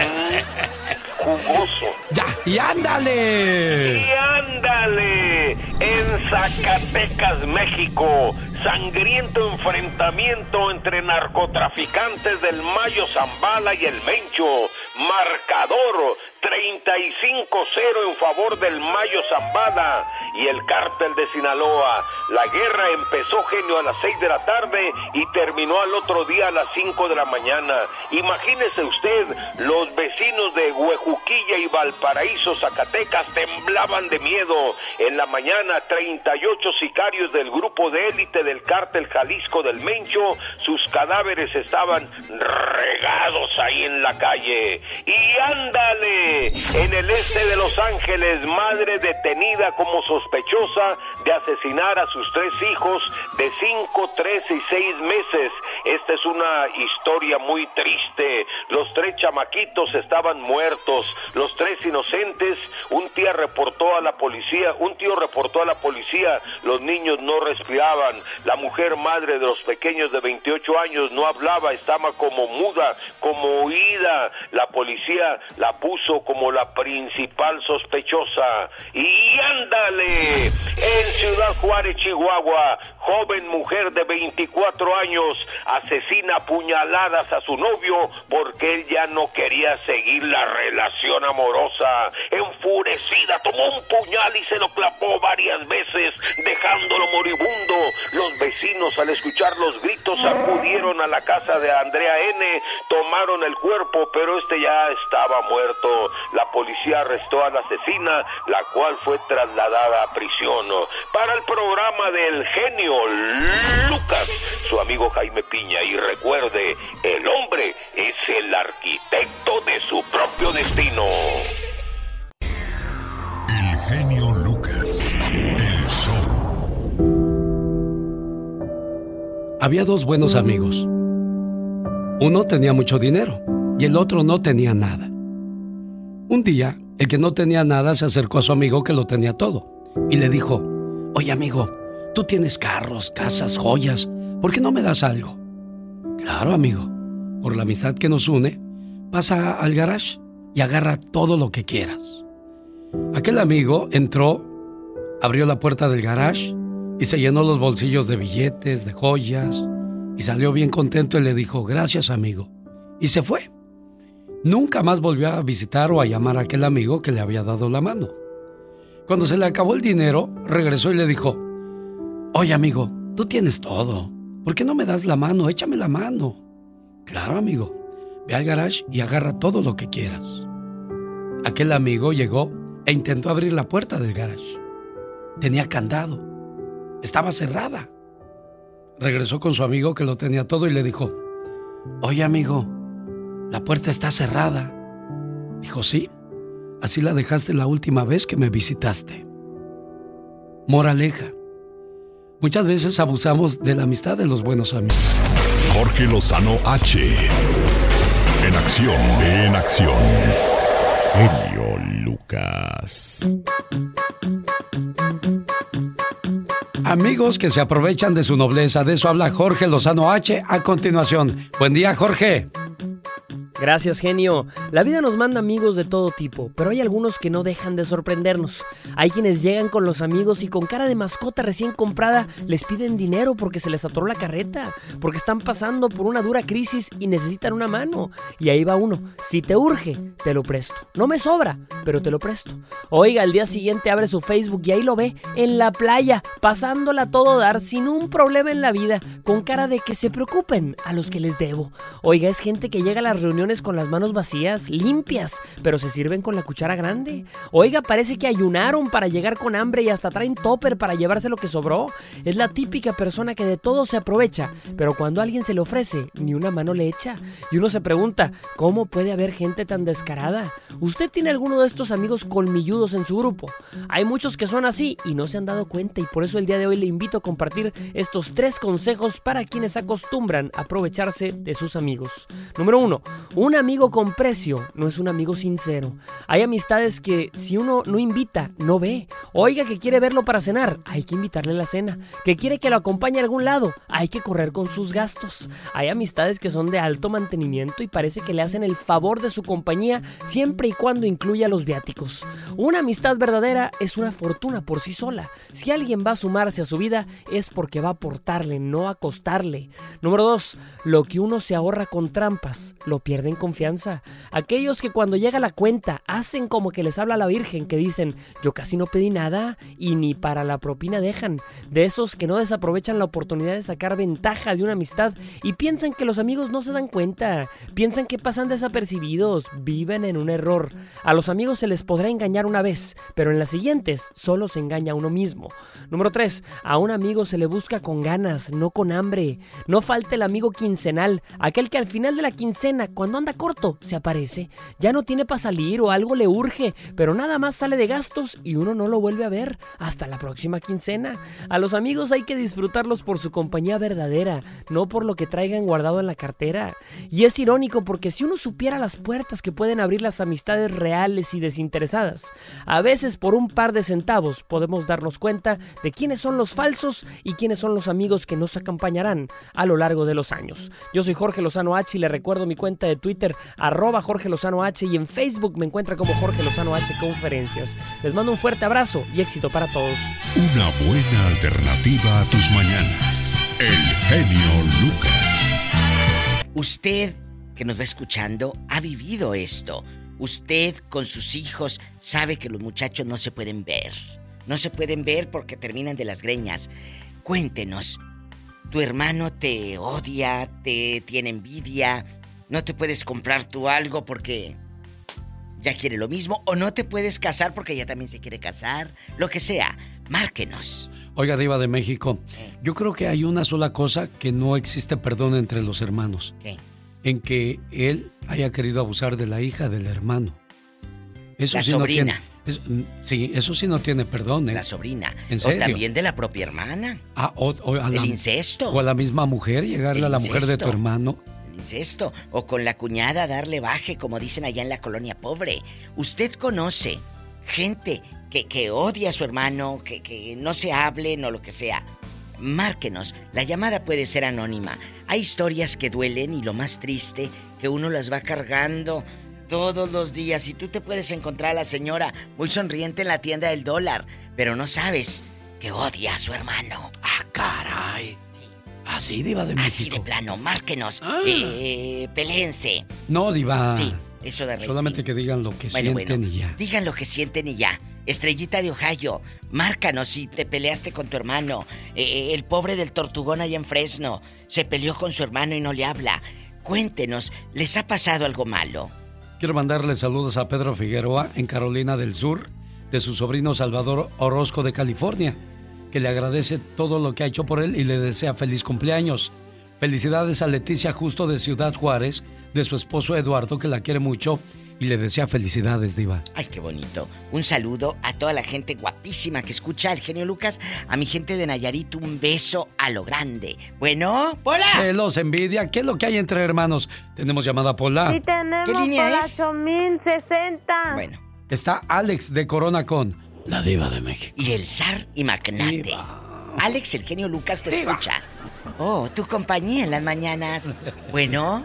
Jugoso. Ya, y ándale. Y ándale. En Zacatecas, México, sangriento enfrentamiento entre narcotraficantes del Mayo Zambada y el Mencho. Marcador treinta y cinco cero en favor del Mayo Zambada y el cártel de Sinaloa. La guerra empezó, genio, a las seis de la tarde y terminó al otro día a las cinco de la mañana. Imagínese usted, los vecinos de Huejuquilla y Valparaíso, Zacatecas, temblaban de miedo. En la mañana, treinta y ocho sicarios del grupo de élite del cártel Jalisco del Mencho, sus cadáveres estaban regados ahí en la calle. Y ándale, en el este de Los Ángeles, madre detenida como sospechosa de asesinar a sus tres hijos de cinco, tres y seis meses. Esta es una historia muy triste. Los tres chamaquitos estaban muertos, los tres inocentes. Un tío reportó a la policía, un tío reportó a la policía, los niños no respiraban. La mujer madre de los pequeños de veintiocho años no hablaba, estaba como muda, como oída. La policía la puso como la principal sospechosa. Y ándale, en Ciudad Juárez, Chihuahua, joven mujer de veinticuatro años asesina a puñaladas a su novio porque él ya no quería seguir la relación amorosa. Enfurecida, tomó un puñal y se lo clavó varias veces, dejándolo moribundo. Los vecinos, al escuchar los gritos, acudieron a la casa de Andrea N., tomaron el cuerpo, pero este ya estaba muerto. La policía arrestó a la asesina, la cual fue trasladada a prisión. Para el programa del genio Lucas, su amigo Jaime Piña. Y recuerde, el hombre es el arquitecto de su propio destino. El genio Lucas, el show. Había dos buenos amigos. Uno tenía mucho dinero y el otro no tenía nada. Un día, el que no tenía nada se acercó a su amigo que lo tenía todo y le dijo, oye amigo, tú tienes carros, casas, joyas, ¿por qué no me das algo? Claro, amigo, por la amistad que nos une, pasa al garage y agarra todo lo que quieras. Aquel amigo entró, abrió la puerta del garage y se llenó los bolsillos de billetes, de joyas, y salió bien contento y le dijo, gracias amigo, y se fue. Nunca más volvió a visitar o a llamar a aquel amigo que le había dado la mano. Cuando se le acabó el dinero, regresó y le dijo, oye amigo, tú tienes todo, ¿por qué no me das la mano? Échame la mano. Claro amigo, ve al garage y agarra todo lo que quieras. Aquel amigo llegó e intentó abrir la puerta del garage. Tenía candado, estaba cerrada. Regresó con su amigo que lo tenía todo y le dijo, oye amigo, la puerta está cerrada. Dijo, sí, así la dejaste la última vez que me visitaste. Moraleja, muchas veces abusamos de la amistad de los buenos amigos. Jorge Lozano H. En acción, en acción. Genio Lucas. Amigos que se aprovechan de su nobleza, de eso habla Jorge Lozano H a continuación. Buen día, Jorge. Gracias, genio. La vida nos manda amigos de todo tipo, pero hay algunos que no dejan de sorprendernos. Hay quienes llegan con los amigos y con cara de mascota recién comprada les piden dinero porque se les atoró la carreta, porque están pasando por una dura crisis y necesitan una mano. Y ahí va uno, si te urge, te lo presto. No me sobra, pero te lo presto. Oiga, al día siguiente abre su Facebook y ahí lo ve, en la playa, pasándola a todo dar, sin un problema en la vida, con cara de que se preocupen a los que les debo. Oiga, es gente que llega a las reuniones reuniones con las manos vacías, limpias, pero se sirven con la cuchara grande. Oiga, parece que ayunaron para llegar con hambre y hasta traen topper para llevarse lo que sobró. Es la típica persona que de todo se aprovecha, pero cuando a alguien se le ofrece, ni una mano le echa. Y uno se pregunta, ¿cómo puede haber gente tan descarada? ¿Usted tiene alguno de estos amigos colmilludos en su grupo? Hay muchos que son así y no se han dado cuenta, y por eso el día de hoy le invito a compartir estos tres consejos para quienes acostumbran a aprovecharse de sus amigos. Número uno, un amigo con precio no es un amigo sincero. Hay amistades que si uno no invita, no ve. Oiga, que quiere verlo para cenar, hay que invitarle a la cena. Que quiere que lo acompañe a algún lado, hay que correr con sus gastos. Hay amistades que son de alto mantenimiento y parece que le hacen el favor de su compañía siempre y cuando incluya los viáticos. Una amistad verdadera es una fortuna por sí sola. Si alguien va a sumarse a su vida es porque va a aportarle, no a costarle. Número dos, lo que uno se ahorra con trampas, lo pierde en confianza. Aquellos que cuando llega la cuenta hacen como que les habla la Virgen, que dicen, yo casi no pedí nada, y ni para la propina dejan. De esos que no desaprovechan la oportunidad de sacar ventaja de una amistad y piensan que los amigos no se dan cuenta, piensan que pasan desapercibidos, viven en un error. A los amigos se les podrá engañar una vez, pero en las siguientes solo se engaña a uno mismo. Número tres, a un amigo se le busca con ganas, no con hambre. No falta el amigo quincenal, aquel que al final de la quincena, cuando anda corto, se aparece. Ya no tiene para salir o algo le urge, pero nada más sale de gastos y uno no lo vuelve a ver hasta la próxima quincena. A los amigos hay que disfrutarlos por su compañía verdadera, no por lo que traigan guardado en la cartera. Y es irónico porque si uno supiera las puertas que pueden abrir las amistades reales y desinteresadas, a veces por un par de centavos podemos darnos cuenta de quiénes son los falsos y quiénes son los amigos que nos acompañarán a lo largo de los años. Yo soy Jorge Lozano H y le recuerdo mi cuenta de Twitter, arroba Jorge Lozano H, y en Facebook me encuentra como Jorge Lozano H Conferencias. Les mando un fuerte abrazo y éxito para todos. Una buena alternativa a tus mañanas. El genio Lucas. Usted que nos va escuchando ha vivido esto. Usted con sus hijos sabe que los muchachos no se pueden ver. No se pueden ver porque terminan de las greñas. Cuéntenos, ¿tu hermano te odia, te tiene envidia? ¿No te puedes comprar tú algo porque ya quiere lo mismo? ¿O no te puedes casar porque ya también se quiere casar? Lo que sea, márquenos. Oiga, Diva de México, yo creo que hay una sola cosa que no existe perdón entre los hermanos. ¿Qué? En que él haya querido abusar de la hija del hermano. Eso la sí sobrina. No tiene, es, sí, eso sí no tiene perdón, ¿eh? La sobrina. ¿En serio? O también de la propia hermana. Ah, o, o a el la, incesto. O a la misma mujer, llegarle el a la mujer de tu hermano. El incesto. O con la cuñada darle baje, como dicen allá en la colonia pobre. Usted conoce gente que, que odia a su hermano, que, que no se hablen o lo que sea. Márquenos. La llamada puede ser anónima. Hay historias que duelen y lo más triste, que uno las va cargando todos los días. Y tú te puedes encontrar a la señora muy sonriente en la tienda del dólar, pero no sabes que odia a su hermano. ¡Ah, caray! Sí. Así, Diva de México. Así de plano. Márquenos. Ah. Eh, peléense. No, Diva. Sí, eso de rating. Solamente que digan lo que bueno, sienten bueno, y ya. Digan lo que sienten y ya. Estrellita de Ohio, márcanos si te peleaste con tu hermano. Eh, el pobre del Tortugón allá en Fresno se peleó con su hermano y no le habla. Cuéntenos, ¿les ha pasado algo malo? Quiero mandarle saludos a Pedro Figueroa en Carolina del Sur, de su sobrino Salvador Orozco de California, que le agradece todo lo que ha hecho por él y le desea feliz cumpleaños. Felicidades a Leticia Justo de Ciudad Juárez, de su esposo Eduardo, que la quiere mucho y le desea felicidades, Diva. Ay, qué bonito. Un saludo a toda la gente guapísima que escucha al genio Lucas. A mi gente de Nayarit, un beso a lo grande. Bueno, Pola. Celos, envidia, ¿qué es lo que hay entre hermanos? Tenemos llamada, Pola. Sí, tenemos. ¿Qué línea Pola es? ocho mil sesenta. Bueno. Está Alex de Corona con la Diva de México. Y el zar y magnate. Diva. Alex, el genio Lucas te Diva. escucha. Oh, tu compañía en las mañanas. Bueno.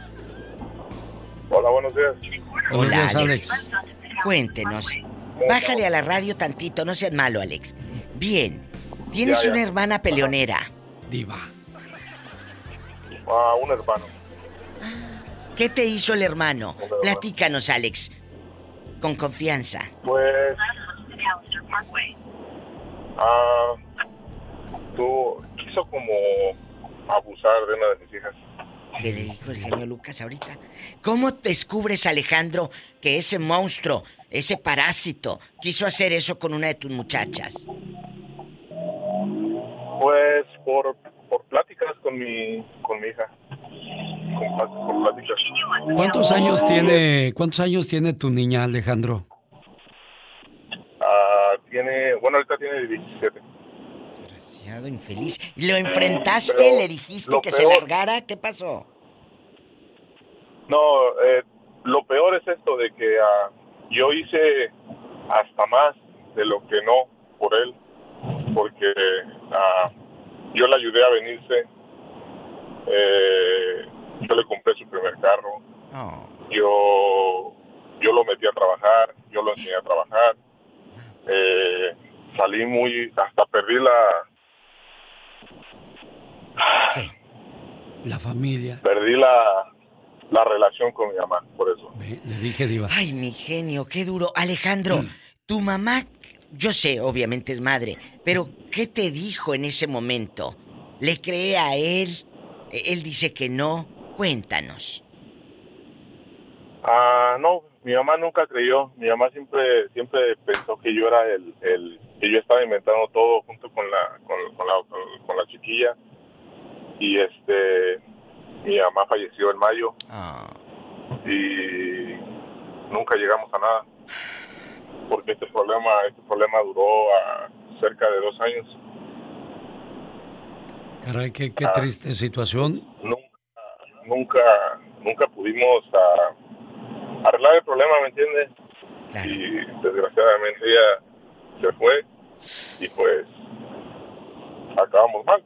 Hola, buenos días. Hola, días, Alex. Alex. Cuéntenos. Bájale a la radio tantito, no seas malo, Alex. Bien. Tienes Ya, ya. una hermana peleonera. Diva. Ah, un hermano. ¿Qué te hizo el hermano? Platícanos, Alex. Con confianza. Pues... Ah... Tú... Quiso como abusar de una de mis hijas. ¿Qué le dijo el genio Lucas ahorita? ¿Cómo descubres, Alejandro, que ese monstruo, ese parásito, quiso hacer eso con una de tus muchachas? Pues por, por pláticas con mi, con mi hija. Con, por pláticas. ¿Cuántos años tiene, cuántos años tiene tu niña, Alejandro? Uh, tiene, bueno, ahorita tiene diecisiete. Desgraciado, infeliz. ¿Lo enfrentaste? Pero ¿Le dijiste que peor, se largara? ¿Qué pasó? No, eh, lo peor es esto de que uh, yo hice hasta más de lo que no por él, porque uh, yo le ayudé a venirse, eh, yo le compré su primer carro, oh. yo, yo lo metí a trabajar, yo lo enseñé a trabajar, eh, salí muy, hasta perdí la... ¿Qué? La familia. Perdí la... la relación con mi mamá, por eso. Le dije, diva. Ay, mi genio, qué duro. Alejandro, mm. tu mamá, yo sé, obviamente es madre, pero ¿qué te dijo en ese momento? ¿Le cree a él? Él dice que no. Cuéntanos. Ah, no, mi mamá nunca creyó. Mi mamá siempre siempre pensó que yo era el, el que yo estaba inventando todo junto con la con, con la con, con la chiquilla. Y este mi mamá falleció en mayo ah. y nunca llegamos a nada porque este problema este problema duró a cerca de dos años. Caray, qué, qué triste ah, situación. Nunca, nunca, nunca pudimos uh, arreglar el problema, ¿me entiendes? Claro. Y desgraciadamente ella se fue y pues acabamos mal.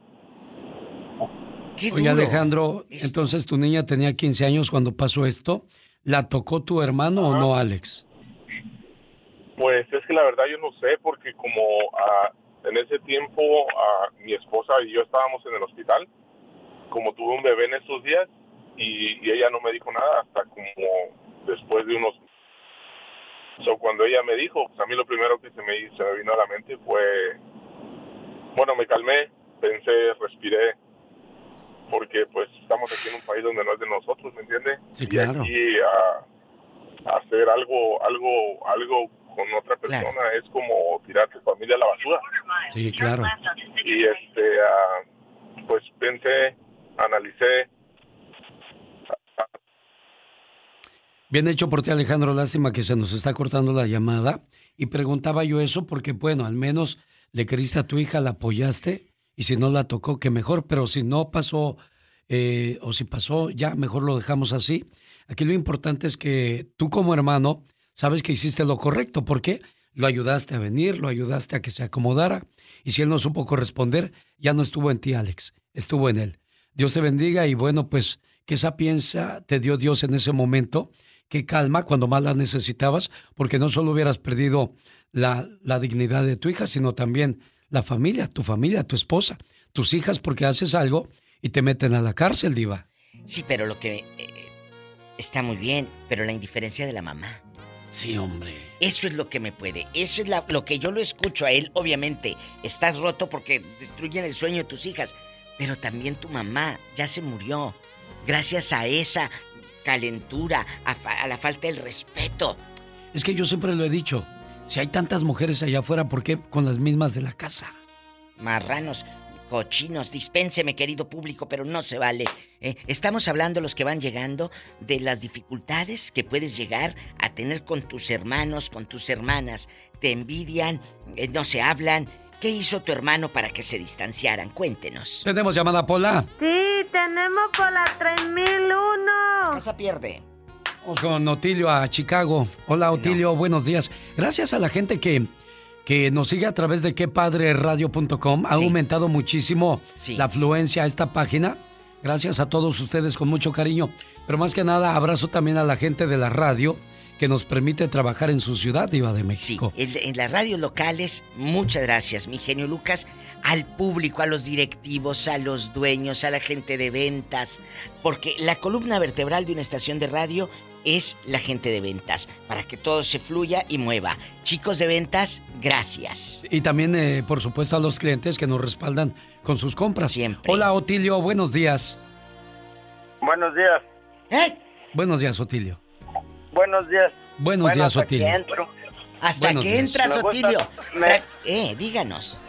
Oye, Alejandro, entonces tu niña tenía quince años cuando pasó esto. ¿La tocó tu hermano Ajá. o no, Alex? Pues es que la verdad yo no sé, porque como uh, en ese tiempo uh, mi esposa y yo estábamos en el hospital, como tuve un bebé en esos días, y, y ella no me dijo nada hasta como después de unos... So, cuando ella me dijo, pues a mí lo primero que se me, se me vino a la mente fue... Bueno, me calmé, pensé, respiré, porque pues estamos aquí en un país donde no es de nosotros, ¿me entiendes? Sí, claro. Y aquí a, a hacer algo, algo, algo con otra persona claro. es como tirar tu familia a la basura. Sí, claro. Y este, uh, pues pensé, analicé. Bien hecho por ti, Alejandro. Lástima que se nos está cortando la llamada. Y preguntaba yo eso porque, bueno, al menos le queriste a tu hija, la apoyaste. Y si no la tocó, que mejor, pero si no pasó, eh, o si pasó, ya mejor lo dejamos así. Aquí lo importante es que tú como hermano sabes que hiciste lo correcto, porque lo ayudaste a venir, lo ayudaste a que se acomodara, y si él no supo corresponder, ya no estuvo en ti, Alex, estuvo en él. Dios te bendiga, y bueno, pues, qué sapiencia te dio Dios en ese momento, qué calma cuando más la necesitabas, porque no solo hubieras perdido la, la dignidad de tu hija, sino también la familia, tu familia, tu esposa, tus hijas, porque haces algo y te meten a la cárcel, diva. Sí, pero lo que... Eh, está muy bien, pero la indiferencia de la mamá. Sí, hombre. Eso es lo que me puede. Eso es la, lo que yo lo escucho a él, obviamente. Estás roto porque destruyen el sueño de tus hijas, pero también tu mamá ya se murió. Gracias a esa calentura, a, fa- a la falta del respeto. Es que yo siempre lo he dicho. Si hay tantas mujeres allá afuera, ¿por qué con las mismas de la casa? Marranos, cochinos, dispénseme, querido público, pero no se vale. ¿eh? Estamos hablando, los que van llegando, de las dificultades que puedes llegar a tener con tus hermanos, con tus hermanas. Te envidian, eh, no se hablan. ¿Qué hizo tu hermano para que se distanciaran? Cuéntenos. ¿Tenemos llamada, Pola? Sí, tenemos Pola tres mil uno. Casa pierde. Vamos con Otilio a Chicago. Hola, Otilio, no. buenos días. Gracias a la gente que, que nos sigue a través de que padre radio punto com. Ha sí. aumentado muchísimo sí. la afluencia a esta página. Gracias a todos ustedes con mucho cariño. Pero más que nada, abrazo también a la gente de la radio que nos permite trabajar en su ciudad, Diva de México. Sí, en, en las radios locales, muchas gracias, mi genio Lucas. Al público, a los directivos, a los dueños, a la gente de ventas. Porque la columna vertebral de una estación de radio es la gente de ventas, para que todo se fluya y mueva. Chicos de ventas, gracias. Y también, eh, por supuesto, a los clientes que nos respaldan con sus compras. Siempre. Hola, Otilio, buenos días. Buenos días. ¿Eh? Buenos días, Otilio. Buenos días. Buenos bueno, días, hasta Otilio. que entro. Hasta Buenos que días. entras, Me gusta- Otilio. me- Tra- Eh, díganos.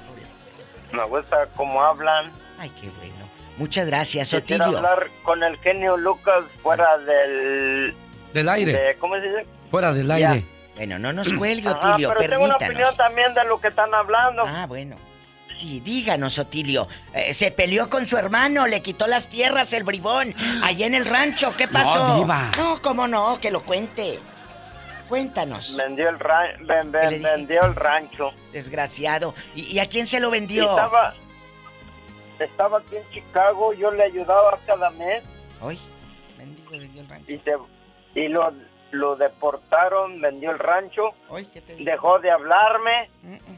Me gusta cómo hablan. Ay, qué bueno. Muchas gracias, Quisiera Otilio. hablar con el genio Lucas fuera del... Del aire. de- ¿Cómo se dice? Fuera del aire. Bueno, no nos cuelgue, Ajá, Otilio, pero tengo una permítanos. opinión también de lo que están hablando. Ah, bueno. Sí, díganos, Otilio. Eh, se peleó con su hermano, le quitó las tierras el bribón, allá en el rancho. ¿Qué pasó? No, diva. No, cómo no, que lo cuente. Cuéntanos. Vendió el, ra- ven- ven- ¿Qué le dije? vendió el rancho. Desgraciado. ¿Y, y a quién se lo vendió? Estaba, estaba aquí en Chicago, yo le ayudaba cada mes. Hoy, mendigo vendió el rancho. Y, se, y lo, lo deportaron, vendió el rancho. Hoy, ¿qué te digo? Dejó de hablarme.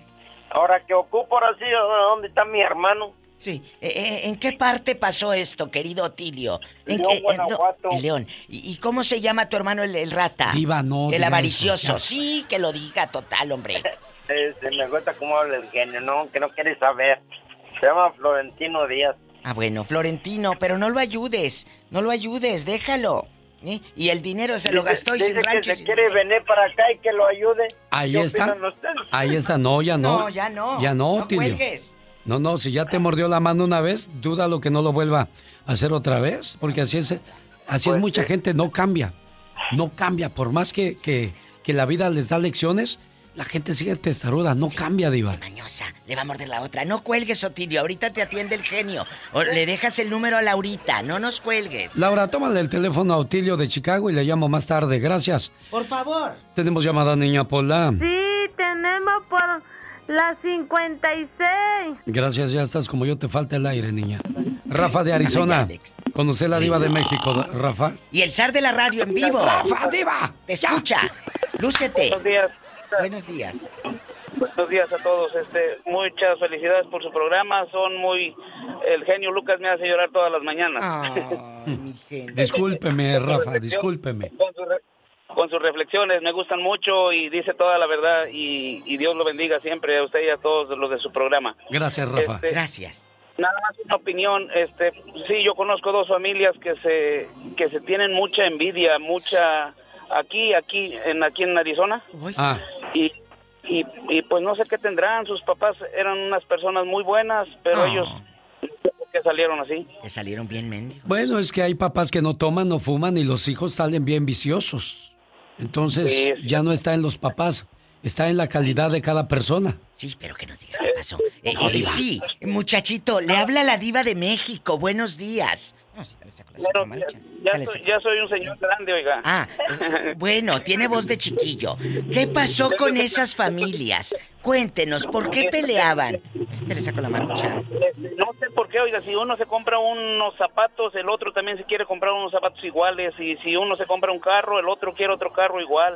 Ahora que ocupo, ahora sí, ¿dónde está mi hermano? Sí. Eh, eh, ¿En qué parte pasó esto, querido Otilio? ¿En León, qué- en- no, Guanajuato. en León. ¿Y, y cómo se llama tu hermano el, el rata? Diva, no El diga avaricioso. eso, ya. Sí, que lo diga total, hombre. Este, me gusta cómo habla el genio, ¿no? Que no quiere saber. Se llama Florentino Díaz. Ah, bueno, Florentino, pero no lo ayudes. No lo ayudes, déjalo. ¿eh? Y el dinero se lo Dice- gastó y dice sin rancho. que y se sin quiere dinero. venir para acá y que lo ayude. Ahí ¿Qué está. opinan ustedes? Ahí está. No, ya no. No, ya no. Ya no, No Otilio. cuelgues. No, no, si ya te mordió la mano una vez, duda lo que no lo vuelva a hacer otra vez, porque así es, así Pues es mucha gente, no cambia, no cambia, por más que, que, que la vida les da lecciones, la gente sigue testaruda, no cambia, Diva. Mañosa, le va a morder la otra. No cuelgues, Otilio, ahorita te atiende el genio. O le dejas el número a Laurita, no nos cuelgues. Laura, tómale el teléfono a Otilio de Chicago y le llamo más tarde, gracias. Por favor. Tenemos llamada, niña Pola. Sí, tenemos por la cincuenta y seis. Gracias, ya estás como yo, te falta el aire, niña. Rafa de Arizona, conoce la Diva de México, Rafa. Y el zar de la radio en vivo. ¡Rafa, Diva! Te escucha. Lúcete. Buenos días. Buenos días. Buenos días a todos. Este, muchas felicidades por su programa. Son muy... El genio Lucas me hace llorar todas las mañanas. Ah, mi genio. Discúlpeme, Rafa, discúlpeme. Con, su re- con sus reflexiones me gustan mucho y dice toda la verdad. Y, y Dios lo bendiga siempre a usted y a todos los de su programa. Gracias, Rafa. Este, Gracias. Nada más una opinión, este, sí, yo conozco dos familias que se que se tienen mucha envidia, mucha aquí, aquí, en aquí en Arizona. Ah, Y, y, y pues no sé qué tendrán, sus papás eran unas personas muy buenas, pero Ah. ellos no sé por qué salieron así. Que salieron bien mendigos. bueno, es que hay papás que no toman, no fuman y los hijos salen bien viciosos. Entonces, Sí, sí. ya no está en los papás, está en la calidad de cada persona. Sí, pero que nos diga qué pasó. Eh, eh, sí, muchachito, le habla la Diva de México. Buenos días. No, si te le saco la sopa, Bueno, ya, Maruchan. ya Dale, soy, saca. ya soy un señor grande, oiga. Ah, bueno, tiene voz de chiquillo. ¿Qué pasó con esas familias? Cuéntenos, ¿por qué peleaban? Este le saco la maruchan. Este, No sé por qué, oiga, si uno se compra unos zapatos, el otro también se quiere comprar unos zapatos iguales, y si uno se compra un carro, el otro quiere otro carro igual,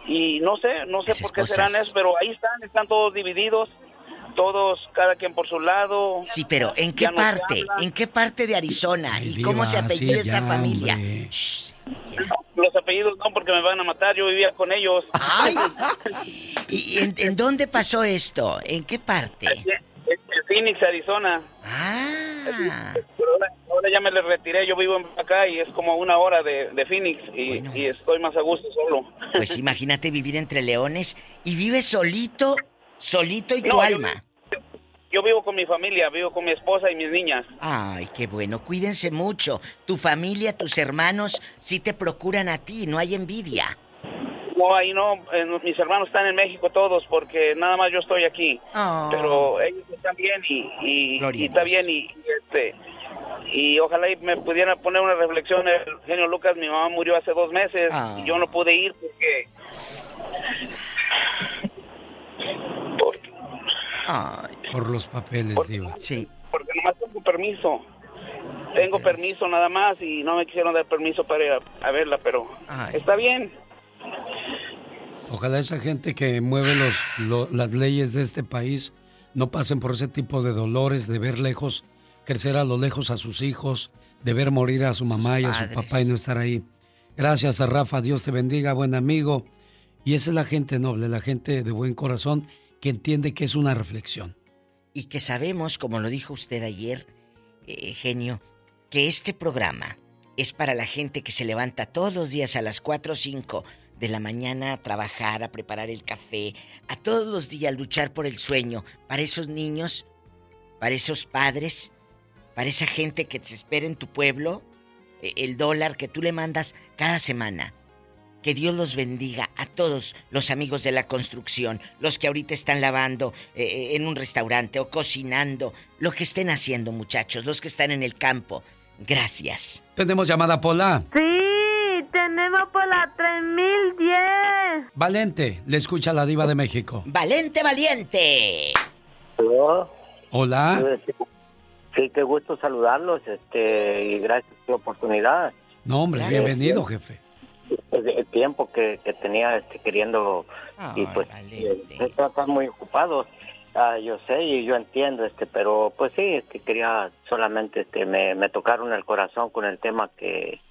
y no sé, no sé Esas por qué cosas. serán eso, pero ahí están, están todos divididos, todos, cada quien por su lado. Sí, pero ¿en qué Ya no se parte? habla. ¿En qué parte de Arizona? ¿Y cómo se Diva, apellida sí, esa ya, familia? hombre. Shh. Los apellidos no, porque me van a matar, yo vivía con ellos. Ay. ¿Y en, en dónde pasó esto? ¿En qué parte? En Phoenix, Arizona. Ah. Pero ahora, ahora ya me le retiré, yo vivo en acá y es como una hora de, de Phoenix y, y estoy más a gusto solo. Pues imagínate vivir entre leones y vives solito, solito y tu No, yo- alma. Yo vivo con mi familia, vivo con mi esposa y mis niñas. Ay, qué bueno, cuídense mucho. Tu familia, tus hermanos, sí te procuran a ti, no hay envidia. No, ahí no, eh, mis hermanos están en México todos porque nada más yo estoy aquí. Ah. Pero ellos están bien y, y, Gloria y a está Dios. bien y, y, este y ojalá y me pudiera poner una reflexión. El genio Lucas, mi mamá murió hace dos meses Ah. y yo no pude ir porque porque, Ay, Por los papeles, Diva. sí. porque nomás tengo permiso. Tengo permiso nada más y no me quisieron dar permiso para ir a, a verla, pero Ay. está bien. Ojalá esa gente que mueve los, lo- las leyes de este país no pasen por ese tipo de dolores, de ver lejos, crecer a lo lejos a sus hijos, de ver morir a su mamá y a su padres. papá y no estar ahí. Gracias a Rafa, Dios te bendiga, buen amigo. Y esa es la gente noble, la gente de buen corazón que entiende que es una reflexión. Y que sabemos, como lo dijo usted ayer, eh, genio, que este programa es para la gente que se levanta todos los días a las cuatro o cinco de la mañana a trabajar, a preparar el café, a todos los días luchar por el sueño, para esos niños, para esos padres, para esa gente que te espera en tu pueblo, el dólar que tú le mandas cada semana. Que Dios los bendiga a todos los amigos de la construcción, los que ahorita están lavando eh, en un restaurante o cocinando, lo que estén haciendo, muchachos, los que están en el campo. Gracias. Tenemos llamada, Pola. Sí, tenemos por la tres mil diez. Valente, le escucha la diva de México. Valente, valiente. Hola. Hola. Sí, qué gusto saludarlos, este, y gracias por la oportunidad. No, hombre, Gracias. bienvenido, jefe. El, el tiempo que, que tenía este, queriendo, y pues eh, están muy ocupados. Ah, yo sé y yo entiendo, este, pero pues sí, es que quería solamente, este, me, me tocaron el corazón con el tema que,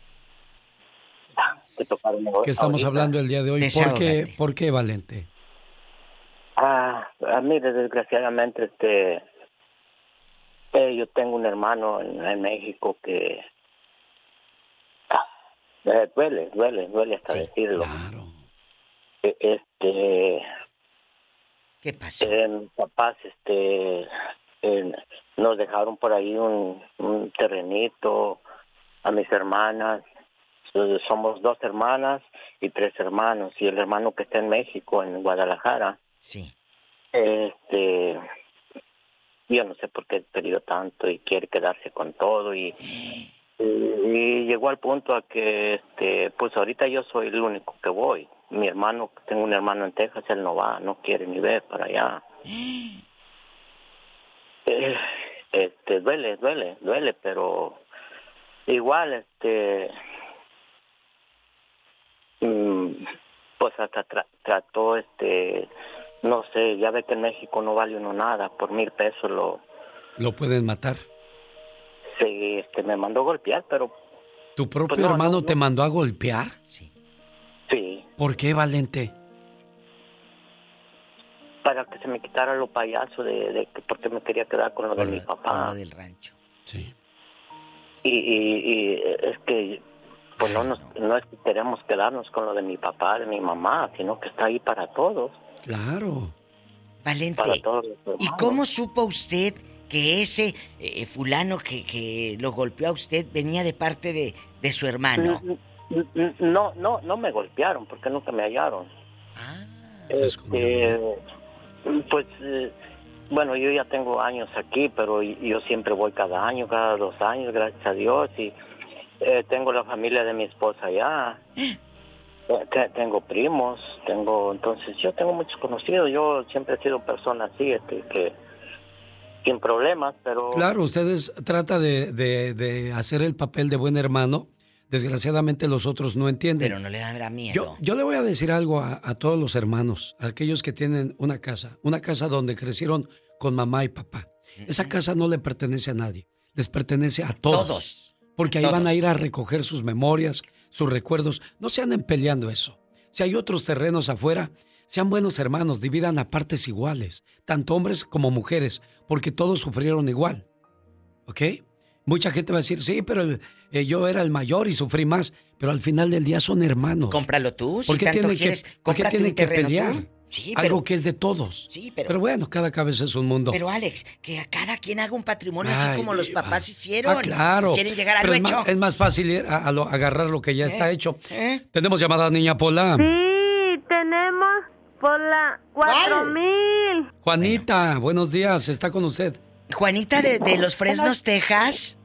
que tocaron. ¿Qué estamos ahorita. hablando el día de hoy? ¿Por qué, ¿Por qué, Valente? Ah, a mí desgraciadamente, este, eh, yo tengo un hermano en, en México que ah, eh, duele, duele, duele hasta decirlo. Claro. Eh, Este. ¿Qué pasó? Eh, mis papás, este, eh, nos dejaron por ahí un, un terrenito a mis hermanas. Eh, Somos dos hermanas y tres hermanos, y el hermano que está en México, en Guadalajara. Sí. Este, yo no sé por qué perdió tanto y quiere quedarse con todo y, y, y llegó al punto a que, este, pues ahorita yo soy el único que voy. Mi hermano, tengo un hermano en Texas, él no va, no quiere ni ver para allá. Eh, este, duele, duele, duele, pero igual, este, mm, pues hasta tra- trató, este, no sé, ya ve que en México no vale uno nada, por mil pesos lo, ¿Lo pueden matar? sí, este, me mandó golpear, pero ¿Tu propio Pues no, hermano no, no. te mandó a golpear? Sí. sí, ¿Por qué, Valente? para que se me quitara lo payaso de, de que porque me quería quedar con lo de mi papá. Con lo del rancho. Sí. Y, y, y es que, pues no, nos, no es que queremos quedarnos con lo de mi papá, de mi mamá, sino que está ahí para todos. Claro. Valente, Para todos los ¿y hermanos. cómo supo usted que ese eh, fulano que, que lo golpeó a usted venía de parte de, de su hermano? N- n- No, no, no me golpearon porque nunca me hallaron. Este, pues, eh, bueno, yo ya tengo años aquí, pero yo siempre voy cada año, cada dos años, gracias a Dios, y eh, tengo la familia de mi esposa allá. Eh, te- tengo primos, tengo, entonces yo tengo muchos conocidos. Yo siempre he sido persona así, este, que sin problemas, pero Claro, ustedes tratan de, de, de hacer el papel de buen hermano. Desgraciadamente los otros no entienden. Pero no le da miedo. Yo, yo le voy a decir algo a, a todos los hermanos, a aquellos que tienen una casa, una casa donde crecieron con mamá y papá. Esa casa no le pertenece a nadie, les pertenece a todos. Todos. Porque ahí Todos. van a ir a recoger sus memorias, sus recuerdos. No se anden peleando eso. Si hay otros terrenos afuera, sean buenos hermanos, dividan a partes iguales, tanto hombres como mujeres, porque todos sufrieron igual. ¿Ok? Mucha gente va a decir, sí, pero el- eh, yo era el mayor y sufrí más, pero al final del día son hermanos. Cómpralo tú, si ¿Por qué tanto tienen quieres, que, ¿por qué cómprate tienen un que terreno pelear? tú. Sí, Algo pero- que es de todos. Sí, pero- bueno, cada cabeza es un mundo. Pero Alex, que a cada quien haga un patrimonio Ay, así como los Diva. papás hicieron. Ah, claro. Quieren llegar a Pero lo es hecho. más, es más fácil ir a, a lo- agarrar lo que ya está ¿Eh? hecho. ¿Eh? Tenemos llamada, niña Pola. Sí, tenemos por la cuatro mil. Juanita, buenos días, está con usted. Juanita de, de Los Fresnos, Texas.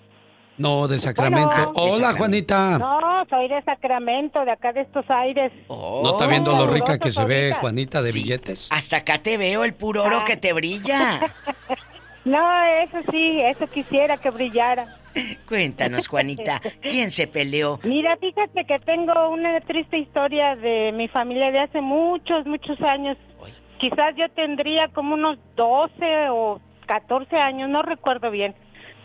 No, de Sacramento. Bueno. De Hola, Sacramento. Juanita. No, soy de Sacramento, de acá de estos aires. ¿No está viendo lo rica que se ve ahorita. Juanita de Sí. billetes? Hasta acá te veo el puro oro que te brilla. No, eso sí, eso quisiera que brillara. Cuéntanos, Juanita, ¿quién se peleó? Mira, fíjate que tengo una triste historia de mi familia de hace muchos, muchos años. Quizás yo tendría como unos doce o catorce años, no recuerdo bien.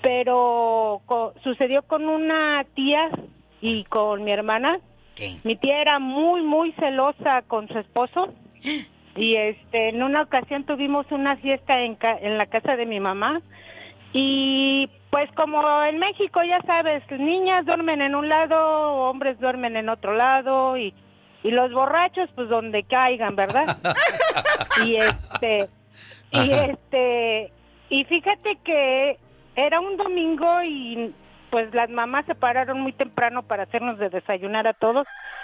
Pero co- sucedió con una tía y con mi hermana. Mi tía era muy, muy celosa con su esposo. Y este, en una ocasión tuvimos una fiesta en, ca- en la casa de mi mamá. Y Pues como en México, ya sabes, niñas duermen en un lado, hombres duermen en otro lado y, y los borrachos pues donde caigan, ¿verdad? y este y Ajá. este y fíjate que era un domingo y pues las mamás se pararon muy temprano para hacernos de desayunar a todos,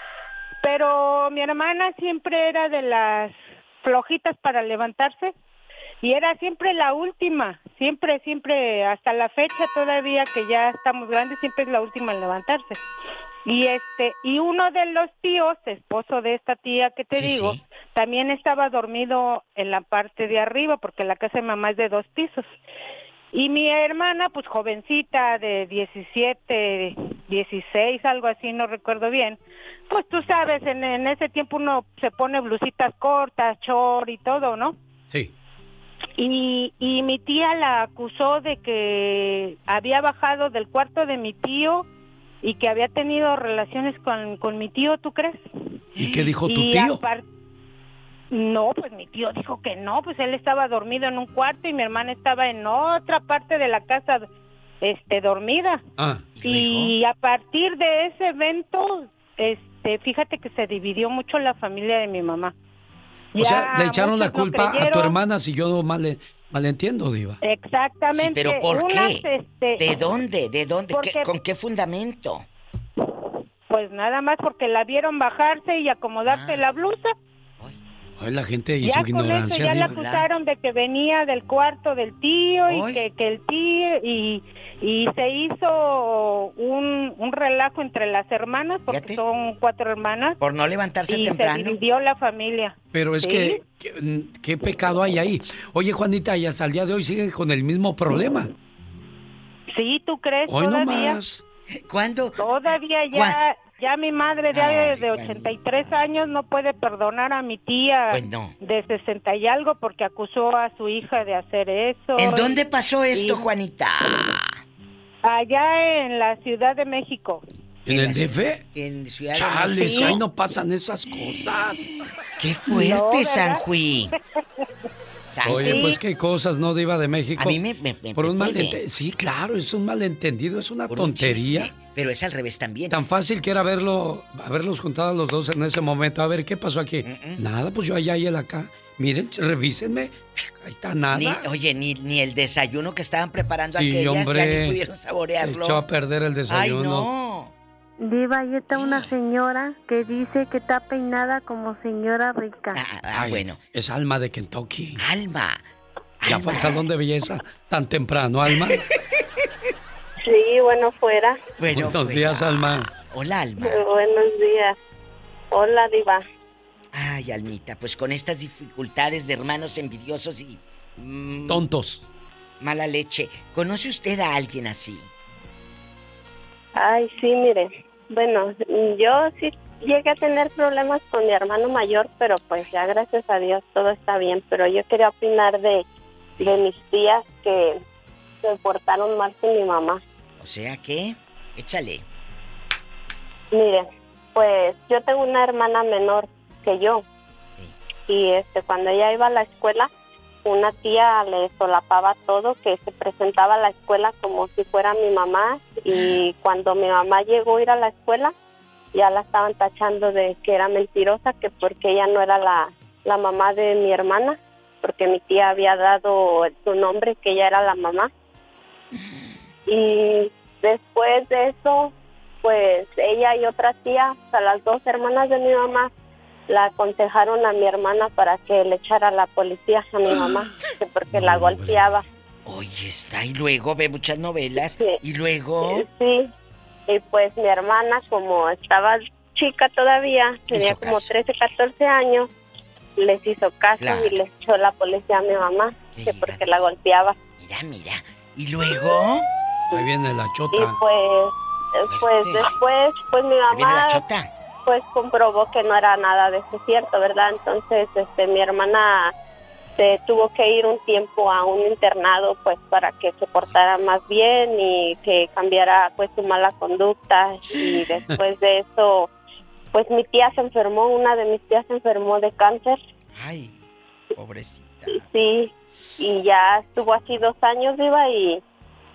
pero mi hermana siempre era de las flojitas para levantarse y era siempre la última, siempre, siempre, hasta la fecha todavía que ya estamos grandes, siempre es la última en levantarse. Y este, y uno de los tíos, esposo de esta tía que te Sí, digo, sí. también estaba dormido en la parte de arriba, porque la casa de mamá es de dos pisos. Y mi hermana, pues jovencita, de diecisiete, dieciséis, algo así, no recuerdo bien, pues tú sabes, en, en ese tiempo uno se pone blusitas cortas, short y todo, ¿no? Sí. Y, y mi tía la acusó de que había bajado del cuarto de mi tío y que había tenido relaciones con, con mi tío, ¿tú crees? ¿Y qué dijo tu Y tío? apar- No, pues mi tío dijo que no, pues él estaba dormido en un cuarto y mi hermana estaba en otra parte de la casa, este, dormida. Ah, Y a partir de ese evento, este, fíjate que se dividió mucho la familia de mi mamá. O sea, Ya le echaron la muchos no culpa a tu creyeron. hermana si yo mal, malentiendo, Diva. Exactamente. Sí, pero ¿por Unas, qué? este, ¿De dónde? ¿De dónde? ¿Qué- porque- ¿Con qué fundamento? Pues nada más porque la vieron bajarse y acomodarse la blusa. Ay, la gente y Ya su con eso ignorancia, ya la Diva. acusaron de que venía del cuarto del tío Ay. y que, que el tío y, y se hizo un, un relajo entre las hermanas porque Fíjate. son cuatro hermanas Por no levantarse y temprano. se dividió la familia. Pero es ¿Sí? que, que- ¿qué pecado hay ahí? Oye, Juanita, y hasta el día de hoy sigue con el mismo problema. Sí, ¿tú crees? Hoy no todavía. más. ¿Cuándo? Todavía ya, ya mi madre de, Ay, de ochenta y tres años no puede perdonar a mi tía Pues no. de sesenta y algo porque acusó a su hija de hacer eso. ¿En dónde pasó esto, Y- Juanita? Allá en la Ciudad de México. ¿En el D F? En Ciudad de Chales, México. ahí no pasan esas cosas. ¡Qué fuerte, No, ¿verdad? Sanjuí! Oye, Sí. pues qué cosas, ¿no, Diva de México? A mí me- me- me- Por un me puede. malente- Sí, claro, es un malentendido, es una Por un tontería. chisme, pero es al revés también. Tan fácil que era verlo, haberlos juntado a los dos en ese momento. A ver, ¿qué pasó aquí? Nada, pues yo allá y él acá. Miren, revísenme. Ahí está nada. Ni- oye, ni, ni el desayuno que estaban preparando Sí, aquellas hombre. ya ni pudieron saborearlo. Echó a perder el desayuno. Ay, no. Diva, ahí está una señora que dice que está peinada como señora rica. Ah, bueno. Es Alma de Kentucky. Alma. Ya fue al salón de belleza tan temprano, Alma. Sí, bueno, fuera. Bueno, Buenos días, Alma. Hola, Alma. Buenos días. Hola, Diva. Ay, Almita, pues con estas dificultades de hermanos envidiosos y... mm, Tontos. Mala leche. ¿Conoce usted a alguien así? Ay, sí, mire. Bueno, yo sí llegué a tener problemas con mi hermano mayor, pero pues ya gracias a Dios todo está bien. Pero yo quería opinar de, de mis tías que se portaron mal con mi mamá. O sea que... Échale. Mire, pues yo tengo una hermana menor que yo. Y este cuando ella iba a la escuela, una tía le solapaba todo, que se presentaba a la escuela como si fuera mi mamá. Y cuando mi mamá llegó a ir a la escuela, ya la estaban tachando de que era mentirosa, que porque ella no era la, la mamá de mi hermana, porque mi tía había dado su nombre, que ella era la mamá. Y después de eso, pues ella y otra tía, o sea, las dos hermanas de mi mamá, la aconsejaron a mi hermana para que le echara a la policía a mi mamá, que porque la golpeaba. Oye, está. Y luego ve muchas novelas. Y luego... Sí, y pues mi hermana, como estaba chica todavía, tenía Hizo como caso. trece, catorce años, les hizo caso Claro. y les echó la policía a mi mamá, que porque la golpeaba. Mira, mira. ¿Y luego? Ahí viene la Y chota. pues, eh, pues después, pues mi Ahí viene la mamá, chota. pues comprobó que no era nada de eso cierto, ¿verdad? Entonces, este, mi hermana se tuvo que ir un tiempo a un internado, pues, para que se portara más bien y que cambiara, pues, su mala conducta. Y después de eso, pues, mi tía se enfermó, una de mis tías se enfermó de cáncer. Ay, pobrecita. Sí, y ya estuvo así dos años, Diva, y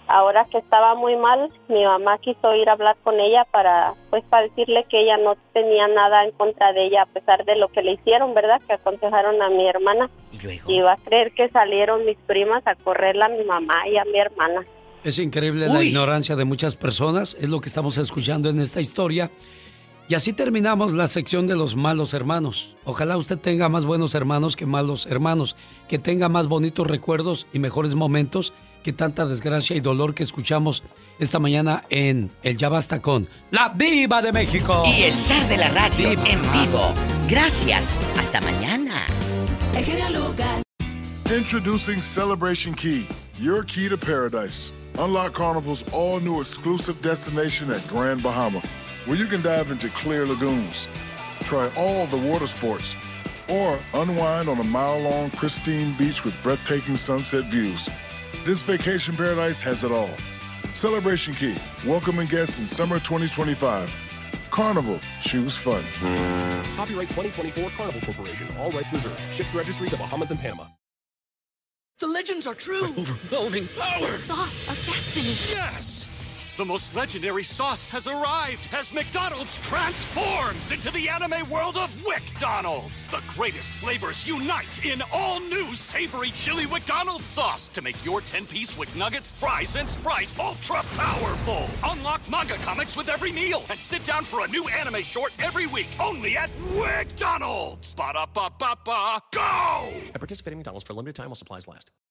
ahora que estaba muy mal, mi mamá quiso ir a hablar con ella para, pues, para decirle que ella no tenía nada en contra de ella, a pesar de lo que le hicieron, ¿verdad? Que aconsejaron a mi hermana. ¿Y luego? Y va a creer que salieron mis primas a correrla a mi mamá y a mi hermana. Es increíble la ignorancia de muchas personas, es lo que estamos escuchando en esta historia. Y así terminamos la sección de los malos hermanos. Ojalá usted tenga más buenos hermanos que malos hermanos, que tenga más bonitos recuerdos y mejores momentos que tanta desgracia y dolor que escuchamos esta mañana en El Ya Basta con La Diva de México. Y el zar de la radio en vivo. Gracias. Hasta mañana. El genio Lucas. Introducing Celebration Key, your key to paradise. Unlock Carnival's all-new exclusive destination at Grand Bahama, where you can dive into clear lagoons, try all the water sports, or unwind on a mile-long pristine beach with breathtaking sunset views. This vacation paradise has it all. Celebration Key, welcoming guests in summer twenty twenty-five. Carnival, choose fun. Copyright twenty twenty-four Carnival Corporation, all rights reserved. Ships registry, the Bahamas and Panama. The legends are true. Overwhelming power! The sauce of destiny. Yes! The most legendary sauce has arrived as McDonald's transforms into the anime world of WickDonald's. The greatest flavors unite in all-new savory chili McDonald's sauce to make your ten-piece Wick Nuggets, fries, and Sprite ultra-powerful. Unlock manga comics with every meal and sit down for a new anime short every week only at WickDonald's. Ba-da-ba-ba-ba, go! At participating McDonald's for a limited time while supplies last.